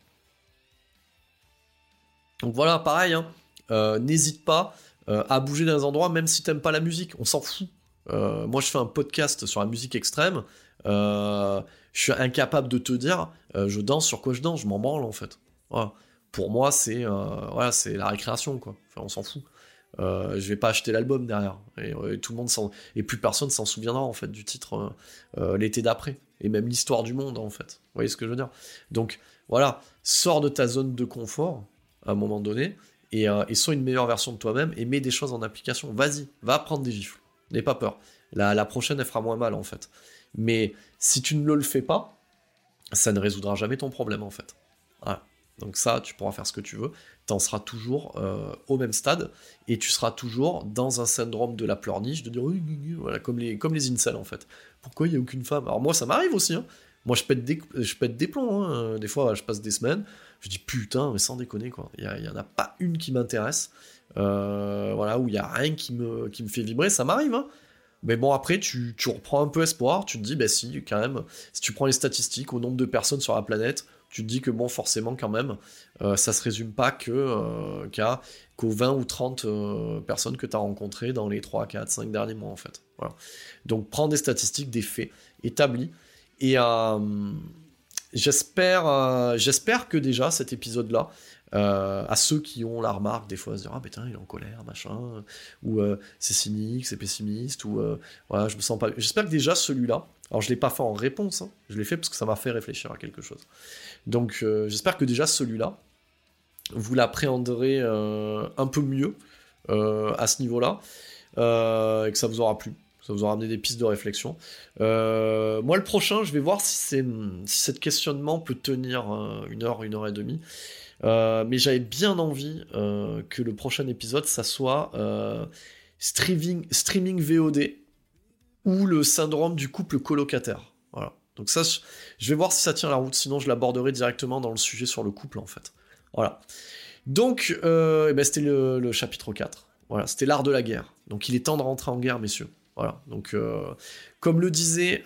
Donc voilà, pareil, hein. euh, n'hésite pas euh, à bouger dans les endroits, même si t'aimes pas la musique, on s'en fout. Euh, moi, je fais un podcast sur la musique extrême. Euh, je suis incapable de te dire, euh, je danse sur quoi je danse, je m'en branle en fait. Voilà. Pour moi, c'est euh, voilà, c'est la récréation quoi. Enfin, on s'en fout. Euh, je vais pas acheter l'album derrière. Et, et tout le monde s'en... et plus personne s'en souviendra en fait du titre euh, euh, l'été d'après. Et même l'histoire du monde en fait. Vous voyez ce que je veux dire ? Donc voilà, sors de ta zone de confort à un moment donné et, euh, et sois une meilleure version de toi-même et mets des choses en application. Vas-y, va prendre des gifles. N'aie pas peur. La, la prochaine, elle fera moins mal, en fait. Mais si tu ne le fais pas, ça ne résoudra jamais ton problème, en fait. Voilà. Donc ça, tu pourras faire ce que tu veux. Tu en seras toujours euh, au même stade. Et tu seras toujours dans un syndrome de la pleurniche, de dire... Voilà, comme les, comme les incels, en fait. Pourquoi il n'y a aucune femme ? Alors moi, ça m'arrive aussi. Hein. Moi, je pète des, je pète des plombs. Hein. Des fois, je passe des semaines. Je dis, putain, mais sans déconner, quoi. Il n'y en a pas une qui m'intéresse. Euh, voilà, où il n'y a rien qui me, qui me fait vibrer. Ça m'arrive, hein. Mais bon, après, tu, tu reprends un peu espoir, tu te dis, bah si, quand même, si tu prends les statistiques au nombre de personnes sur la planète, tu te dis que bon, forcément, quand même, euh, ça se résume pas que, euh, qu'à, qu'aux vingt ou trente euh, personnes que tu as rencontrées dans les trois, quatre, cinq derniers mois, en fait. Voilà. Donc, prends des statistiques, des faits établis, et euh, j'espère, euh, j'espère que déjà, cet épisode-là, Euh, à ceux qui ont la remarque des fois à se dire ah putain il est en colère machin ou euh, c'est cynique c'est pessimiste ou euh, voilà je me sens pas, j'espère que déjà celui-là, alors je l'ai pas fait en réponse hein, je l'ai fait parce que ça m'a fait réfléchir à quelque chose, donc euh, j'espère que déjà celui-là vous l'appréhenderez euh, un peu mieux euh, à ce niveau-là euh, et que ça vous aura plu, ça vous aura amené des pistes de réflexion. Euh, moi le prochain je vais voir si, c'est, si cette questionnement peut tenir euh, une heure, une heure et demie. Euh, mais j'avais bien envie euh, que le prochain épisode ça soit euh, streaming, streaming V O D ou le syndrome du couple colocataire. Voilà. Donc ça, je vais voir si ça tient la route, sinon je l'aborderai directement dans le sujet sur le couple en fait. Voilà. Donc, euh, et ben c'était le, le chapitre quatre. Voilà, c'était l'art de la guerre. Donc il est temps de rentrer en guerre, messieurs. Voilà. Donc, euh, comme le disait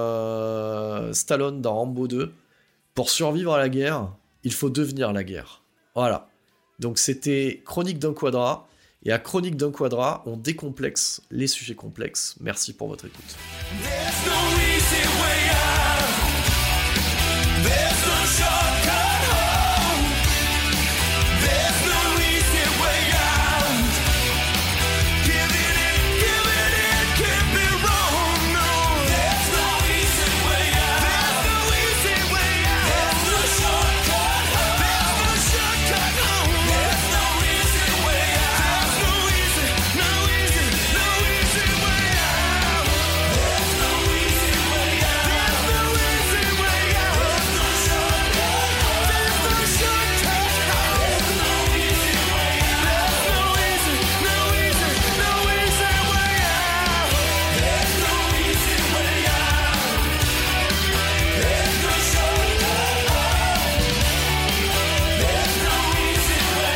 euh, Stallone dans Rambo deux, pour survivre à la guerre, il faut devenir la guerre. Voilà. Donc c'était Chronique d'un Quadra. Et à Chronique d'un Quadra, on décomplexe les sujets complexes. Merci pour votre écoute. There's no easy way out. There's no shortcut home. There's no easy way out. Give it in, give it in, can't be wrong, no. There's no easy way out. There's no easy way out. There's no shortcut home. There's no shortcut home. There's no easy way out. There's no easy, no easy, no easy way out. There's no easy way out. There's no easy way out. There's no shortcut home. There's no shortcut home. There's no easy way out. There's no easy, no easy, no easy way out. There's no easy way out. There's no shortcut home. There's no easy way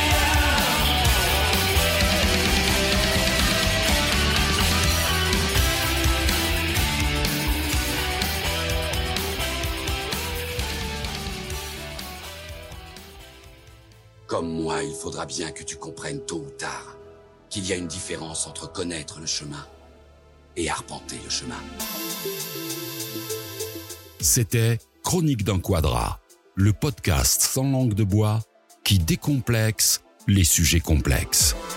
Comme moi, il faudra bien que tu comprennes tôt ou tard qu'il y a une différence entre connaître le chemin et arpenter le chemin. C'était Chronique d'un Quadra, le podcast sans langue de bois qui décomplexe les sujets complexes.